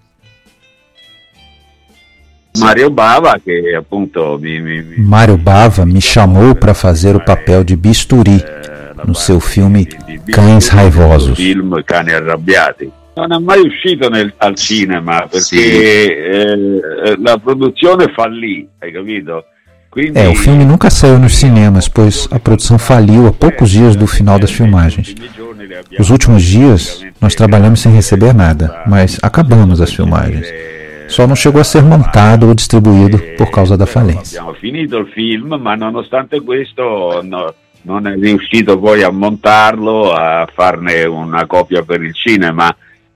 Mário Bava, que appunto Mário Bava me chamou para fazer o papel de Bisturi no seu filme Cães Raivosos. Film Cani Arrabbiati. Non è mai uscito al cinema perché la produzione fallì, hai capito? O filme nunca saiu nos cinemas, pois a produção faliu a poucos dias do final das filmagens. Os últimos dias nós trabalhamos sem receber nada, mas acabamos as filmagens. Só não chegou a ser montado ou distribuído por causa da falência. Abbiamo finito il film, ma nonostante questo non è riuscito poi a montarlo, a farne una copia per il cinema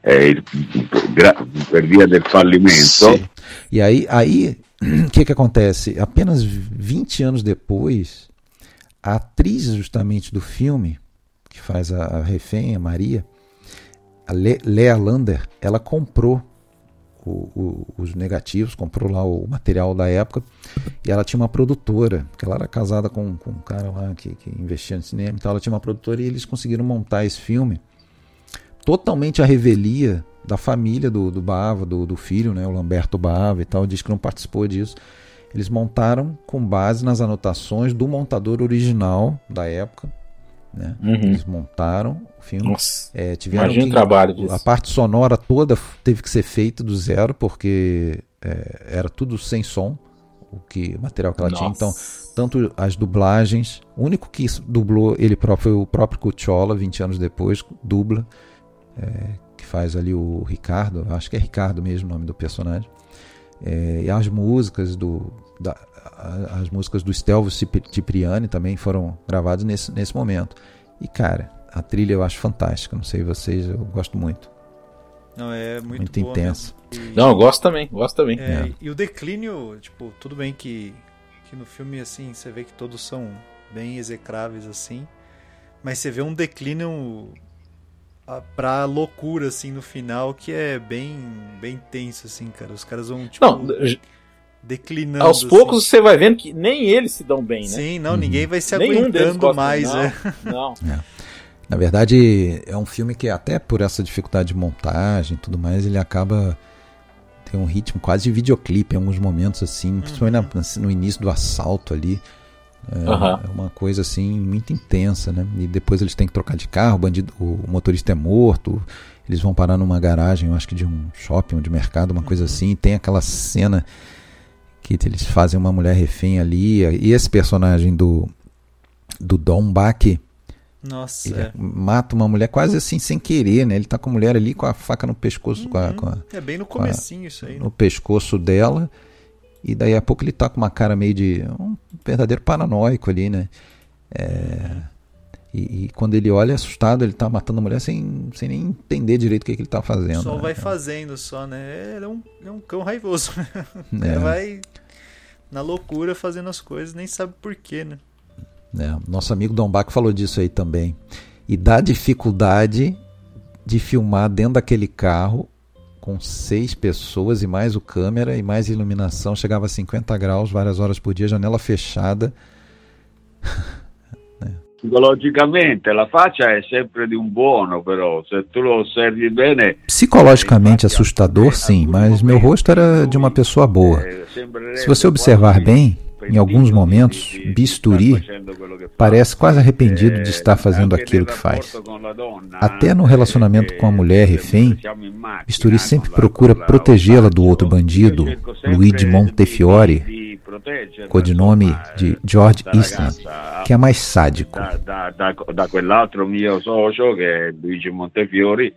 per via del fallimento. Sim. E aí o que acontece? Apenas 20 anos depois, a atriz justamente do filme, que faz a refém, a Maria, a Lea Lander, ela comprou os negativos, comprou lá o material da época, e ela tinha uma produtora, porque ela era casada com um cara lá que investia no cinema, então ela tinha uma produtora e eles conseguiram montar esse filme totalmente à revelia da família do Bava, do filho, né, o Lamberto Bava e tal, diz que não participou disso. Eles montaram com base nas anotações do montador original da época, né? Eles montaram o filme. Nossa, tiveram imagina o trabalho disso. A parte sonora toda teve que ser feita do zero, porque era tudo sem som, o material que ela tinha. Então, tanto as dublagens, o único que dublou ele próprio foi o próprio Cucciola, 20 anos depois, dubla, que faz ali o Ricardo, acho que é Ricardo mesmo o nome do personagem. E as músicas as músicas do Stelvio Cipriani também foram gravadas nesse momento. E cara, a trilha eu acho fantástica, não sei vocês, eu gosto muito. Não, é muito intensa. Não, eu gosto também. E o declínio, tipo, tudo bem que no filme assim, você vê que todos são bem execráveis assim, mas você vê um declínio pra loucura assim no final, que é bem tenso assim, cara. Os caras vão tipo declinando. Aos poucos você vai vendo que nem eles se dão bem, né? Sim, ninguém vai se aguentando mais, Não. Na verdade, é um filme que até por essa dificuldade de montagem e tudo mais, ele acaba tem um ritmo quase de videoclipe em alguns momentos assim, principalmente no início do assalto ali. É uma coisa assim muito intensa, né? E depois eles têm que trocar de carro, o motorista é morto, eles vão parar numa garagem, eu acho que de um shopping ou de mercado, uma coisa assim, e tem aquela cena que eles fazem uma mulher refém ali, e esse personagem do Don Bach, nossa, ele mata uma mulher quase assim sem querer, né? Ele tá com a mulher ali com a faca no pescoço, é bem no comecinho isso aí, no pescoço dela. E daí a pouco ele tá com uma cara meio de um verdadeiro paranoico ali, né? E quando ele olha assustado, ele tá matando a mulher sem nem entender direito o que ele tá fazendo. Só vai fazendo só, né? Ele é um cão raivoso. Ele vai na loucura fazendo as coisas, nem sabe porquê, né? Nosso amigo Don Bach falou disso aí também. E da dificuldade de filmar dentro daquele carro com 6 pessoas e mais o câmera e mais iluminação, chegava a 50 graus, várias horas por dia, janela fechada. Psicologicamente la faccia è sempre di un buono, però se tu lo osservi bene. Psicologicamente assustador, sim, mas meu rosto era de uma pessoa boa. Se você observar bem, em alguns momentos, Bisturi parece quase arrependido de estar fazendo aquilo que faz. Até no relacionamento com a mulher refém, Bisturi sempre procura protegê-la do outro bandido, Luigi Montefiore, codinome de George Eastman, que é mais sádico. Da quell'altro mio socio, che è Luigi Montefiore,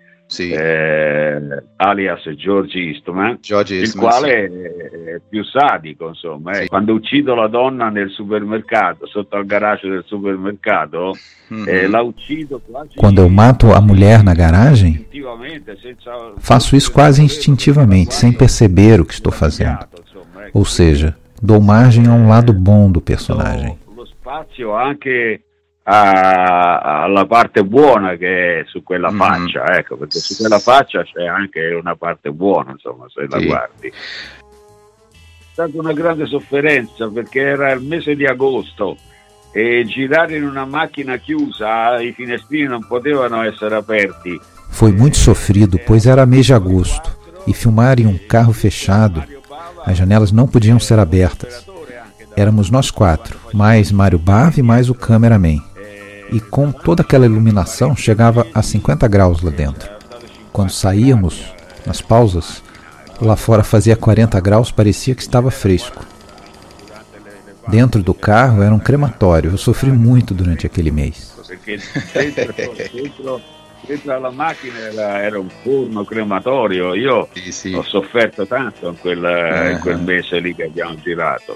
alias George Eastman, il quale è più sadico, insomma. Quando uccido la donna nel supermercato, sotto al garage del supermercato, la uccido quasi. Quando eu mato a mulher na garagem, faço isso quase instintivamente, sem perceber o que estou fazendo. Ou seja, dou margem a um lado bom do personagem. Lo spazio anche alla parte buona che è su quella faccia, ecco, perché su quella faccia c'è anche una parte buona, insomma, se la guardi. È stata una grande sofferenza perché era il mese di agosto e girare in una macchina chiusa, i finestrini non potevano essere aperti. Foi muito sofrido, pois era mês de agosto e filmar em um carro fechado, as janelas não podiam ser abertas. Éramos nós 4, mais Mário Bava e mais o cameraman. E com toda aquela iluminação chegava a 50 graus lá dentro. Quando saíamos, nas pausas, lá fora fazia 40 graus, parecia que estava fresco. Dentro do carro era um crematório, eu sofri muito durante aquele mês. dentro alla macchina era un forno crematorio. Io ho sofferto tanto in quel mese lì che abbiamo girato.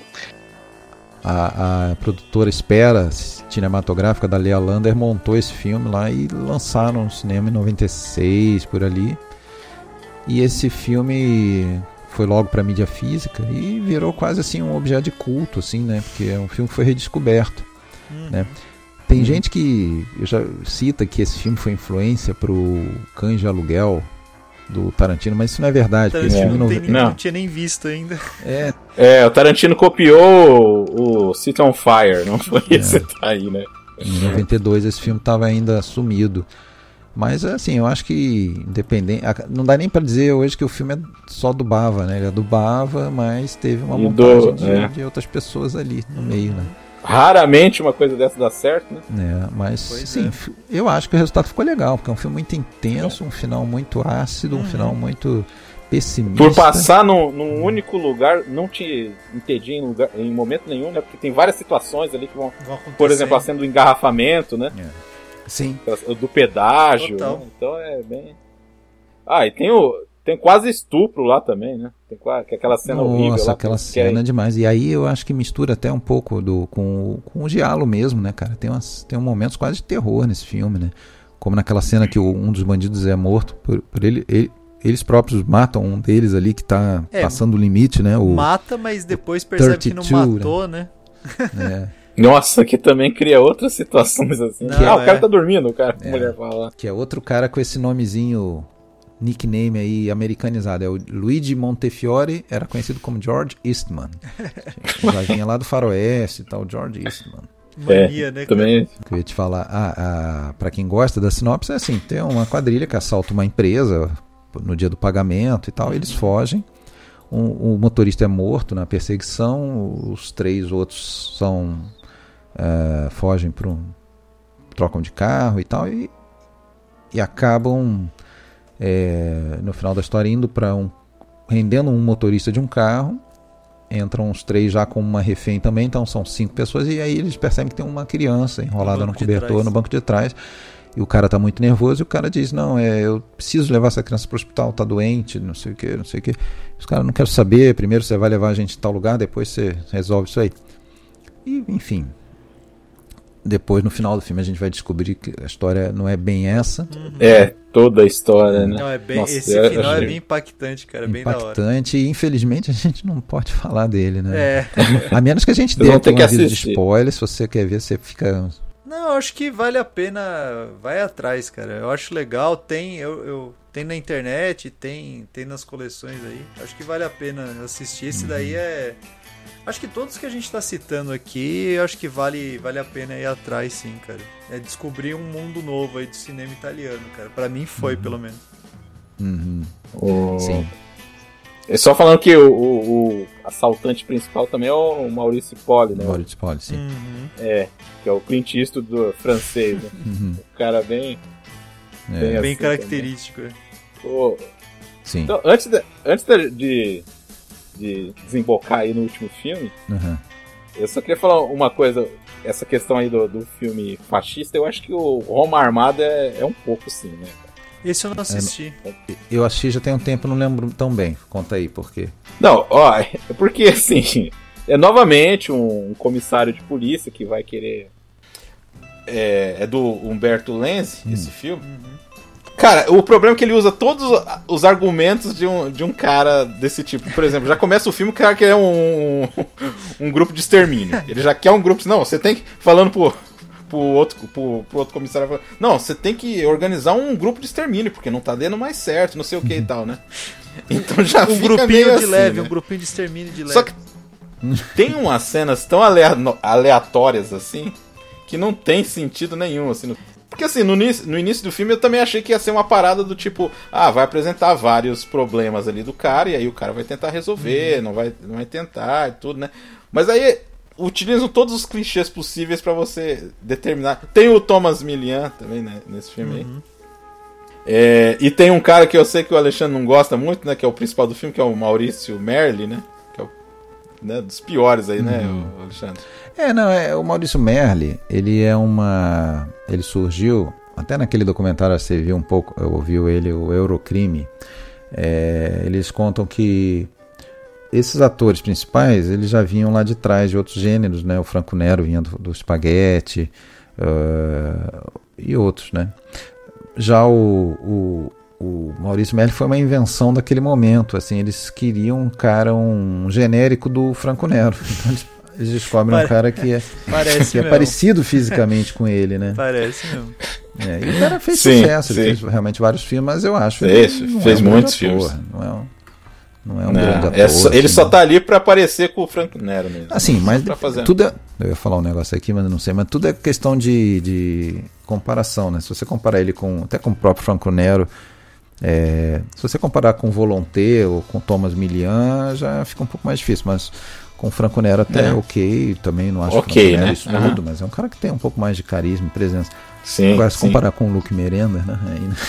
A produtora Espera cinematográfica da Lea Lander montou esse filme lá e lançaram no cinema em 96, por ali. E esse filme foi logo para mídia física e virou quase assim um objeto de culto, assim, né? Porque é um filme que foi redescoberto, né? Tem gente que já cita que esse filme foi influência pro Cães de Aluguel do Tarantino, mas isso não é verdade. Porque esse filme não tinha nem visto ainda. O Tarantino copiou o City on Fire, não foi esse que tá aí, né? Em 92 esse filme estava ainda sumido. Mas assim, eu acho que independente, não dá nem para dizer hoje que o filme só do Bava, né? Ele é do Bava, mas teve uma montagem de outras pessoas ali no meio, né? Raramente uma coisa dessa dá certo, né? Mas sim, eu acho que o resultado ficou legal, porque é um filme muito intenso, um final muito ácido, um final muito pessimista. Por passar num único lugar, não te impedir em momento nenhum, né? Porque tem várias situações ali que vão por exemplo, a cena do engarrafamento, né? Sim. Do pedágio, né? Então é bem... e tem quase estupro lá também, né? Tem aquela cena horrível. Nossa, aquela cena é demais. E aí eu acho que mistura até um pouco com o giallo mesmo, né, cara? Tem momentos quase de terror nesse filme, né? Como naquela cena que um dos bandidos é morto por eles próprios matam um deles ali que tá passando o limite, né? Mata, mas depois percebe que não matou, né? Nossa, que também cria outras situações assim. O cara tá dormindo, o cara, a mulher fala. Que é outro cara com esse nomezinho, nickname aí americanizado. É o Luigi Montefiore, era conhecido como George Eastman. Já vinha lá do Faroeste e tal, George Eastman. Mania, né? Também. Que eu ia te falar, pra quem gosta da sinopse, é assim, tem uma quadrilha que assalta uma empresa no dia do pagamento e tal, eles fogem. O motorista é morto na perseguição, os 3 outros fogem trocam de carro e tal, e acabam no final da história indo rendendo um motorista de um carro. Entram os 3 já com uma refém também, então são 5 pessoas, e aí eles percebem que tem uma criança enrolada no cobertor no banco de trás, e o cara tá muito nervoso, e o cara diz, não, eu preciso levar essa criança pro hospital, tá doente, não sei o que. Os caras não querem saber, primeiro você vai levar a gente em tal lugar, depois você resolve isso aí. E, enfim, depois no final do filme a gente vai descobrir que a história não é bem essa. Toda a história, né? Não, esse final é bem impactante, cara, bem da hora. Impactante, e infelizmente a gente não pode falar dele, né? A menos que a gente dê um aviso de spoiler, se você quer ver, você fica... Não, eu acho que vale a pena, vai atrás, cara. Eu acho legal, tem na internet, tem nas coleções aí. Acho que vale a pena assistir. Esse daí acho que todos que a gente tá citando aqui, acho que vale a pena ir atrás, sim, cara. É descobrir um mundo novo aí do cinema italiano, cara. Pra mim foi, pelo menos. Sim. É só falando que o assaltante principal também é o Maurício Poli, né? Maurício Poli, sim. Que é o Clint Eastwood do francês, né? O cara bem assim, característico. Sim. Então, antes de desembocar aí no último filme, eu só queria falar uma coisa. Essa questão aí do filme fascista, eu acho que o Roma Armada é um pouco sim, né? Esse eu não assisti. Eu assisti já tem um tempo, não lembro tão bem. Conta aí, por quê? Não, é porque assim, é novamente um comissário de polícia que vai querer... É do Umberto Lenzi, esse filme. Cara, o problema é que ele usa todos os argumentos de um cara desse tipo. Por exemplo, já começa o filme, o cara quer um grupo de extermínio. Ele já quer um grupo... Não, você tem que... Falando pro outro comissário, não, você tem que organizar um grupo de extermínio, porque não tá dando mais certo, não sei o que e tal, né? Então já um fica grupinho meio de assim, leve, né? Um grupinho de extermínio de leve. Só que tem umas cenas tão aleatórias assim, que não tem sentido nenhum, assim. Porque assim, no início do filme eu também achei que ia ser uma parada do tipo, vai apresentar vários problemas ali do cara, e aí o cara vai tentar resolver, não vai tentar e tudo, né? Mas aí utilizam todos os clichês possíveis pra você determinar. Tem o Thomas Milian também, né, nesse filme aí. E tem um cara que eu sei que o Alexandre não gosta muito, né, que é o principal do filme, que é o Maurício Merli, né, que é o dos piores aí, né, o Alexandre. O Maurício Merli, ele surgiu até naquele documentário você viu um pouco, ouviu ele, o Eurocrime, eles contam que esses atores principais, eles já vinham lá de trás de outros gêneros, né? O Franco Nero vinha do Spaghetti e outros, né? Já o Maurício Melli foi uma invenção daquele momento, assim, eles queriam um genérico do Franco Nero, então eles descobrem um cara que é parecido fisicamente com ele, né? Parece mesmo. E o cara fez sucesso, ele fez realmente vários filmes, mas eu acho que fez muitos filmes. Não é um grande ator. Ele só tá ali pra aparecer com o Franco Nero mesmo. Assim, mas tudo eu ia falar um negócio aqui, mas não sei, mas tudo é questão de comparação, né? Se você comparar ele até com o próprio Franco Nero, se você comparar com Volonté ou com Thomas Milian, já fica um pouco mais difícil, mas com o Franco Nero até ok, também não acho que Franco Nero isso tudo, mas é um cara que tem um pouco mais de carisma e presença. Agora, se comparar com o Luc Merenda, né?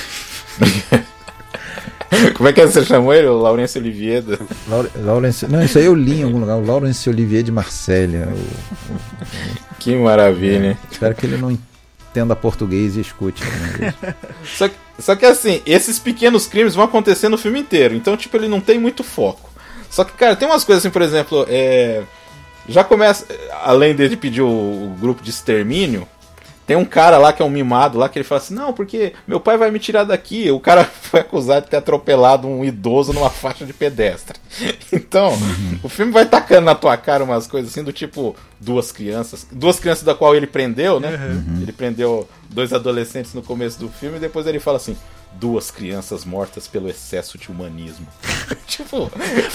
Como é que você chamou ele? O Laurence Olivier? Não, isso aí eu li em algum lugar. O Laurence Olivier de Marselha. Que maravilha. Espero que ele não entenda português e escute. Né? Só que assim, esses pequenos crimes vão acontecer no filme inteiro. Então, tipo, ele não tem muito foco. Só que, cara, tem umas coisas assim, por exemplo, já começa, além dele pedir o grupo de extermínio, tem um cara lá que é um mimado lá que ele fala assim, não, porque meu pai vai me tirar daqui. O cara foi acusado de ter atropelado um idoso numa faixa de pedestre. Então, o filme vai tacando na tua cara umas coisas assim do tipo duas crianças da qual ele prendeu, né? Ele prendeu 2 adolescentes no começo do filme e depois ele fala assim, 2 crianças mortas pelo excesso de humanismo. Tipo,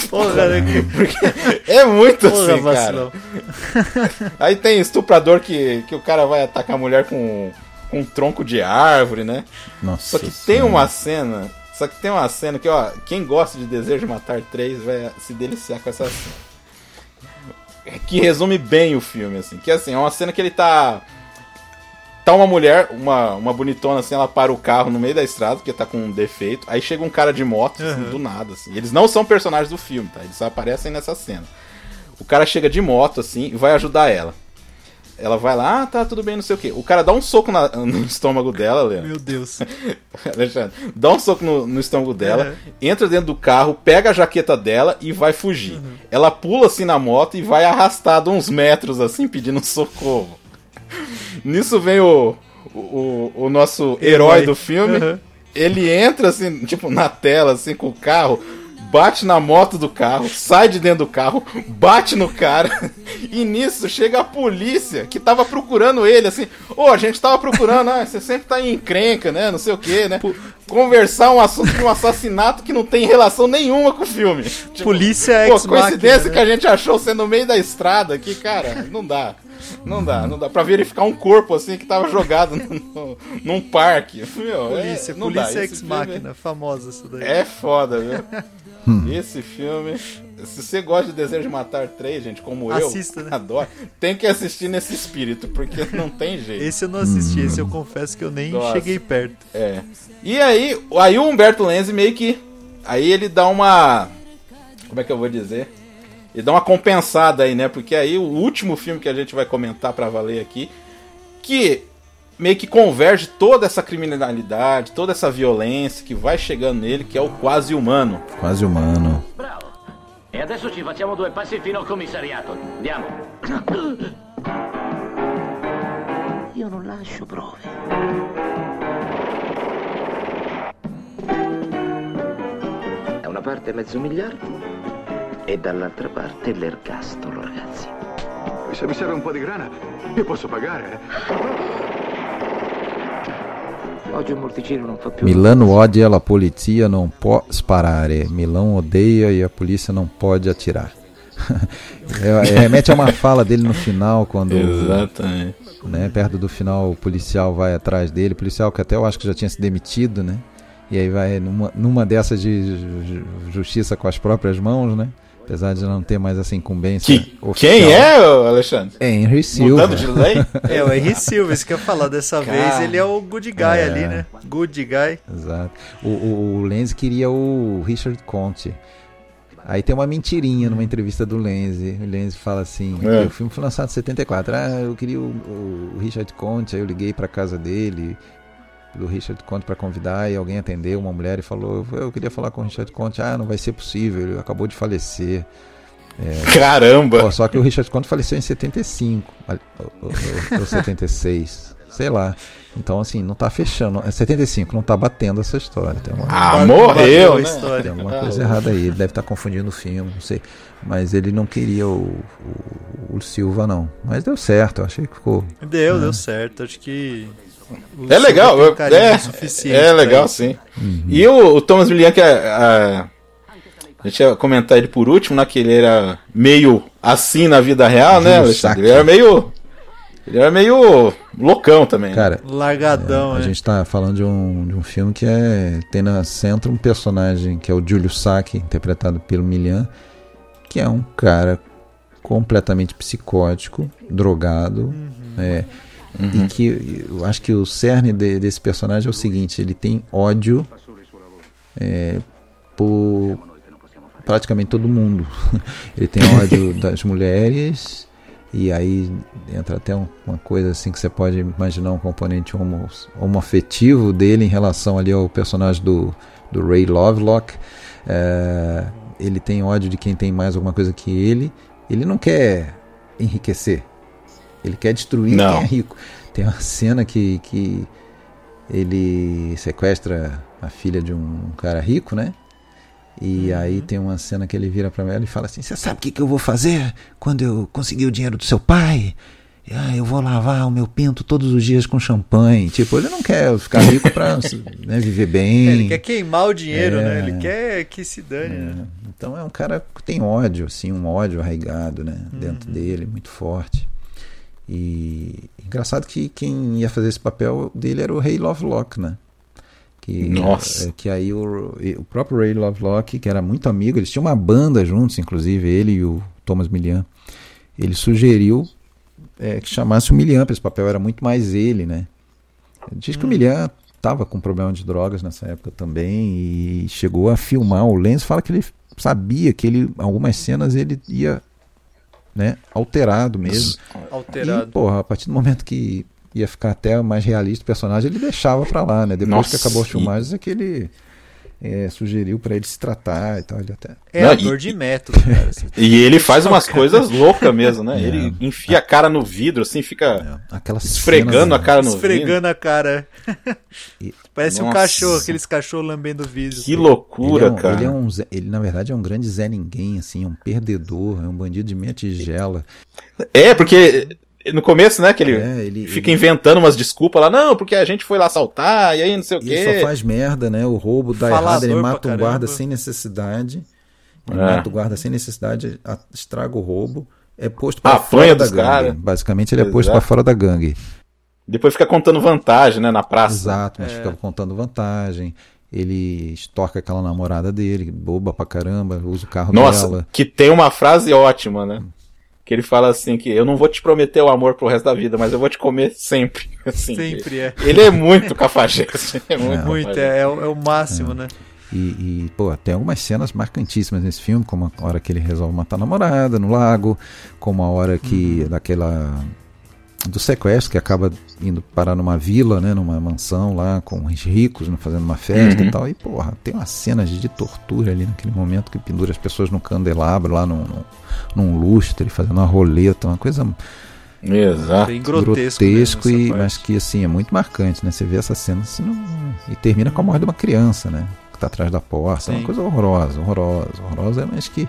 é muito assim, cara. Aí tem estuprador que o cara vai atacar a mulher com um tronco de árvore, né? Nossa, Só que tem uma cena que, ó, quem gosta de Desejo de Matar 3 vai se deliciar com essa cena. Que resume bem o filme, assim. Que assim, é uma cena que ele tá uma mulher, uma bonitona assim, ela para o carro no meio da estrada, porque tá com um defeito. Aí chega um cara de moto, assim, do nada, assim. Eles não são personagens do filme, tá? Eles só aparecem nessa cena. O cara chega de moto, assim, e vai ajudar ela. Ela vai lá, tá, tudo bem, não sei o quê. O cara dá um soco no estômago dela, Leandro. Meu Deus. Alexandre, dá um soco no estômago dela, entra dentro do carro, pega a jaqueta dela e vai fugir. Ela pula assim na moto e vai arrastada uns metros, assim, pedindo socorro. Nisso vem o nosso herói do filme. Ele entra assim, tipo, na tela, assim, com o carro, bate na moto do carro, sai de dentro do carro, bate no cara. E nisso chega a polícia que tava procurando ele, assim. A gente tava procurando, você sempre tá em encrenca, né? Não sei o que, né? Conversar um assunto de um assassinato que não tem relação nenhuma com o filme. Tipo, polícia coincidência, né? Que a gente achou você no meio da estrada aqui, cara, não dá. Não dá pra verificar um corpo assim que tava jogado num parque. Meu, polícia Ex Machina, famosa isso daí. É foda, viu? Esse filme, se você gosta de Desejo de Matar 3, gente, como assista, né? Adoro, tem que assistir nesse espírito, porque não tem jeito. Esse eu não assisti, esse eu confesso que eu nem cheguei perto. E aí o Humberto Lenzi meio que, aí ele dá uma, como é que eu vou dizer? Ele dá uma compensada aí, né? Porque aí o último filme que a gente vai comentar pra valer aqui, que meio que converge toda essa criminalidade, toda essa violência que vai chegando nele, que é o Quase Umano. Quase Umano. Bravo. E adesso ci facciamo 2 passi fino al commissariato. Andiamo. Io non lascio prove. Da una parte mezzo miliardo e dall'altra parte l'ergastolo, ragazzi. Se mi serve un po' di grana, io posso pagare. Oggi un morticino non fa più. Milano odia, la polizia non può sparare. Milão odeia e a polícia não pode atirar. Remete a uma fala dele no final, quando, exatamente, né, perto do final, o policial vai atrás dele, policial que até eu acho que já tinha se demitido, né? E aí vai numa dessas de justiça com as próprias mãos, né? Apesar de não ter mais essa incumbência oficial. Quem é, Alexandre? É Henry Silva. Mudando de lei? É o Henry Silva, isso que eu ia falar. Dessa vez ele é o good guy ali, né? Good guy. Exato. O Lenzi queria o Richard Conte. Aí tem uma mentirinha numa entrevista do Lenzi. O Lenzi fala assim, o filme foi lançado em 74. Eu queria o Richard Conte, aí eu liguei pra casa dele. do Richard Conte para convidar, e alguém atendeu, uma mulher, e falou: eu queria falar com o Richard Conte. Não vai ser possível, ele acabou de falecer. Caramba! Só que o Richard Conte faleceu em 75 ou 76, sei lá. Então, assim, não tá fechando. 75, não tá batendo essa história. Morreu, né? Tem alguma coisa errada aí. Ele deve estar confundindo o filme, não sei. Mas ele não queria o Silva, não. Mas deu certo, eu achei que ficou. Deu certo. Acho que. É legal, é legal, sim. Uhum. E o Thomas Milian, que a gente ia comentar ele por último, né? Que ele era meio assim na vida real, né, Alexandre? Ele era meio loucão também. Cara, largadão, a gente tá falando de um filme que tem no centro um personagem que é o Giulio Sacchi, interpretado pelo Milian, que é um cara completamente psicótico, drogado, e que eu acho que o cerne desse personagem é o seguinte: ele tem ódio por praticamente todo mundo. Ele tem ódio das mulheres, e aí entra até uma coisa assim que você pode imaginar, um componente homoafetivo dele em relação ali ao personagem do Ray Lovelock. Ele tem ódio de quem tem mais alguma coisa que ele. Ele não quer enriquecer, ele quer destruir quem é rico. Tem uma cena que ele sequestra a filha de um cara rico, né? E aí tem uma cena que ele vira pra ela e fala assim: você sabe o que eu vou fazer quando eu conseguir o dinheiro do seu pai? Eu vou lavar o meu pinto todos os dias com champanhe. Tipo, ele não quer ficar rico pra viver bem. Ele quer queimar o dinheiro, né? Ele quer que se dane. Né? Então é um cara que tem ódio, assim, um ódio arraigado, né? Dentro dele, muito forte. E engraçado que quem ia fazer esse papel dele era o Ray Lovelock, né? Que aí o próprio Ray Lovelock, que era muito amigo, eles tinham uma banda juntos, inclusive ele e o Thomas Milian, ele sugeriu que chamasse o Milian para esse papel, era muito mais ele, né? Diz que o Milian estava com problema de drogas nessa época também e chegou a filmar. O Lenz fala que ele sabia que algumas cenas ele ia, né, alterado mesmo. Alterado. E, porra, a partir do momento que ia ficar até mais realista o personagem, ele deixava pra lá, né? Depois que acabou as filmagens, é que ele sugeriu pra ele se tratar e tal. Ele até... ator de método, cara. E ele faz umas coisas loucas mesmo, né? Ele enfia a cara no vidro, assim, fica esfregando a cara no vidro. Esfregando a cara. Parece um cachorro, aqueles cachorros lambendo o vidro. Que loucura, cara. Ele, na verdade, é um grande Zé Ninguém, assim, um perdedor, é um bandido de meia tigela. Porque... No começo, né, que ele fica inventando umas desculpas lá, não, porque a gente foi lá assaltar, e aí não sei o quê. Ele só faz merda, né, o roubo dá errado, ele mata um guarda sem necessidade, mata o guarda sem necessidade, estraga o roubo, é posto pra fora da gangue. Basicamente ele é posto pra fora da gangue. Depois fica contando vantagem, né, na praça. Exato, mas fica contando vantagem. Ele estorca aquela namorada dele, boba pra caramba, usa o carro dela. Nossa, que tem uma frase ótima, né? Que ele fala assim, que eu não vou te prometer o amor pro resto da vida, mas eu vou te comer sempre. Assim, sempre Ele é muito cafajeste. É o máximo, né? E, pô, tem algumas cenas marcantíssimas nesse filme, como a hora que ele resolve matar a namorada no lago, como a hora que do sequestro, que acaba indo parar numa vila, né, numa mansão lá com os ricos, né, fazendo uma festa e tal. E, porra, tem umas cenas de tortura ali naquele momento que pendura as pessoas no candelabro lá num lustre, fazendo uma roleta, uma coisa bem grotesco mas que, assim, é muito marcante, né? Você vê essa cena assim, e termina com a morte de uma criança, né, que tá atrás da porta. É uma coisa horrorosa, mas que...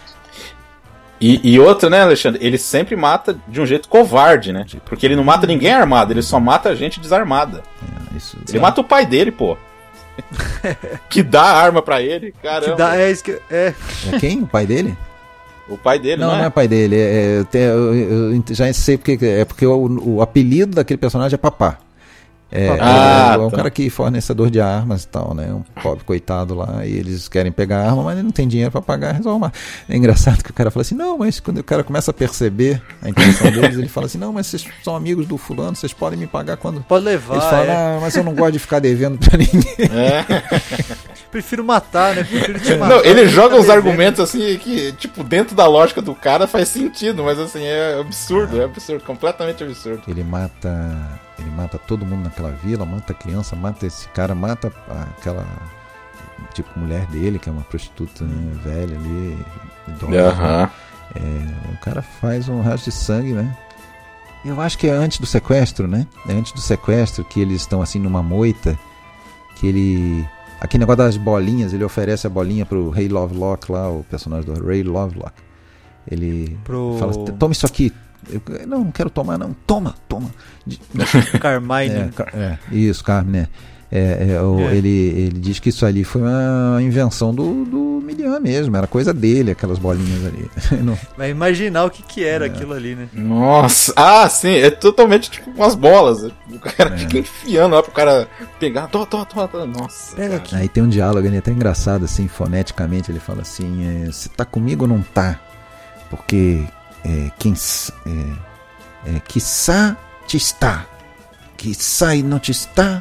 E outra, né, Alexandre? Ele sempre mata de um jeito covarde, né? Porque ele não mata ninguém armado, ele só mata gente desarmada. Ele mata o pai dele, pô. Que dá arma pra ele, caramba. É quem? O pai dele? O pai dele, não é pai dele. Eu já sei porque é porque o apelido daquele personagem é Papá. É um cara que é fornecedor de armas e tal, né? Um pobre coitado lá, e eles querem pegar a arma, mas ele não tem dinheiro pra pagar, resolve uma... É engraçado que o cara fala assim, não, mas quando o cara começa a perceber a intenção deles, ele fala assim, não, mas vocês são amigos do fulano, vocês podem me pagar quando... Pode levar, eles falam, mas eu não gosto de ficar devendo pra ninguém. Prefiro matar, né? Prefiro te matar. Não, ele joga uns argumentos assim que, tipo, dentro da lógica do cara faz sentido, mas assim, é absurdo, completamente absurdo. Ele mata ele mata todo mundo naquela vila, mata a criança, mata esse cara, mata aquela tipo mulher dele, que é uma prostituta, né, velha ali, idosa. O cara faz um rastro de sangue, né? Eu acho que é antes do sequestro, né? É antes do sequestro que eles estão assim numa moita, que ele... Aquele negócio das bolinhas, ele oferece a bolinha pro Ray Lovelock lá, o personagem do Ray Lovelock. Ele fala, toma isso aqui. Não quero tomar, não. Toma. Carmine. Isso, Carmine, né? Ele diz que isso ali foi uma invenção do Milian mesmo, era coisa dele, aquelas bolinhas ali. Vai imaginar o que era aquilo ali, né? Nossa, sim, é totalmente tipo umas bolas. O cara fica enfiando lá pro cara pegar. Toma. Nossa. Pega aqui. Aí tem um diálogo ali até engraçado, assim, foneticamente. Ele fala assim: você tá comigo ou não tá? Porque quiçá te está, quiçá e não te está.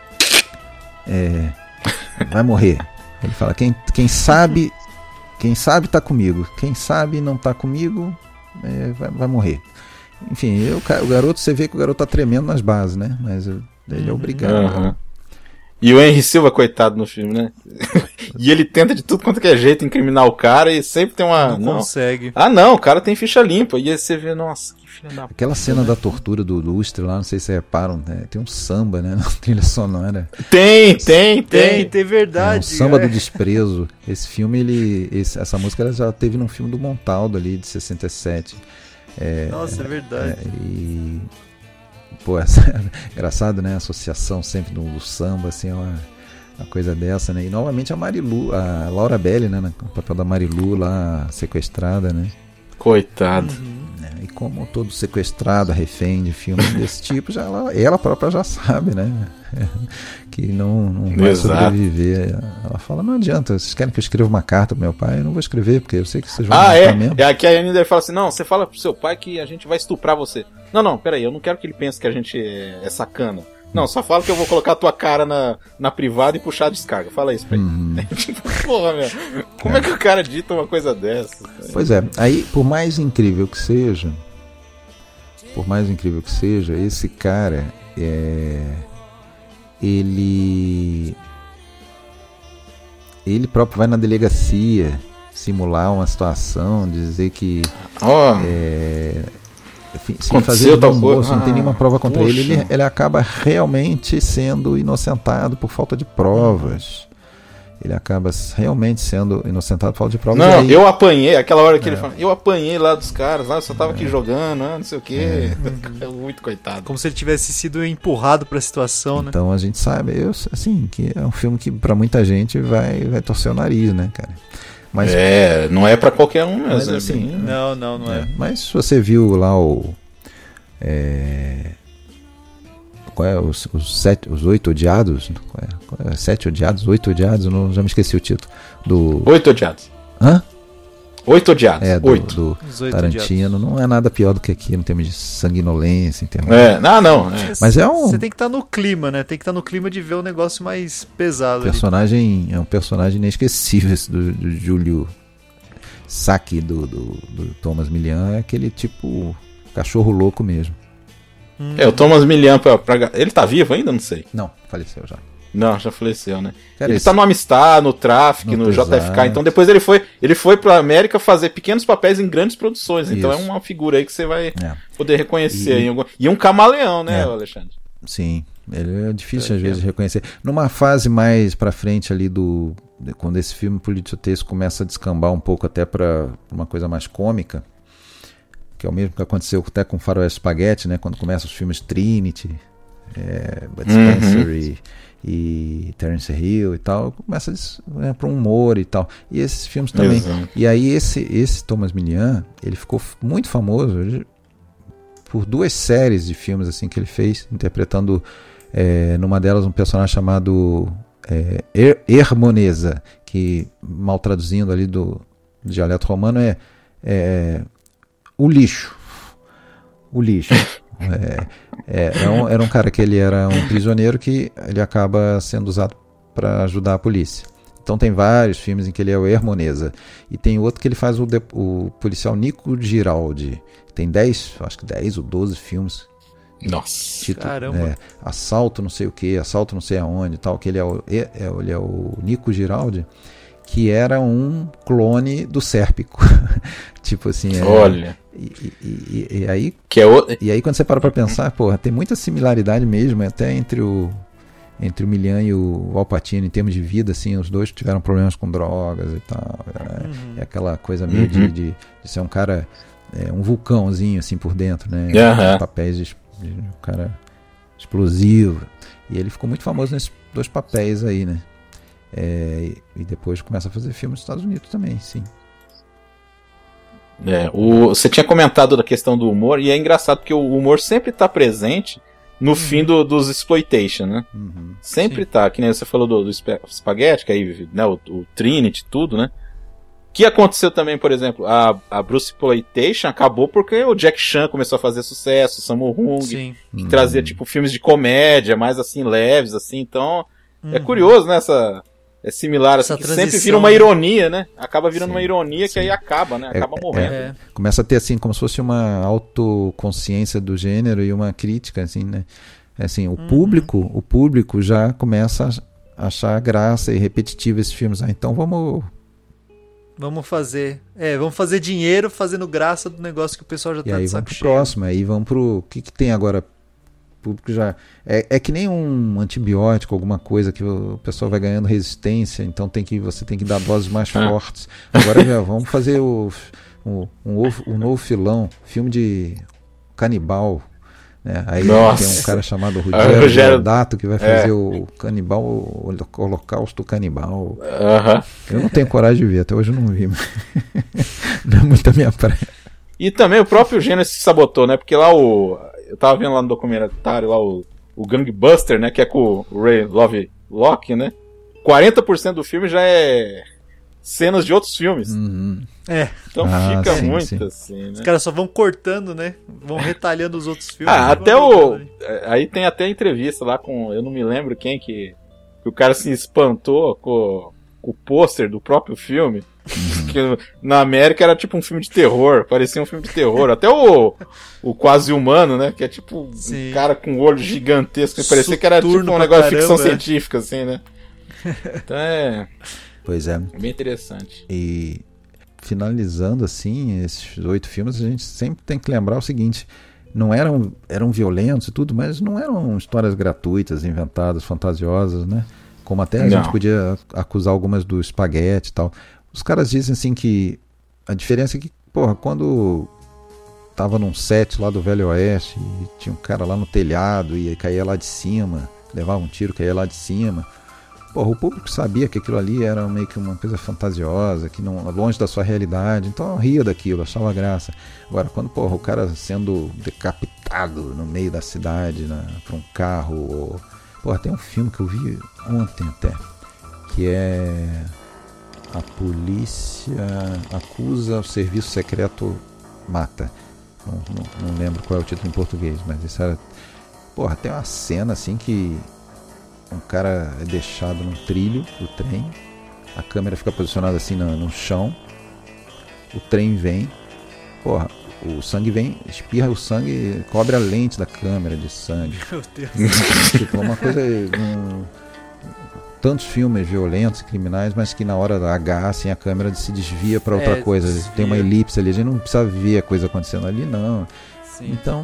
Vai morrer. Ele fala, quem sabe tá comigo, quem sabe não tá comigo, vai morrer. Enfim, o garoto, você vê que o garoto tá tremendo nas bases, né? Mas ele é obrigado. E o Henry Silva, coitado no filme, né? E ele tenta de tudo quanto que é jeito incriminar o cara e sempre tem uma... Não consegue. Não, o cara tem ficha limpa. E aí você vê, nossa, que filha da... Aquela cena da tortura do Lustre lá, não sei se vocês reparam, né? Tem um samba, né? Na trilha sonora. Tem verdade. Um samba do desprezo. Esse filme, essa música ela já teve num filme do Montaldo ali, de 67. Nossa, é verdade. Pô, engraçado, né? A associação sempre do samba, assim, é uma coisa dessa, né? E novamente a Marilu, a Laura Belli, né? No papel da Marilu lá, sequestrada, né? Coitado. E como todo sequestrado, refém de filmes desse tipo, ela própria já sabe, né? Que não vai sobreviver. Ela fala, não adianta, vocês querem que eu escreva uma carta pro meu pai? Eu não vou escrever, porque eu sei que vocês vão matar mesmo. Aqui a Annie fala assim, não, você fala pro seu pai que a gente vai estuprar você. Não, peraí, eu não quero que ele pense que a gente é sacana. Não, só fala que eu vou colocar a tua cara na privada e puxar a descarga. Fala isso pra ele. Porra, meu. Como é que o cara dita uma coisa dessa? Pois é, aí, por mais incrível que seja, esse cara, ele próprio vai na delegacia simular uma situação, dizer que sem fazer tal coisa, não tem nenhuma prova contra ele acaba realmente sendo inocentado por falta de provas. Ele acaba realmente sendo inocentado por falta de provas. Não, eu apanhei, aquela hora que ele fala, eu apanhei lá dos caras, lá, eu só tava aqui jogando, não sei o que. Muito coitado. Como se ele tivesse sido empurrado pra situação, né? Então a gente sabe, que é um filme que pra muita gente vai torcer o nariz, né, cara? Mas, não é pra qualquer um mesmo. Mas, assim, não é. Mas se você viu lá qual é? Os 8 odiados? Qual é? 7 odiados? 8 odiados? Já me esqueci o título. 8 odiados. Hã? 8 odiados. Do Tarantino. Odiados. Não é nada pior do que aquilo em termos de sanguinolência. Em termos Mas você tem que estar no clima, né? Tem que estar no clima de ver o negócio mais pesado. É um personagem inesquecível esse do Júlio Sacchi, do Thomas Milian. É aquele tipo cachorro louco mesmo. O Thomas Milian, ele tá vivo ainda? Não sei. Não, faleceu já. Não, já faleceu, né? Cara, ele tá no Amistad, no Traffic, no JFK. Então depois ele foi pra América fazer pequenos papéis em grandes produções. Isso. Então é uma figura aí que você vai poder reconhecer. E um camaleão, né, Alexandre? Sim, ele é difícil às vezes de reconhecer. Numa fase mais pra frente ali quando esse filme policiotesco começa a descambar um pouco até pra uma coisa mais cômica, que é o mesmo que aconteceu até com Faroeste Spaghetti, né? Quando começam os filmes Trinity, Bud Spencer e Terence Hill e tal, começa para um humor e tal. E esses filmes também. Exato. E aí esse Thomas Milian, ele ficou muito famoso por 2 séries de filmes assim que ele fez, interpretando numa delas um personagem chamado Hermonesa, que mal traduzindo ali do dialeto romano é o lixo. Era um cara que ele era um prisioneiro que ele acaba sendo usado para ajudar a polícia. Então tem vários filmes em que ele é o Hermonesa. E tem outro que ele faz o policial Nico Giraldi. Tem 10 ou 12 filmes Nossa, caramba. Assalto não sei o que, assalto não sei aonde tal, que ele é o Nico Giraldi, que era um clone do Sérpico. Tipo assim, olha. E aí e aí quando você para pra pensar, porra, tem muita similaridade mesmo, até entre o Milian e o Al Pacino em termos de vida, assim, os dois tiveram problemas com drogas e tal. É aquela coisa meio de ser um cara, um vulcãozinho assim por dentro, né? Papéis de um cara explosivo. E ele ficou muito famoso nesses dois papéis aí, né? E depois começa a fazer filme nos Estados Unidos também, sim. Você tinha comentado da questão do humor, e é engraçado porque o humor sempre está presente no fim dos exploitation, né? Sempre tá, que nem você falou do Spaghetti, que aí, né, o Trinity, tudo, né? Que aconteceu também, por exemplo, a Bruce Exploitation acabou porque o Jack Chan começou a fazer sucesso, o Sammo Hung, que trazia tipo filmes de comédia, mais assim, leves, assim, então é curioso, né, é similar, assim, que sempre vira uma ironia, né? Acaba virando uma ironia que aí acaba, né? Acaba morrendo. Começa a ter, assim, como se fosse uma autoconsciência do gênero e uma crítica, assim, né? Assim, o público já começa a achar graça e repetitivo esses filmes. Então vamos fazer. Vamos fazer dinheiro fazendo graça do negócio que o pessoal já tá de saco cheio. Próximo, aí vamos pro... O que tem agora? O público já... É que nem um antibiótico, alguma coisa que o pessoal vai ganhando resistência, então você tem que dar doses mais fortes. Agora já vamos fazer um novo filme de canibal. Né? Aí tem um cara chamado Rogério Dato que vai fazer o canibal, o Holocausto Canibal. Eu não tenho coragem de ver, até hoje eu não vi. Não é muito a minha praia. E também o próprio gênero se sabotou, né? Porque lá eu tava vendo lá no documentário lá o Gangbuster, né? Que é com o Ray Lovelock, né? 40% do filme já é cenas de outros filmes. Então fica muito assim, né? Os caras só vão cortando, né? Vão retalhando os outros filmes. Até aí tem até entrevista lá com... Eu não me lembro quem que o cara se espantou com o pôster do próprio filme. Que na América era tipo um filme de terror, parecia um filme de terror. Até o Quase Humano, né? Que é tipo um cara com um olho gigantesco. Parecia que era tipo um negócio de ficção científica, assim, né? Então Pois é. É bem interessante. E finalizando assim, esses 8 filmes, a gente sempre tem que lembrar o seguinte: não eram violentos e tudo, mas não eram histórias gratuitas, inventadas, fantasiosas, né? Como até a gente podia acusar algumas do Spaghetti e tal. Os caras dizem assim que a diferença é que, porra, quando tava num set lá do Velho Oeste e tinha um cara lá no telhado e caía lá de cima, levava um tiro, caía lá de cima, porra, o público sabia que aquilo ali era meio que uma coisa fantasiosa, que não, longe da sua realidade, então ria daquilo, achava graça. Agora, quando, porra, o cara sendo decapitado no meio da cidade, por um carro, porra, tem um filme que eu vi ontem até, que é... A polícia acusa, o serviço secreto mata. Não lembro qual é o título em português, mas isso era... Porra, tem uma cena assim que um cara é deixado num trilho do trem, a câmera fica posicionada assim no chão, o trem vem, porra, o sangue vem, espirra o sangue, cobre a lente da câmera de sangue. Meu Deus. Tipo, uma coisa... Tantos filmes violentos e criminais, mas que na hora da H, assim, a câmera se desvia para outra coisa. Desvia. Tem uma elipse ali, a gente não precisa ver a coisa acontecendo ali, não. Sim. Então,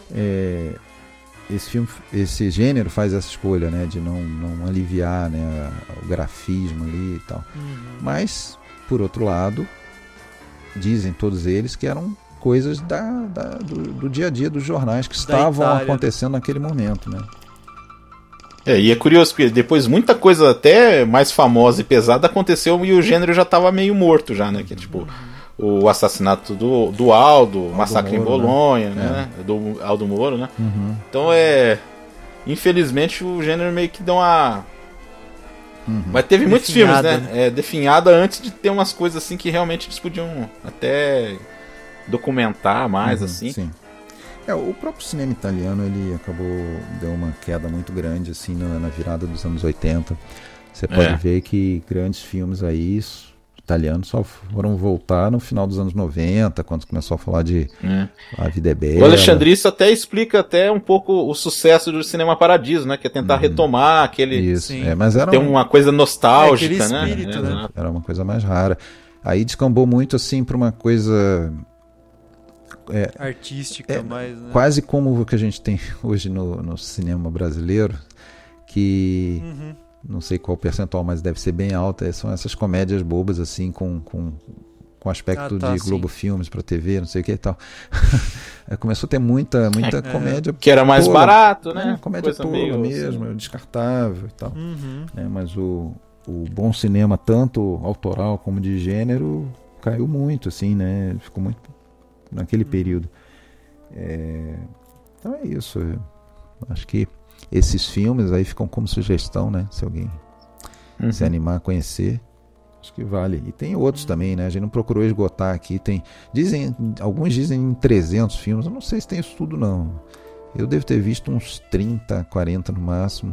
esse gênero faz essa escolha, né, de não aliviar, né, o grafismo ali e tal. Mas, por outro lado, dizem todos eles que eram coisas do dia a dia dos jornais que estavam acontecendo naquele momento, né. E é curioso, porque depois muita coisa até mais famosa e pesada aconteceu e o gênero já estava meio morto já, né? Que é tipo o assassinato do Aldo, o massacre Moro, em Bolonha, né? Do Aldo Moro, né? Então infelizmente o gênero meio que deu uma... Mas teve muitos filmes, né? Definhada antes de ter umas coisas assim que realmente eles podiam até documentar mais, assim. Sim. O próprio cinema italiano, ele deu uma queda muito grande assim na virada dos anos 80. Você pode ver que grandes filmes aí italianos só foram voltar no final dos anos 90, quando começou a falar de A Vida é Bela. O Alexandre isso até explica até um pouco o sucesso do Cinema Paradiso, né? Que é tentar retomar aquele... Isso, mas era tem uma coisa nostálgica, espírito, né? Era uma coisa mais rara. Aí descambou muito assim para uma coisa... artística, mais, né? Quase como o que a gente tem hoje no cinema brasileiro, que... Não sei qual percentual, mas deve ser bem alta. São essas comédias bobas, assim, com aspecto de Globo Filmes pra TV, não sei o que e tal. Começou a ter muita comédia. Que era mais barato, né? Comédia tola mesmo, assim, descartável e tal. Mas o bom cinema, tanto autoral como de gênero, caiu muito, assim, né? Ficou muito naquele período. Então é isso. Acho que esses filmes aí ficam como sugestão, né? Se alguém se animar a conhecer, acho que vale. E tem outros também, né? A gente não procurou esgotar aqui. Alguns dizem 300 filmes. Eu não sei se tem isso tudo, não. Eu devo ter visto uns 30, 40 no máximo.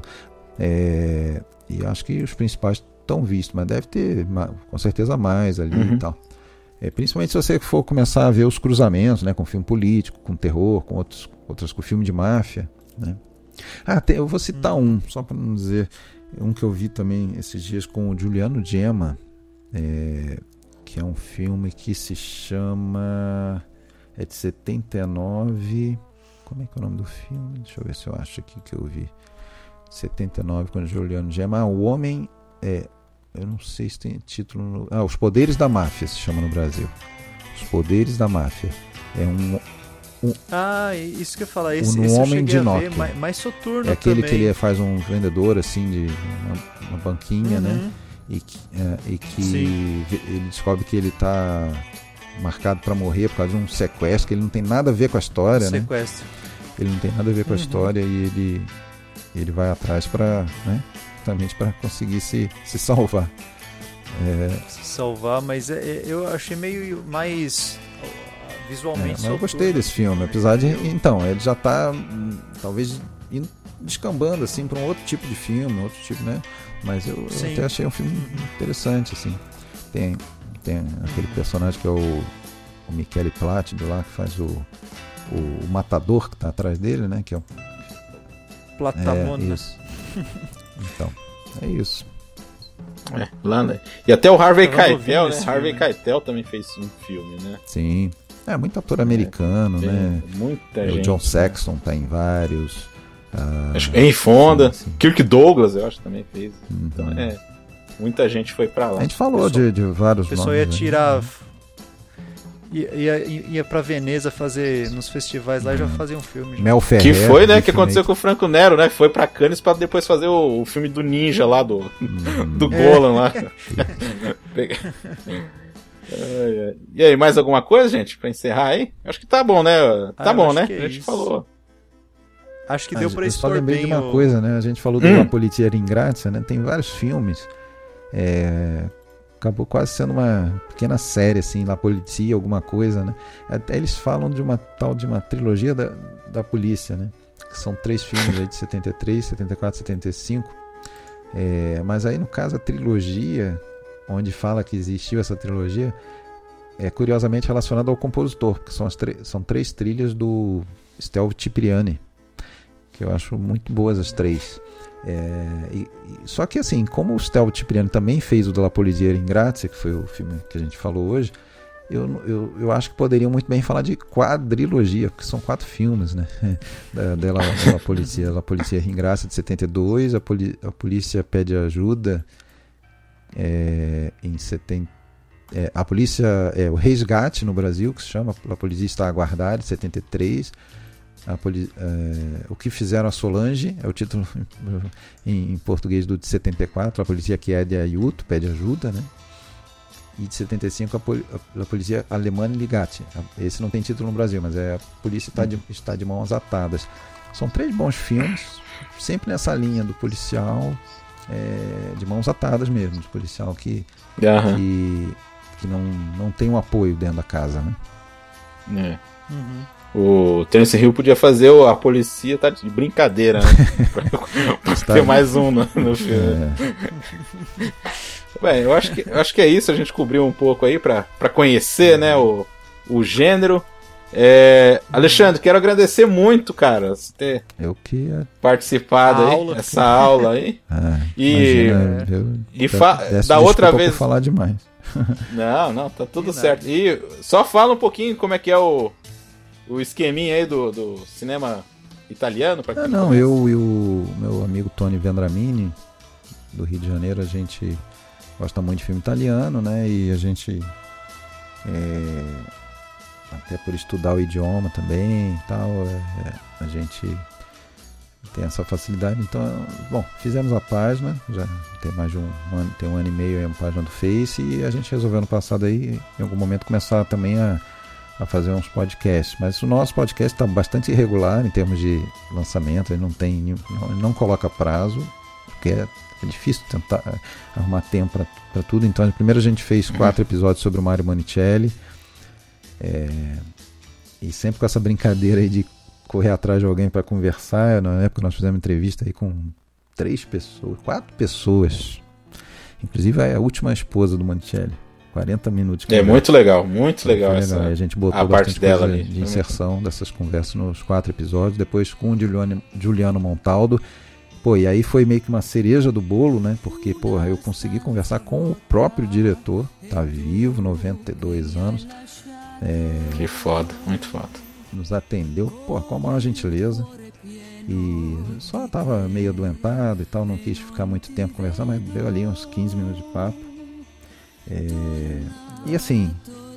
E acho que os principais estão vistos, mas deve ter com certeza mais ali e tal. Principalmente se você for começar a ver os cruzamentos, né? Com filme político, com terror, com outros com filme de máfia, né? Eu vou citar só para não dizer, um que eu vi também esses dias com o Giuliano Gemma, que é um filme que se chama... É de 79... Como é que é o nome do filme? Deixa eu ver se eu acho aqui que eu vi. 79 com o Giuliano Gemma. O Homem... eu não sei se tem título... Os Poderes da Máfia se chama no Brasil. Os Poderes da Máfia. É isso que eu ia falar. Esse eu Homem de Nokia. Mais soturno. É aquele também. que ele faz um vendedor assim de uma banquinha, né? E que ele descobre que ele tá marcado para morrer por causa de um sequestro, que ele não tem nada a ver com a história, né? Sequestro. Ele não tem nada a ver com a história e ele vai atrás para, né? Justamente para conseguir se salvar. Se salvar, mas eu achei meio mais visualmente. Mas eu gostei desse filme, apesar de... Então, ele já tá talvez descambando assim para um outro tipo de filme, outro tipo, né? Mas eu até achei um filme interessante, assim. Tem aquele personagem que é o Michele Plácido lá, que faz o matador que tá atrás dele, né? Que é o Platamona. Isso. Então, é isso. Lá, né? E até o Harvey Keitel, né? Harvey Keitel também fez um filme, né? Sim. Muito ator americano, né? Muita gente. O John Saxon tá em vários. Henry Fonda, sim. Kirk Douglas, eu acho que também fez. Então, muita gente foi pra lá. A gente falou de vários nomes. O pessoal ia tirar... Ia pra Veneza fazer nos festivais lá e já fazia um filme. Mel Ferrer, que foi, né? Que aconteceu com o Franco Nero, né? Foi pra Cannes pra depois fazer o filme do Ninja lá, do Golan lá. E aí, mais alguma coisa, gente, pra encerrar aí? Acho que tá bom, né? Tá bom, né? A gente falou. Acho que deu pra expor bem. Eu só lembrei de uma coisa, né? A gente falou do La Polizia Ringrazia, né? Tem vários filmes. Acabou quase sendo uma pequena série, assim, La Polizia, alguma coisa, né? Até eles falam de uma trilogia da polícia, né? Que são 3 filmes aí de 73, 74, 75. Mas aí, no caso, a trilogia, onde fala que existiu essa trilogia, é curiosamente relacionada ao compositor, porque são 3 trilhas do Stelvio Cipriani, que eu acho muito boas as 3. Só que assim, como o Stelvio Cipriani também fez o La Polizia Ringrazia, que foi o filme que a gente falou hoje, eu acho que poderiam muito bem falar de quadrilogia, porque são 4 filmes, né? da La Polizia Ringrazia de 72, a Polícia Pede Ajuda em 70, a polícia o Resgate no Brasil, que se chama La Polizia Está a Guardar, de 73. O que fizeram a Solange é o título em português de 74, a polícia que é de Aiuto, Pede Ajuda, né? E de 75 a polícia alemã Ligati. Esse não tem título no Brasil, mas a polícia está de mãos atadas. São 3 bons filmes, sempre nessa linha do policial de mãos atadas mesmo, do policial que não tem um apoio dentro da casa, né? O Terence Hill podia fazer a polícia tá de brincadeira, né? pra ter mais um no filme. Bem, eu acho que é isso. A gente cobriu um pouco aí pra conhecer, né, o gênero. Alexandre, quero agradecer muito, cara, você ter participado aí, essa aula aí. Da outra vez falar demais. Não, tá tudo certo. E só fala um pouquinho como é que é o esqueminha aí do cinema italiano. Eu e o meu amigo Tony Vendramini, do Rio de Janeiro, a gente gosta muito de filme italiano, né? E a gente, até por estudar o idioma também e tal, a gente tem essa facilidade. Então, bom, fizemos a página, já tem mais de um ano e meio aí a página do Face, e a gente resolveu no passado aí, em algum momento, começar também a fazer uns podcasts. Mas o nosso podcast está bastante irregular em termos de lançamento, ele não coloca prazo, porque é difícil tentar arrumar tempo para tudo. Então, primeiro a gente fez 4 episódios sobre o Mario Monicelli, e sempre com essa brincadeira aí de correr atrás de alguém para conversar. Na época nós fizemos entrevista aí com 4 pessoas, inclusive a última esposa do Monicelli, 40 minutos. Muito legal essa a gente botou a parte dela ali de inserção dessas conversas nos 4 episódios, depois com o Giuliano Montaldo. E aí foi meio que uma cereja do bolo, né? Porque, eu consegui conversar com o próprio diretor, tá vivo, 92 anos. Que foda, muito foda. Nos atendeu, com a maior gentileza. E só tava meio adoentado e tal, não quis ficar muito tempo conversando, mas deu ali uns 15 minutos de papo. E assim,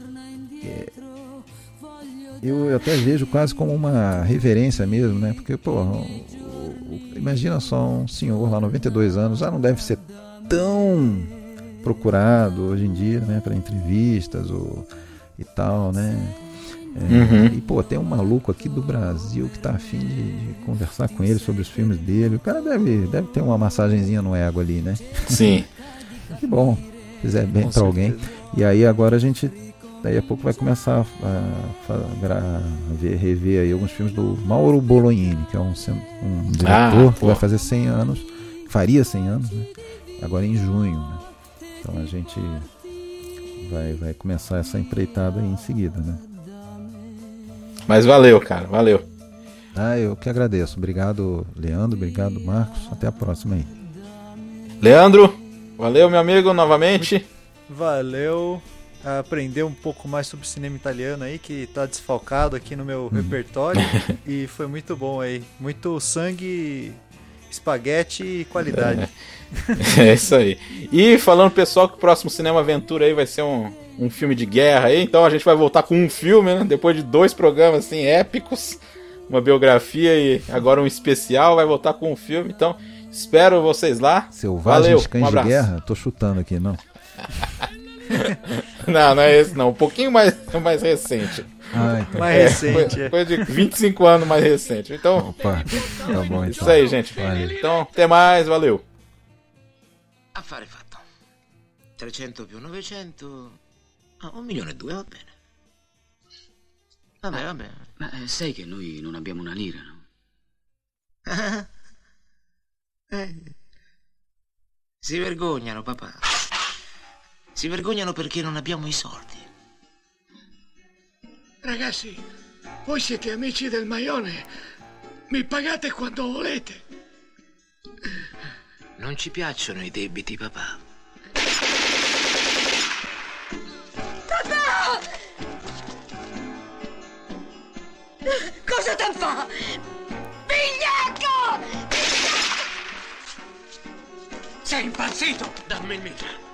eu até vejo quase como uma reverência mesmo, né? Porque, imagina só um senhor lá, 92 anos, já não deve ser tão procurado hoje em dia, né? Para entrevistas e tal, né? E tem um maluco aqui do Brasil que tá afim de conversar com ele sobre os filmes dele. O cara deve ter uma massagenzinha no ego ali, né? Sim. Que bom, fizer bem para alguém. E aí agora a gente, daí a pouco, vai começar a rever aí alguns filmes do Mauro Bolognini, que é um diretor que vai fazer 100 anos, faria 100 anos, né? Agora em junho, né? Então a gente vai começar essa empreitada aí em seguida, né? Mas valeu, cara, valeu. Eu que agradeço. Obrigado, Leandro, obrigado, Marcos. Até a próxima aí. Leandro, valeu, meu amigo, novamente. Valeu. Aprender um pouco mais sobre cinema italiano aí, que tá desfalcado aqui no meu repertório. E foi muito bom aí. Muito sangue, espaguete e qualidade. É isso aí. E falando, pessoal, que o próximo Cinema Aventura aí vai ser um filme de guerra aí. Então a gente vai voltar com um filme, né? Depois de 2 programas assim épicos, uma biografia e agora um especial, vai voltar com um filme. Então espero vocês lá. Selvagens Cães de Guerra? Tô chutando aqui, não. Não é esse não. Um pouquinho mais recente. Então. Mais recente. Depois de 25 anos mais recente. Então, opa, tá bom, então. Isso aí, gente. Vale. Então, até mais, valeu. Affare fatto. 300 più 900... 1,2 milione, va bene. Va bene. Ma sai che noi non abbiamo una lira, no? Si vergognano, papà. Si vergognano perché non abbiamo i soldi. Ragazzi, voi siete amici del Maione. Mi pagate quando volete. Non ci piacciono i debiti, papà. Papà! Cosa te fa? Figliacco! Sei impazzito? Dammi il mitra.